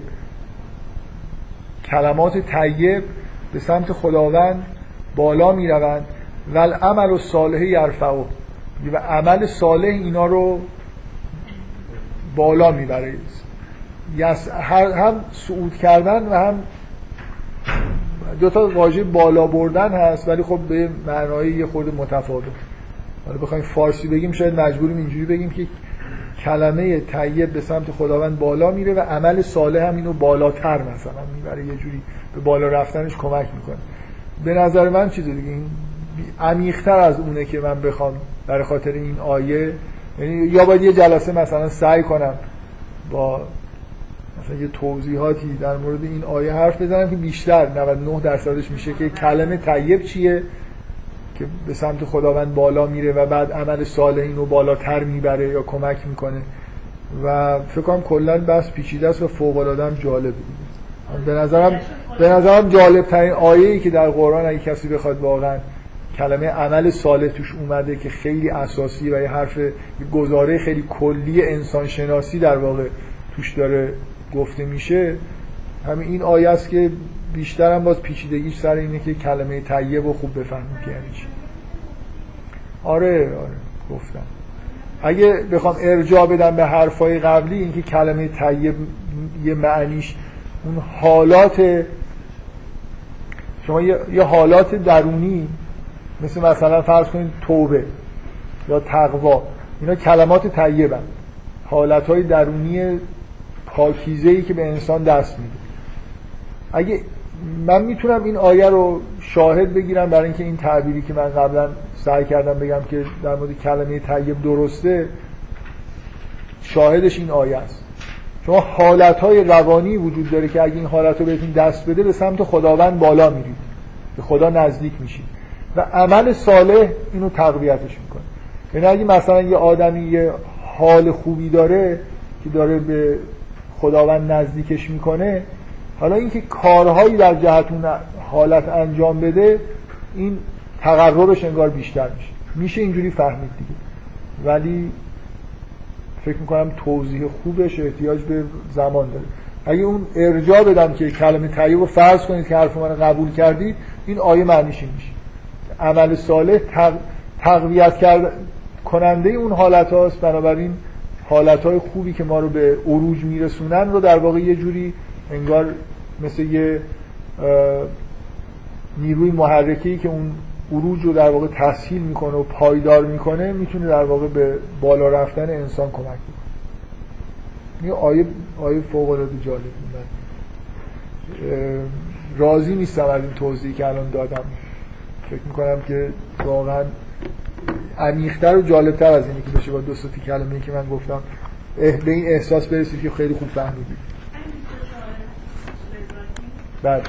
کلمات طیب به سمت خداوند بالا میروند و العمل الصالح یرفعه، و عمل صالح اینا رو بالا میبره. هم صعود کردن و هم دو تا واژه بالا بردن هست، ولی خب به معنای یه خورده متفاوت. حالا بخوایم فارسی بگیم شاید مجبوریم اینجوری بگیم که کلمه طیب به سمت خداوند بالا میره و عمل صالح هم اینو بالاتر مثلا میبره، یه جوری به بالا رفتنش کمک میکنه. به نظر من چیز دیگه این عمیق‌تر از اونه که من بخوام برای خاطر این آیه، یعنی یا باید یه جلسه مثلا سعی کنم با مثلا یه توضیحاتی در مورد این آیه حرف بزنم که بیشتر نود و نه درصدش میشه که کلمه طیب چیه که به سمت خداوند بالا میره و بعد عمل صالح اینو بالاتر میبره یا کمک میکنه. و فکر کنم کلا بس پیچیده است و فوق العاده هم جالبه. به نظرم به نظرم جالب ترین آیه‌ای که در قرآن اگه کسی بخواد واقعا کلمه عمل صالح توش اومده که خیلی اساسی و یه حرف یه گزاره خیلی کلی انسان شناسی در واقع توش داره گفته میشه، همین این آیه است که بیشتر هم باز پیچیدگیش سر اینه که کلمه طیب رو خوب بفهمیم که یعنی چی. آره آره گفتم اگه بخوام ارجاع بدم به حرفای قبلی، اینکه کلمه طیب یه معنیش اون حالات، شما یه, یه حالات درونی مثل مثلا فرض کنید توبه یا تقوا، اینا کلمات طیبن، حالتهای درونی پاکیزه‌ای که به انسان دست میده. اگه من میتونم این آیه رو شاهد بگیرم برای اینکه این تعبیری که من قبلا سعی کردم بگم که در مورد کلمه طیب درسته، شاهدش این آیه است. شما حالتهای روانی وجود داره که اگه این حالت رو بهتون دست بده به سمت خداوند بالا میرید، به خدا نزدیک میشید و عمل صالح اینو تقویتش میکنه. یعنی اگه مثلا یه آدمی یه حال خوبی داره که داره به خداوند نزدیکش میکنه، حالا اینکه کارهایی در جهت اون حالت انجام بده، این تقربش انگار بیشتر میشه. میشه اینجوری فهمید دیگه، ولی فکر میکنم توضیح خوبش احتیاج به زمان داره. اگه اون ارجاع بدم که کلمه طیب رو فرض کنید که حرف من قبول کردید، این آیه معنیش این میشه عمل صالح تق... تقویت کرد کننده اون حالت هاست. بنابراین حالت های خوبی که ما رو به عروج میرسونن رو در واقع یه جوری انگار مثل یه نیروی محرکه‌ای که اون عروج رو در واقع تسهیل میکنه و پایدار میکنه، میتونه در واقع به بالا رفتن انسان کمک بکنه. این آیه آیه فوق العاده جالب بود. راضی نیستم از این توضیحی که الان دادم. فکر میکنم که واقعا عمیق‌تر و جالبتر از اینه که بشه با دو سه کلمه‌ای که من گفتم به این احساس برسید که خیلی خوب فهمیدید. بعد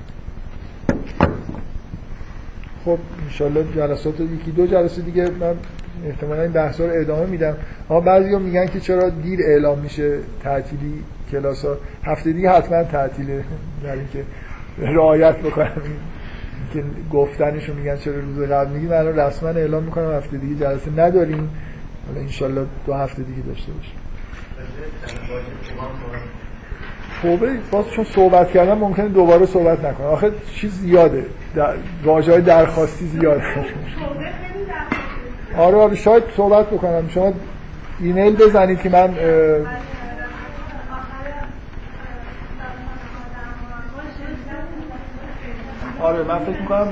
خب انشالله جلسات یکی دو جلسه دیگه من احتمالا این بحثا رو ادامه میدم. اما بعضیا میگن که چرا دیر اعلام میشه تعطیلی کلاسا، هفته دیگه حتما تعطیله، در اینکه رعایت بکنم که گفتنشو میگن چرا روز قبل میگیم. من الان رسما اعلام میکنم هفته دیگه جلسه نداریم، حالا انشالله دو هفته دیگه داشته باشیم. توبه باز چون صحبت کردم ممکنه دوباره صحبت نکنم، آخه چیز زیاده، واژه‌های درخواستی زیاده. آره آره شاید صحبت بکنم. شما ایمیل بزنید که من آره من فکر میکنم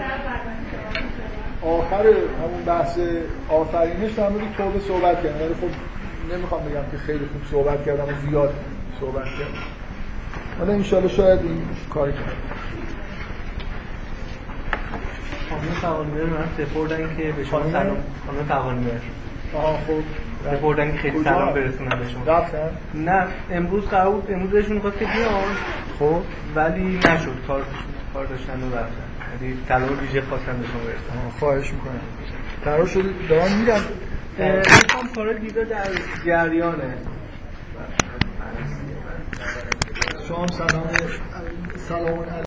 آخر همون بحث آفرینش در مورد توبه صحبت کردم، ولی خب نمیخوام بگم که خیلی خوب صحبت کردم و زیاد صحبت کردم. حالا انشالله شاید این کاری کنم. خانم فوانمیر من سپردن که به شما سلام. خانم فوانمیر آها خب سپردن که خیلی سلام برسونم به شما. رفتن؟ نه امروز قرار بود، امروز بهشون می‌خواست که بیان خب ولی نشد، کار کار داشتن و رفتن. یعنی طلب ویژه خواستن به شما برسونم. خواهش می‌کنم. قرار شد دارن میرن میخوام پارادیدا در جریانه. شما سلام سلام